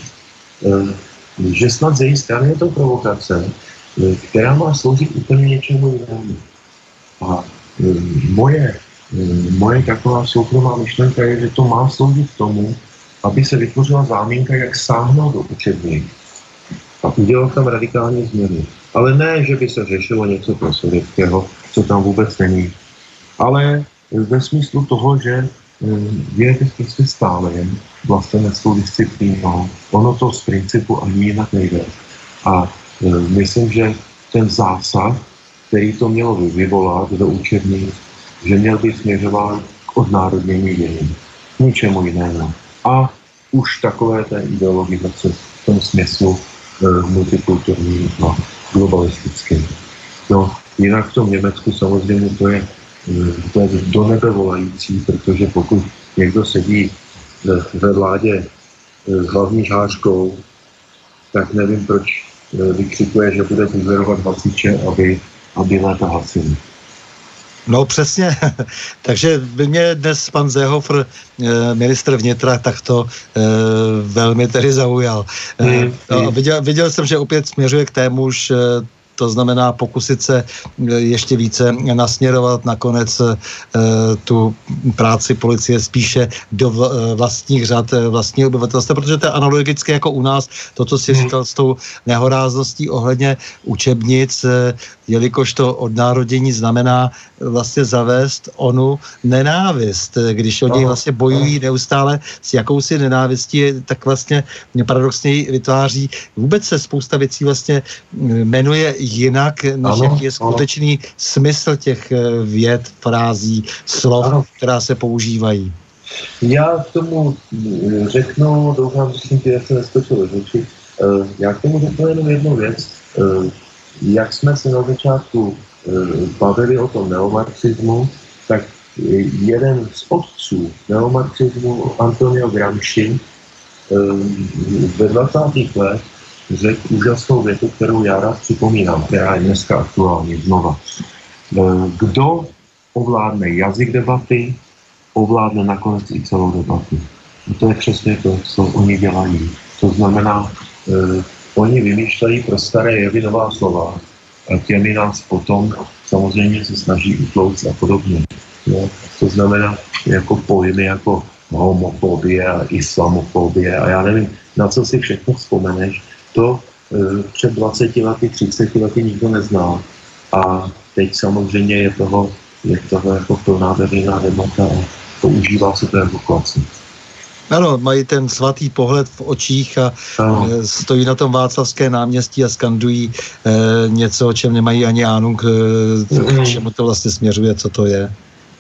C: že snad z její strany je to provokace, která má sloužit úplně něčemu jinému. A moje, moje taková soukromá myšlenka je, že to má sloužit tomu, aby se vytvořila záminka, jak sáhnout do učebník a udělat tam radikální změny. Ale ne, že by se řešilo něco prosovětského, co tam vůbec není. Ale ve smyslu toho, že je to prostě stále jen vlasteneckou disciplínou. Ono to z principu ani jinak nejde. A myslím, že ten zásah, který to mělo vyvolat do učební, že měl být směřován k odnárodnění dějin. Ničemu jinému. A už takové té ideologizace v tom smyslu e, multikulturní a globalistický. No, jinak v tom Německu samozřejmě to je, e, to je do nebe volající, protože pokud někdo sedí ve vládě e, s hlavní žářkou, tak nevím, proč vykřikuje, že bude buzerovat hasiče, aby, aby lépe hasili.
B: No přesně, takže by mě dnes pan Seehofer, ministr vnitra, takto e, velmi tedy zaujal. E, a viděl, viděl jsem, že opět směřuje k témuž, to znamená pokusit se ještě více nasměrovat nakonec e, tu práci policie spíše do vlastních řad vlastního obyvatelstva, protože to je analogické jako u nás, to, co si říkal s tou nehorázností ohledně učebnic, e, jelikož to od narodění znamená vlastně zavést onu nenávist. Když oni vlastně bojují neustále s jakousi nenávistí, tak vlastně paradoxně vytváří, vůbec se spousta věcí vlastně jmenuje jinak, než jaký je skutečný ano. smysl těch vět, frází, slov, ano. která se používají.
C: Já k tomu řeknu, doufám, že jsem ti jasně neskočil řeči, já k tomu řeknu jenom jednu věc. Jak jsme se na začátku bavili o tom neomarxismu, tak jeden z otců neomarxismu, Antonio Gramsci, ve dvacátých letech řekl úžasnou větu, kterou já rád připomínám, která je dneska aktuální znova. Kdo ovládne jazyk debaty, ovládne nakonec i celou debatu. A to je přesně to, co oni dělají. To znamená, eh, oni vymýšlejí pro staré jevy nová slova a těmi nás potom samozřejmě se snaží utlouct a podobně. Jo? To znamená jako pojmy jako homofobie a islamofobie a já nevím, na co si všechno vzpomeneš, to e, před dvaceti lety, třiceti lety nikdo nezná a teď samozřejmě je toho, je toho jako plná veřejná debata a používá se to jako klacek.
B: Ano, mají ten svatý pohled v očích a ano. stojí na tom Václavské náměstí a skandují e, něco, o čem nemají ani ánu, k, k čemu to vlastně směřuje, co to je.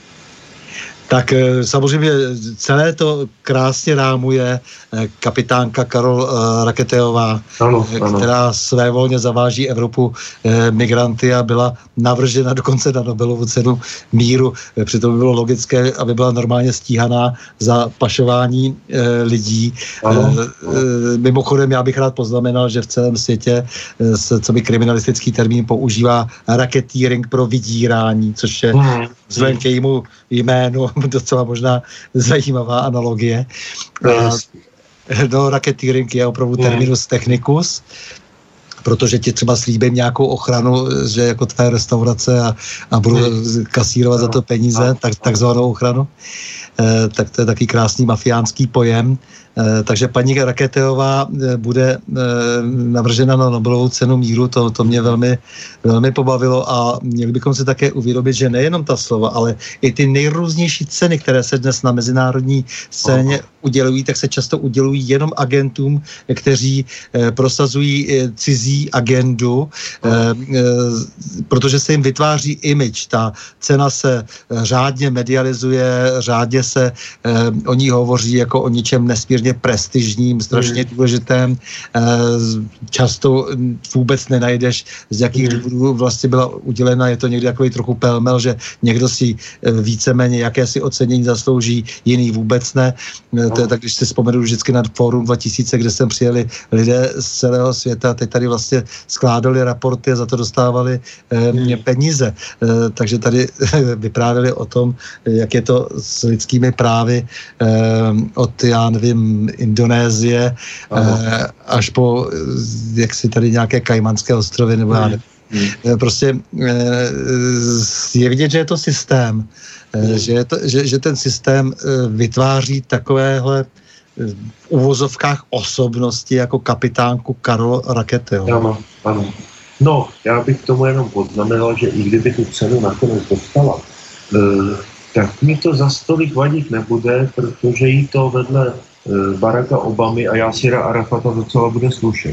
B: Tak samozřejmě celé to krásně rámuje kapitánka Karol Raketeová, ano, ano. která svévolně zaváží Evropu migranty a byla navržena dokonce na Nobelovu cenu míru. Přitom by bylo logické, aby byla normálně stíhaná za pašování lidí. Ano. Mimochodem, já bych rád poznamenal, že v celém světě se, co by kriminalistický termín používá racketeering pro vydírání, což je hmm. vzhledem k jejímu jménu docela možná zajímavá analogie. Yes. No, racketeering je opravdu terminus technicus, protože ti třeba slíbím nějakou ochranu, že jako tvé restaurace a, a budu kasírovat za to peníze, tak, takzvanou ochranu. E, tak to je taky krásný mafiánský pojem. E, takže paní Raketeová bude e, navržena na Nobelovu cenu míru, to, to mě velmi, velmi pobavilo a měli bychom si také uvědomit, že nejenom ta slova, ale i ty nejrůznější ceny, které se dnes na mezinárodní scéně udělují, tak se často udělují jenom agentům, kteří e, prosazují e, cizí agendu, e, e, protože se jim vytváří image. Ta cena se řádně medializuje, řádně se eh, o ní hovoří jako o něčem nesmírně prestižním, strašně důležitém. Eh, často vůbec nenajdeš, z jakých důvodů vlastně byla udělena. Je to někdy takový trochu pelmel, že někdo si eh, víceméně jakési ocenění zaslouží, jiný vůbec ne. Eh, to je tak, když si vzpomenu vždycky na Fórum dva tisíce, kde sem přijeli lidé z celého světa, teď tady vlastně skládali raporty a za to dostávali eh, peníze. Eh, takže tady vyprávěli o tom, jak je to s lidskými právy eh, od, já nevím, Indonésie eh, až po, jak si tady nějaké Kajmanské ostrovy, nebo já nevím. Hmm. Prostě eh, je vidět, že je to systém, eh, že, je to, že, že ten systém eh, vytváří takovéhle v uvozovkách osobnosti jako kapitánku Karol Raketeová.
C: Ano, ano. No, já bych k tomu jenom poznamenal, že i kdyby tu cenu nakonec dostala, eh, tak mi to za stolik vadit nebude, protože jí to vedle e, Baracka Obamy a Jasira Arafata docela bude slušet.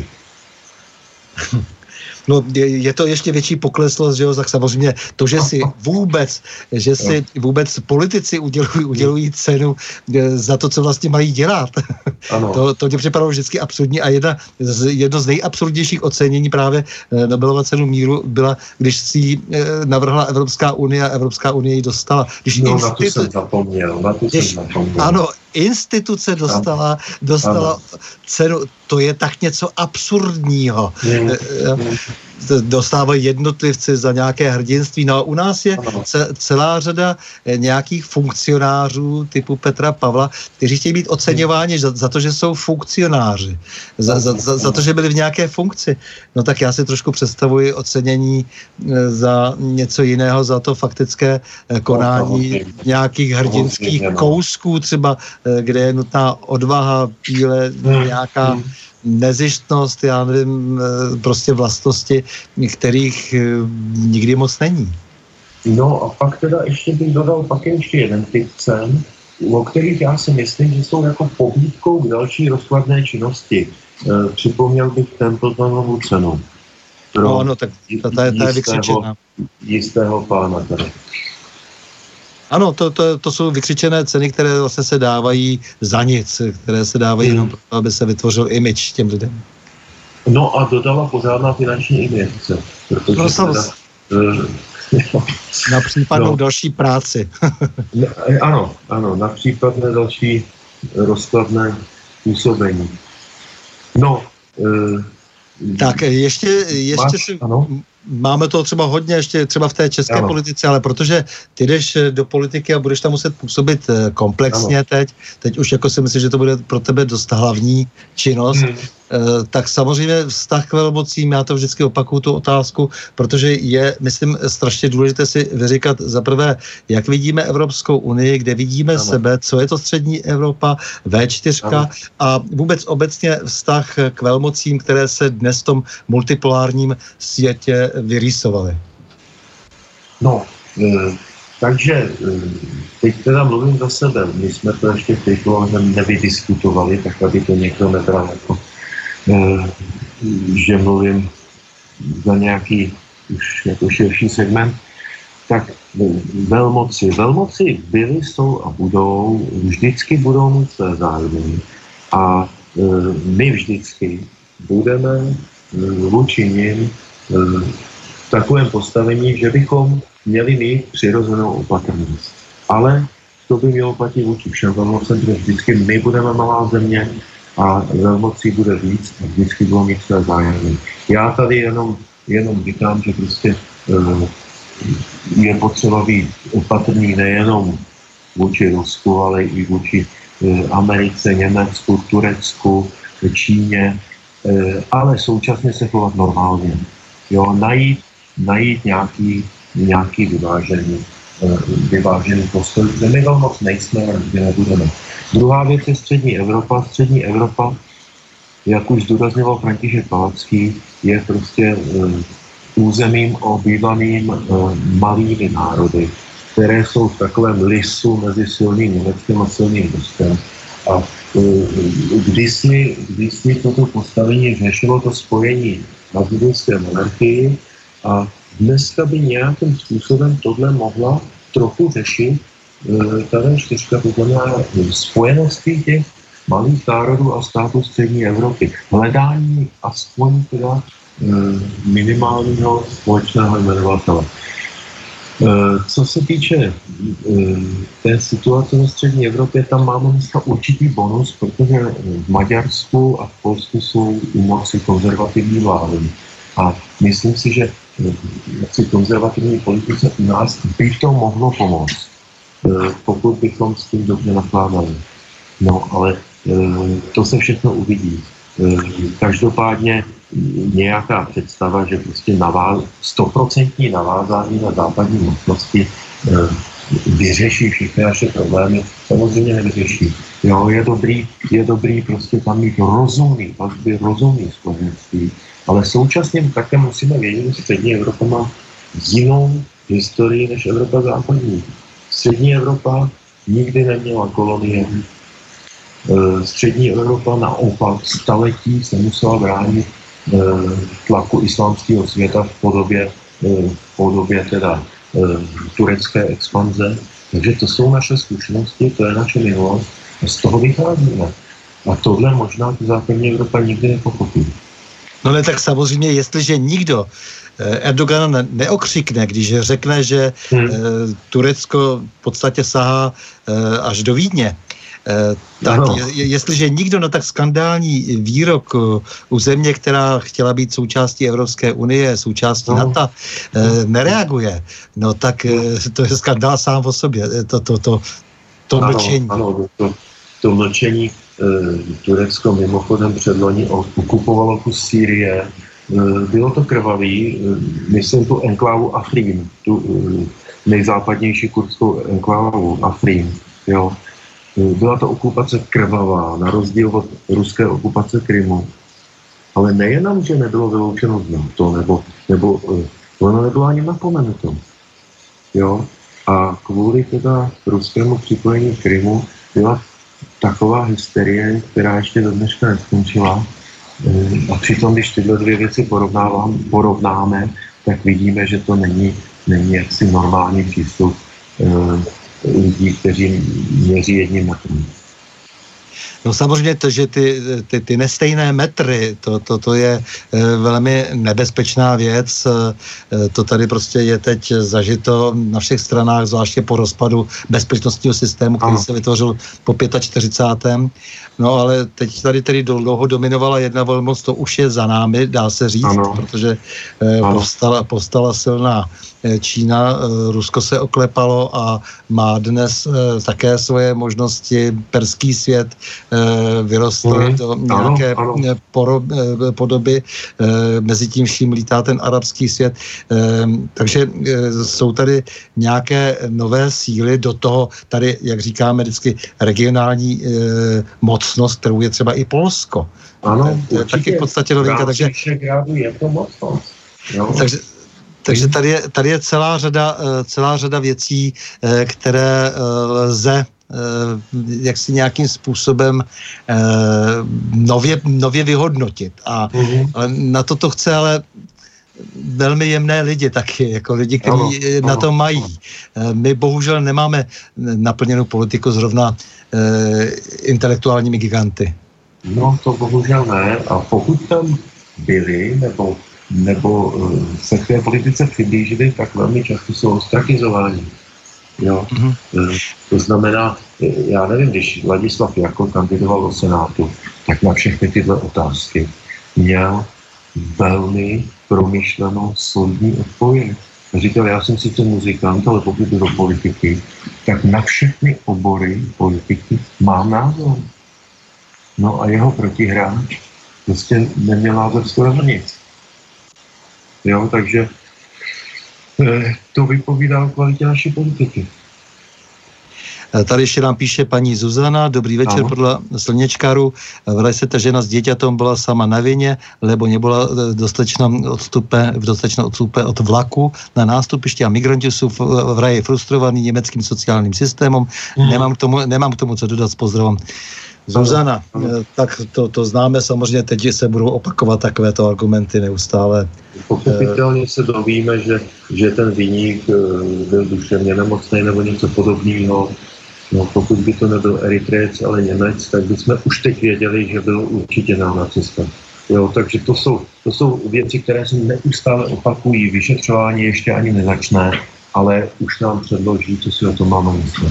B: No, je, je to ještě větší pokleslost, že jo, tak samozřejmě to, že si vůbec, že si vůbec politici udělují, udělují cenu za to, co vlastně mají dělat. Ano. To, to mě připadalo vždycky absurdní a jedna z, jedno z nejabsurdnějších ocenění právě Nobelova cenu míru byla, když si ji navrhla Evropská unie a Evropská unie ji dostala. Když
C: no, institu... na to jsem zapomněl, na to
B: když,
C: jsem zapomněl.
B: Ano, instituce dostala, dostala cenu. To je tak něco absurdního. Mm. Dostávají jednotlivci za nějaké hrdinství. No a u nás je celá řada nějakých funkcionářů typu Petra Pavla, kteří chtějí být oceňováni za, za to, že jsou funkcionáři. Za, za, za, za to, že byli v nějaké funkci. No tak já si trošku představuji ocenění za něco jiného, za to faktické konání nějakých hrdinských kousků třeba, kde je nutná odvaha, píle, nějaká nezištnost, já nevím, prostě vlastnosti, kterých nikdy moc není.
C: No a pak teda ještě bych dodal pak ještě jeden typ cen, o kterých já si myslím, že jsou jako pobídkou k další rozkladné činnosti. E, připomněl bych Templetonovu cenu.
B: No, no, tak ta, ta, ta je vykřičená.
C: Jistého pána tady.
B: Ano, to, to, to jsou vykřičené ceny, které vlastně se dávají za nic, které se dávají hmm. jenom proto, aby se vytvořil image těm lidem.
C: No a dodala pořádná finanční injekce. Protože
B: no, teda, uh, na případnou no. další práci.
C: Ano, ano, na případné další rozkladné působení. No, uh,
B: tak ještě, ještě máš, si... Ano? Máme to třeba hodně ještě třeba v té české ano. politice, ale protože ty jdeš do politiky a budeš tam muset působit komplexně ano. teď, teď už jako si myslím, že to bude pro tebe dost hlavní činnost, hmm. tak samozřejmě vztah k velmocím, já to vždycky opakuju tu otázku, protože je, myslím, strašně důležité si vyříkat za prvé, jak vidíme Evropskou unii, kde vidíme ano. sebe, co je to střední Evropa, vé čtyři ano. a vůbec obecně vztah k velmocím, které se dnes v tom multipolárním světě vyrýsovaly.
C: No, e, takže e, teď teda mluvím za sebe. My jsme to ještě v té nevydiskutovali, tak aby to někdo nebral jako že mluvím za nějaký už jako širší segment, tak velmoci. Velmoci byly, jsou a budou, vždycky budou mít své zájmy a e, my vždycky budeme e, vůči nim e, v takovém postavení, že bychom měli mít přirozenou opatrnost. Ale to by mělo platit vůči všem velmocem, protože vždycky my budeme malá země, a velmocí bude víc a vždycky budou mít své zájmy. Já tady jenom, jenom říkám, že prostě uh, je potřeba být opatrný nejenom vůči Rusku, ale i vůči uh, Americe, Německu, Turecku, Číně, uh, ale současně se chovat normálně. Jo, najít, najít nějaký, nějaký vyvážený, uh, vyvážený postoj, kde my velmoc nejsme a kde nebudeme. Druhá věc je střední Evropa. Střední Evropa, jak už zdůrazňoval František Palacký, je prostě uh, územím obývaným uh, malými národy, které jsou v takovém lisu mezi silným Německem a silným Ruskem. A uh, kdysi, kdysi toto postavení řešilo to spojení na budoucí monarchii a dneska by nějakým způsobem tohle mohla trochu řešit tady čtyřka, to znamená spojeností těch malých národů a států střední Evropy. Hledání aspoň teda minimálního společného jmenovatele. Co se týče té situace ve střední Evropě, tam máme dneska určitý bonus, protože v Maďarsku a v Polsku jsou u moci konzervativní vlády. A myslím si, že moci konzervativní politice u nás by to mohlo pomoct, pokud bychom s tím dobře nakládali. No, ale to se všechno uvidí. Každopádně nějaká představa, že prostě naváz, stoprocentní navázání na západní mocnosti vyřeší všechny naše problémy, samozřejmě nevyřeší. Jo, je dobrý, je dobrý prostě tam mít rozumný, vazby, rozumný spojenství, ale současně také musíme vědět, že střední Evropa má jinou historii než Evropa západní. Střední Evropa nikdy neměla kolonie. Střední Evropa naopak staletí se musela bránit tlaku islámského světa v podobě, v podobě teda turecké expanze. Takže to jsou naše zkušenosti, to je naše minulost a z toho vycházíme. A tohle možná tu západní Evropa nikdy nepochopí.
B: No ne, tak samozřejmě, jestliže nikdo Erdogana neokřikne, když řekne, že hmm. Turecko v podstatě sahá až do Vídně, tak no. je, jestliže nikdo na tak skandální výrok u země, která chtěla být součástí Evropské unie, součástí no. NATO, nereaguje, no tak to je skandál sám o sobě, to, to, to, to
C: ano,
B: mlčení.
C: Ano, to, to mlčení Turecko mimochodem předloni okupovalo kus Sýrie. Bylo to krvavý, myslím tu enklávu Afrín, tu nejzápadnější kurdskou enklávu Afrín, jo. Byla to okupace krvavá, na rozdíl od ruské okupace Krymu. Ale nejenom, že nebylo vyloučeno z NATO, nebo, nebo ono nebylo ani napomenuto. Jo. A kvůli teda ruskému připojení Krymu byla taková hysterie, která ještě do dneška neskončila. A přitom, když tyhle dvě věci porovnáme, tak vidíme, že to není, není jaksi normální přístup e, lidí, kteří měří jedním metrem.
B: No samozřejmě to, že ty, ty, ty nestejné metry, to, to, to je e, velmi nebezpečná věc. E, to tady prostě je teď zažito na všech stranách, zvláště po rozpadu bezpečnostního systému, který ano. se vytvořil po čtyřicátém pátém No ale teď tady tedy dlouho dominovala jedna velmoc, to už je za námi, dá se říct, ano. protože e, povstala, povstala silná Čína, Rusko se oklepalo a má dnes e, také svoje možnosti. Perský svět e, vyrostl mm, do nějaké ano, ano. Poro, e, podoby. E, mezi tím vším lítá ten arabský svět. E, takže e, jsou tady nějaké nové síly do toho, tady, jak říkáme vždycky, regionální e, mocnost, kterou je třeba i Polsko.
C: Ano,
B: to je taky v podstatě rovinka. Takže
C: je to mocnost. Jo.
B: Takže Takže tady je, tady je celá řada, celá řada věcí, které lze jaksi nějakým způsobem nově, nově vyhodnotit. A mm-hmm. na to to chce ale velmi jemné lidi taky, jako lidi, kteří na to mají. My bohužel nemáme naplněnou politiku zrovna intelektuálními giganty.
C: No to bohužel ne. A pokud tam byli, nebo nebo se k té politice přiblížili, tak velmi často jsou ostrakizováni. Jo. Mm-hmm. To znamená, já nevím, když Ladislav Jakl kandidoval do Senátu, tak na všechny tyhle otázky měl velmi promyšlenou solidní odpověď. Říkal, já jsem sice muzikant, ale pokud jdu do politiky, tak na všechny obory politiky mám názor. No a jeho protihráč prostě neměl názor skoro nic. Jo, takže eh, to vypovídá o kvalitě naší politiky.
B: Tady ještě nám píše paní Zuzana, dobrý večer, ano. Podle slněčkáru, vraj se ta žena s dieťatom byla sama na vině, lebo nebyla dostatečnom odstupe, v dostatečnom odstupe od vlaku na nástupiště a migranti jsou vraj frustrovaní německým sociálním systémem. Hmm. Nemám k tomu, nemám k tomu co dodat s pozdravem. Zuzana, ano. Tak to, to známe, samozřejmě teď se budou opakovat takovéto argumenty neustále.
C: Pochopitelně se dovíme, že, že ten viník byl duševně nemocný nebo něco podobného. No, pokud by to nebyl Eritrejec, ale Němec, tak bychom už teď věděli, že byl určitě neonacista. Jo, takže to jsou, to jsou věci, které se neustále opakují. Vyšetřování ještě ani nezačne, ale už nám předloží, co si o tom máme myslet.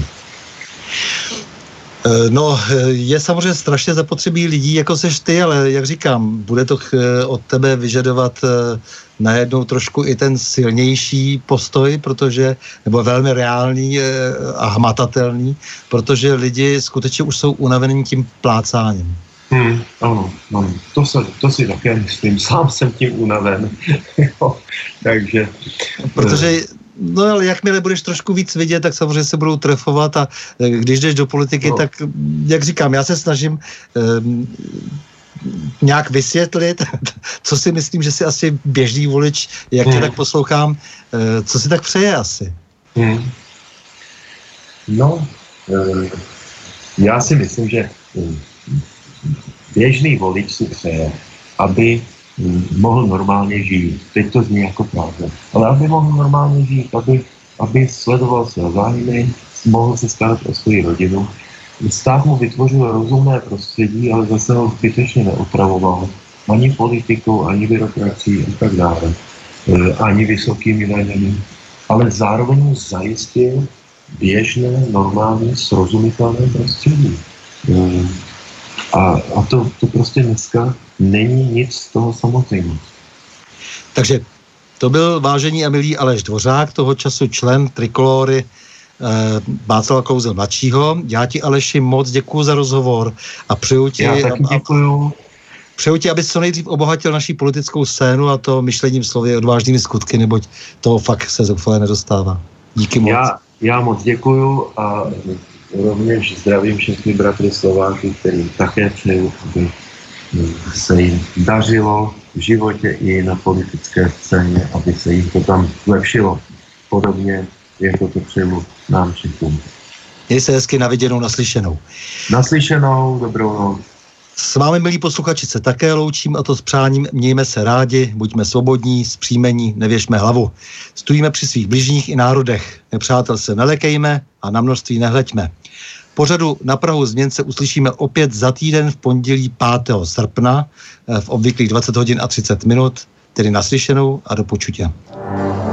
B: No, je samozřejmě strašně zapotřebí lidí, jako seš ty, ale jak říkám, bude to od tebe vyžadovat najednou trošku i ten silnější postoj, protože, nebo velmi reálný a hmatatelný, protože lidi skutečně už jsou unavení tím plácáním.
C: Hmm, ano, ano. To, se, to si také myslím, sám jsem tím unaven. Takže...
B: Protože no ale jakmile budeš trošku víc vidět, tak samozřejmě se budou trefovat a když jdeš do politiky, no. tak jak říkám, já se snažím um, nějak vysvětlit, co si myslím, že si asi běžný volič, jak hmm. tě tak poslouchám, uh, co si tak přeje asi.
C: Hmm. No, uh, já si myslím, že běžný volič si přeje, aby mohl normálně žít. Teď to zní jako pravda. Ale aby mohl normálně žít, aby, aby sledoval své zájmy, mohl se starat o svou rodinu. Stát mu vytvořil rozumné prostředí, ale zase ho zbytečně neotravoval. Ani politikou, ani byrokracií a tak dále. E, ani vysokými daněmi. Ale zároveň mu zajistil běžné, normální, srozumitelné prostředí. A, a to, to prostě dneska není nic z toho samozřejmosti.
B: Takže to byl, vážení a milý, Aleš Dvořák, toho času člen Trikolory eh, Václava Klause mladšího. Já ti, Aleši, moc děkuju za rozhovor a přeju ti,
C: Já taky děkuju.
B: Přeju ti, abys co nejdřív obohatil naší politickou scénu, a to myšlením slovy, odvážnými skutky, neboť toho fakt se zoufale nedostává. Díky moc.
C: Já, já moc děkuju a rovněž zdravím všechny bratry Slováky, kterým také přeju, aby se jim dařilo v životě i na politické scéně, aby se jim to tam lepšilo. Podobně, jako to přeju nám všem.
B: Měj se hezky, na viděnou, naslyšenou.
C: Naslyšenou, dobrou noc.
B: S vámi, milí posluchači, se také loučím, a to s přáním: mějme se rádi, buďme svobodní, zpříjmení, nevěšme hlavu. Stojíme při svých bližních i národech. Nepřátel se nelekejme a na množství nehleďme. Pořadu Na prahu změn se uslyšíme opět za týden v pondělí pátého srpna v obvyklých dvacet hodin a třicet minut, tedy naslyšenou a do počutě.